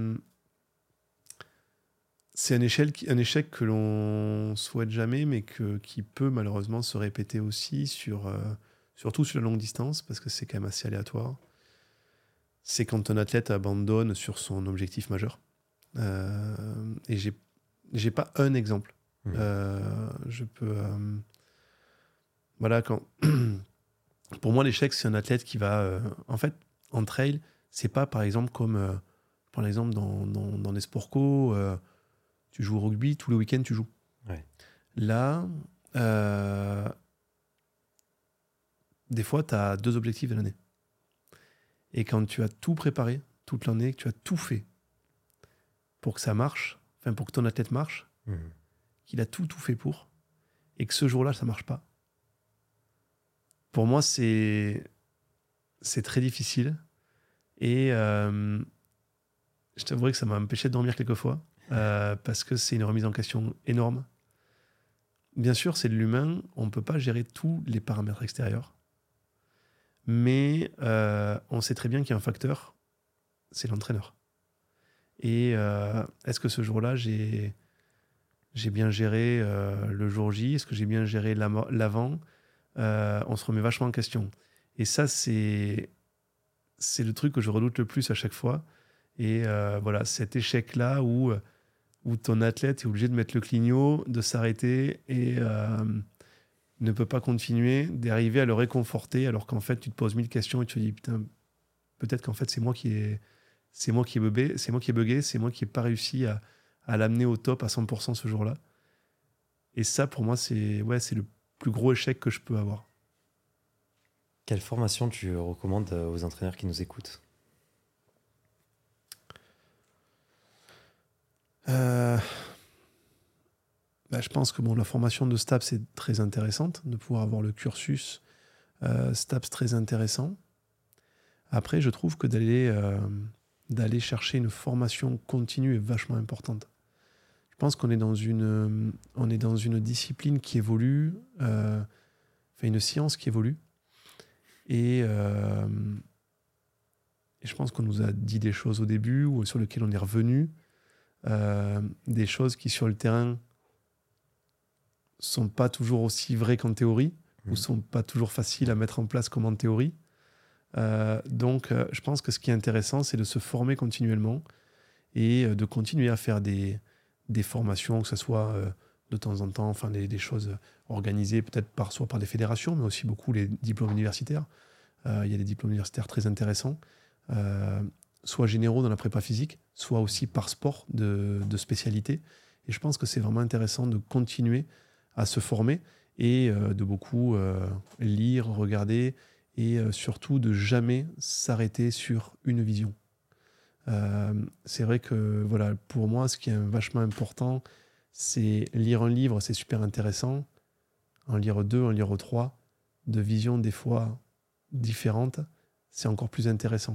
un échec que l'on souhaite jamais, mais qui peut malheureusement se répéter aussi surtout sur la longue distance, parce que c'est quand même assez aléatoire. C'est quand un athlète abandonne sur son objectif majeur. Et j'ai pas un exemple. Je peux... voilà, pour moi, l'échec, c'est un athlète qui va... en fait, en trail, c'est pas, par exemple, comme... par exemple, dans des sports co, tu joues au rugby, tous les week-ends, tu joues. Ouais. Là, des fois, tu as 2 objectifs de l'année. Et quand tu as tout préparé, toute l'année, que tu as tout fait pour que ça marche, enfin pour que ton athlète marche, qu'il a tout fait pour, et que ce jour-là, ça marche pas. Pour moi, c'est très difficile. Et je t'avouerai que ça m'a empêché de dormir quelques fois, parce que c'est une remise en question énorme. Bien sûr, c'est de l'humain, on ne peut pas gérer tous les paramètres extérieurs. Mais on sait très bien qu'il y a un facteur, c'est l'entraîneur. Et est-ce que ce jour-là, j'ai bien géré le jour J ? Est-ce que j'ai bien géré l'avant ? On se remet vachement en question. Et ça, c'est le truc que je redoute le plus à chaque fois. Et voilà, cet échec-là où ton athlète est obligé de mettre le clignot, de s'arrêter et ne peut pas continuer, d'arriver à le réconforter, alors qu'en fait, tu te poses 1000 questions et tu te dis, putain, peut-être qu'en fait, c'est moi qui ai bugué, c'est moi qui n'ai pas réussi à l'amener au top à 100% ce jour-là. Et ça, pour moi, c'est le plus gros échec que je peux avoir. Quelle formation tu recommandes aux entraîneurs qui nous écoutent ? Je pense que la formation de STAPS est très intéressante, de pouvoir avoir le cursus STAPS très intéressant. Après, je trouve que d'aller chercher une formation continue est vachement importante. Je pense qu'on est dans une discipline qui évolue, une science qui évolue. Et je pense qu'on nous a dit des choses au début ou sur lesquelles on est revenu, des choses qui sur le terrain sont pas toujours aussi vraies qu'en théorie, ou sont pas toujours faciles à mettre en place comme en théorie. Donc, je pense que ce qui est intéressant, c'est de se former continuellement et de continuer à faire des formations, que ce soit de temps en temps, des choses organisées peut-être soit par des fédérations, mais aussi beaucoup les diplômes universitaires. Il y a des diplômes universitaires très intéressants, soit généraux dans la prépa physique, soit aussi par sport de spécialité. Et je pense que c'est vraiment intéressant de continuer à se former et de beaucoup lire, regarder et surtout de jamais s'arrêter sur une vision. C'est vrai que pour moi, ce qui est vachement important, c'est lire un livre, c'est super intéressant. En lire 2, en lire 3, de visions des fois différentes, c'est encore plus intéressant.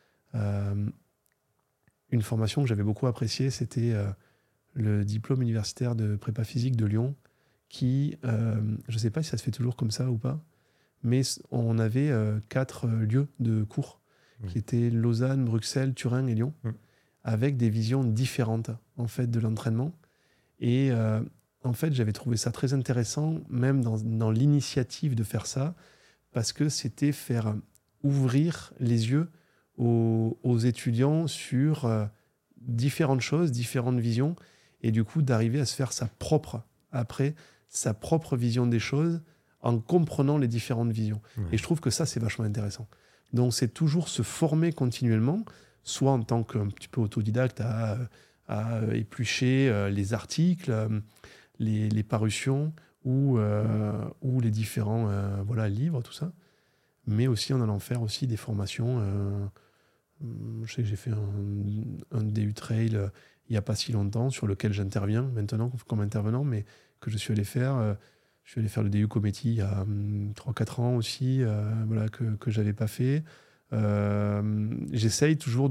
Une formation que j'avais beaucoup appréciée, c'était le diplôme universitaire de prépa physique de Lyon, qui, je ne sais pas si ça se fait toujours comme ça ou pas, mais on avait 4 lieux de cours, qui étaient Lausanne, Bruxelles, Turin et Lyon, avec des visions différentes en fait, de l'entraînement. Et en fait, j'avais trouvé ça très intéressant, même dans l'initiative de faire ça, parce que c'était faire ouvrir les yeux aux étudiants sur différentes choses, différentes visions, et du coup d'arriver à se faire sa propre vision des choses en comprenant les différentes visions. Et je trouve que ça, c'est vachement intéressant. Donc c'est toujours se former continuellement, soit en tant qu'un petit peu autodidacte à éplucher les articles, les parutions ou les différents livres, tout ça, mais aussi en allant faire aussi des formations. Je sais que j'ai fait un DU Trail il n'y a pas si longtemps, sur lequel j'interviens maintenant comme intervenant, mais que je suis allé faire. Je suis allé faire le DU Cometti il y a 3-4 ans aussi, que je n'avais pas fait. J'essaye toujours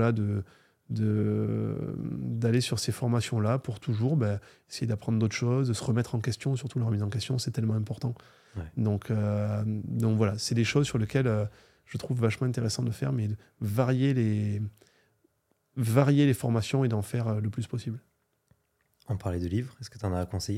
d'aller sur ces formations-là pour toujours essayer d'apprendre d'autres choses, de se remettre en question, surtout la remise en question, c'est tellement important. Ouais. Donc voilà, c'est des choses sur lesquelles je trouve vachement intéressant de faire, mais de varier les formations et d'en faire le plus possible. On parlait de livres, est-ce que tu en as à conseiller ?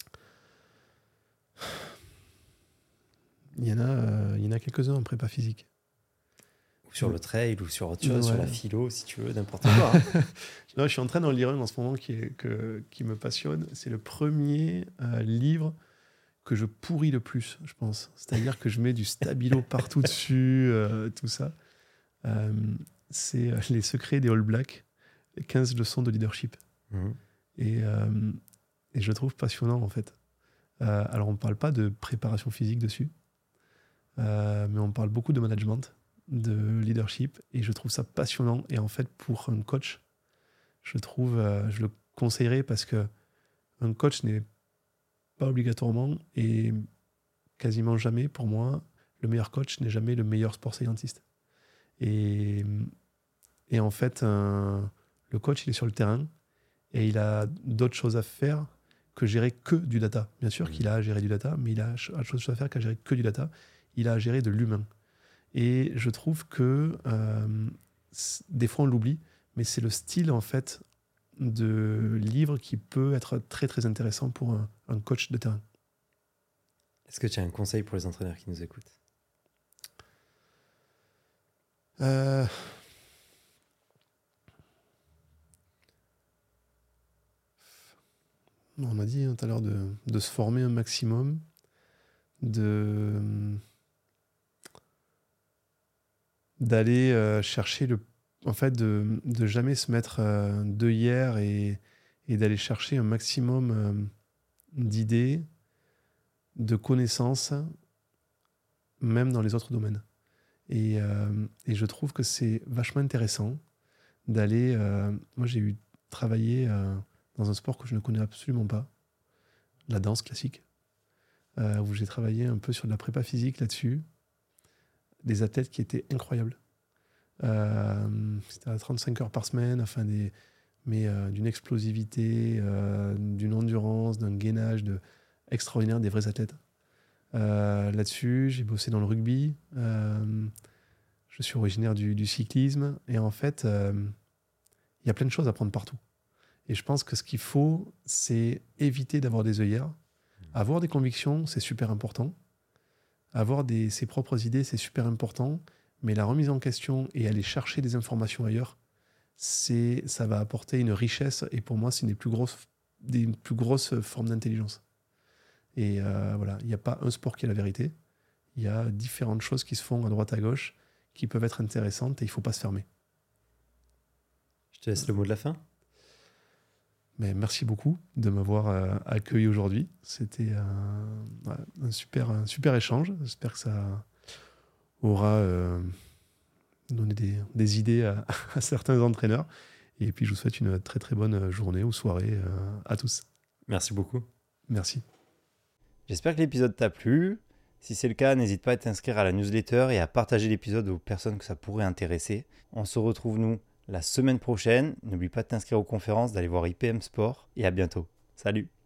Il y en a quelques-uns en prépa physique. Ou sur le trail, ou sur autre chose, sur la philo, si tu veux, n'importe quoi. Hein. Non, je suis en train d'en lire un en ce moment qui me passionne. C'est le premier livre que je pourris le plus, je pense. C'est-à-dire que je mets du stabilo partout dessus, tout ça. C'est Les secrets des All Blacks, 15 leçons de leadership. Mmh. Et je le trouve passionnant, en fait. Alors, on ne parle pas de préparation physique dessus, mais on parle beaucoup de management, de leadership, et je trouve ça passionnant. Et en fait, pour un coach, je le conseillerais parce que un coach n'est pas obligatoirement et quasiment jamais, pour moi, le meilleur coach n'est jamais le meilleur sport scientiste. Et en fait, le coach, il est sur le terrain et il a d'autres choses à faire que gérer que du data. Bien sûr qu'il a à gérer du data, mais il a autre chose à faire qu'à gérer que du data. Il a à gérer de l'humain. Et je trouve que des fois on l'oublie, mais c'est le style en fait de livre qui peut être très très intéressant pour un coach de terrain. Est-ce que tu as un conseil pour les entraîneurs qui nous écoutent ? On a dit tout à l'heure de se former un maximum. d'aller chercher en fait, de jamais se mettre d'œillères et d'aller chercher un maximum d'idées, de connaissances, même dans les autres domaines. Et je trouve que c'est vachement intéressant d'aller... moi, j'ai travaillé dans un sport que je ne connais absolument pas, la danse classique, où j'ai travaillé un peu sur de la prépa physique là-dessus. Des athlètes qui étaient incroyables. C'était à 35 heures par semaine, mais d'une explosivité, d'une endurance, d'un gainage extraordinaire, des vrais athlètes. Là-dessus, j'ai bossé dans le rugby. Je suis originaire du cyclisme. Et en fait, il y a plein de choses à prendre partout. Et je pense que ce qu'il faut, c'est éviter d'avoir des œillères. Avoir des convictions, c'est super important. Avoir ses propres idées, c'est super important. Mais la remise en question et aller chercher des informations ailleurs, ça va apporter une richesse. Et pour moi, c'est une des plus grosses formes d'intelligence. Et voilà, il n'y a pas un sport qui est la vérité. Il y a différentes choses qui se font à droite à gauche qui peuvent être intéressantes et il ne faut pas se fermer. Je te laisse le mot de la fin. Mais merci beaucoup de m'avoir accueilli aujourd'hui. C'était un super échange. J'espère que ça aura donné des idées à certains entraîneurs. Et puis, je vous souhaite une très très bonne journée ou soirée à tous. Merci beaucoup. Merci. J'espère que l'épisode t'a plu. Si c'est le cas, n'hésite pas à t'inscrire à la newsletter et à partager l'épisode aux personnes que ça pourrait intéresser. On se retrouve, nous, la semaine prochaine. N'oublie pas de t'inscrire aux conférences, d'aller voir IPM Sport. Et à bientôt. Salut!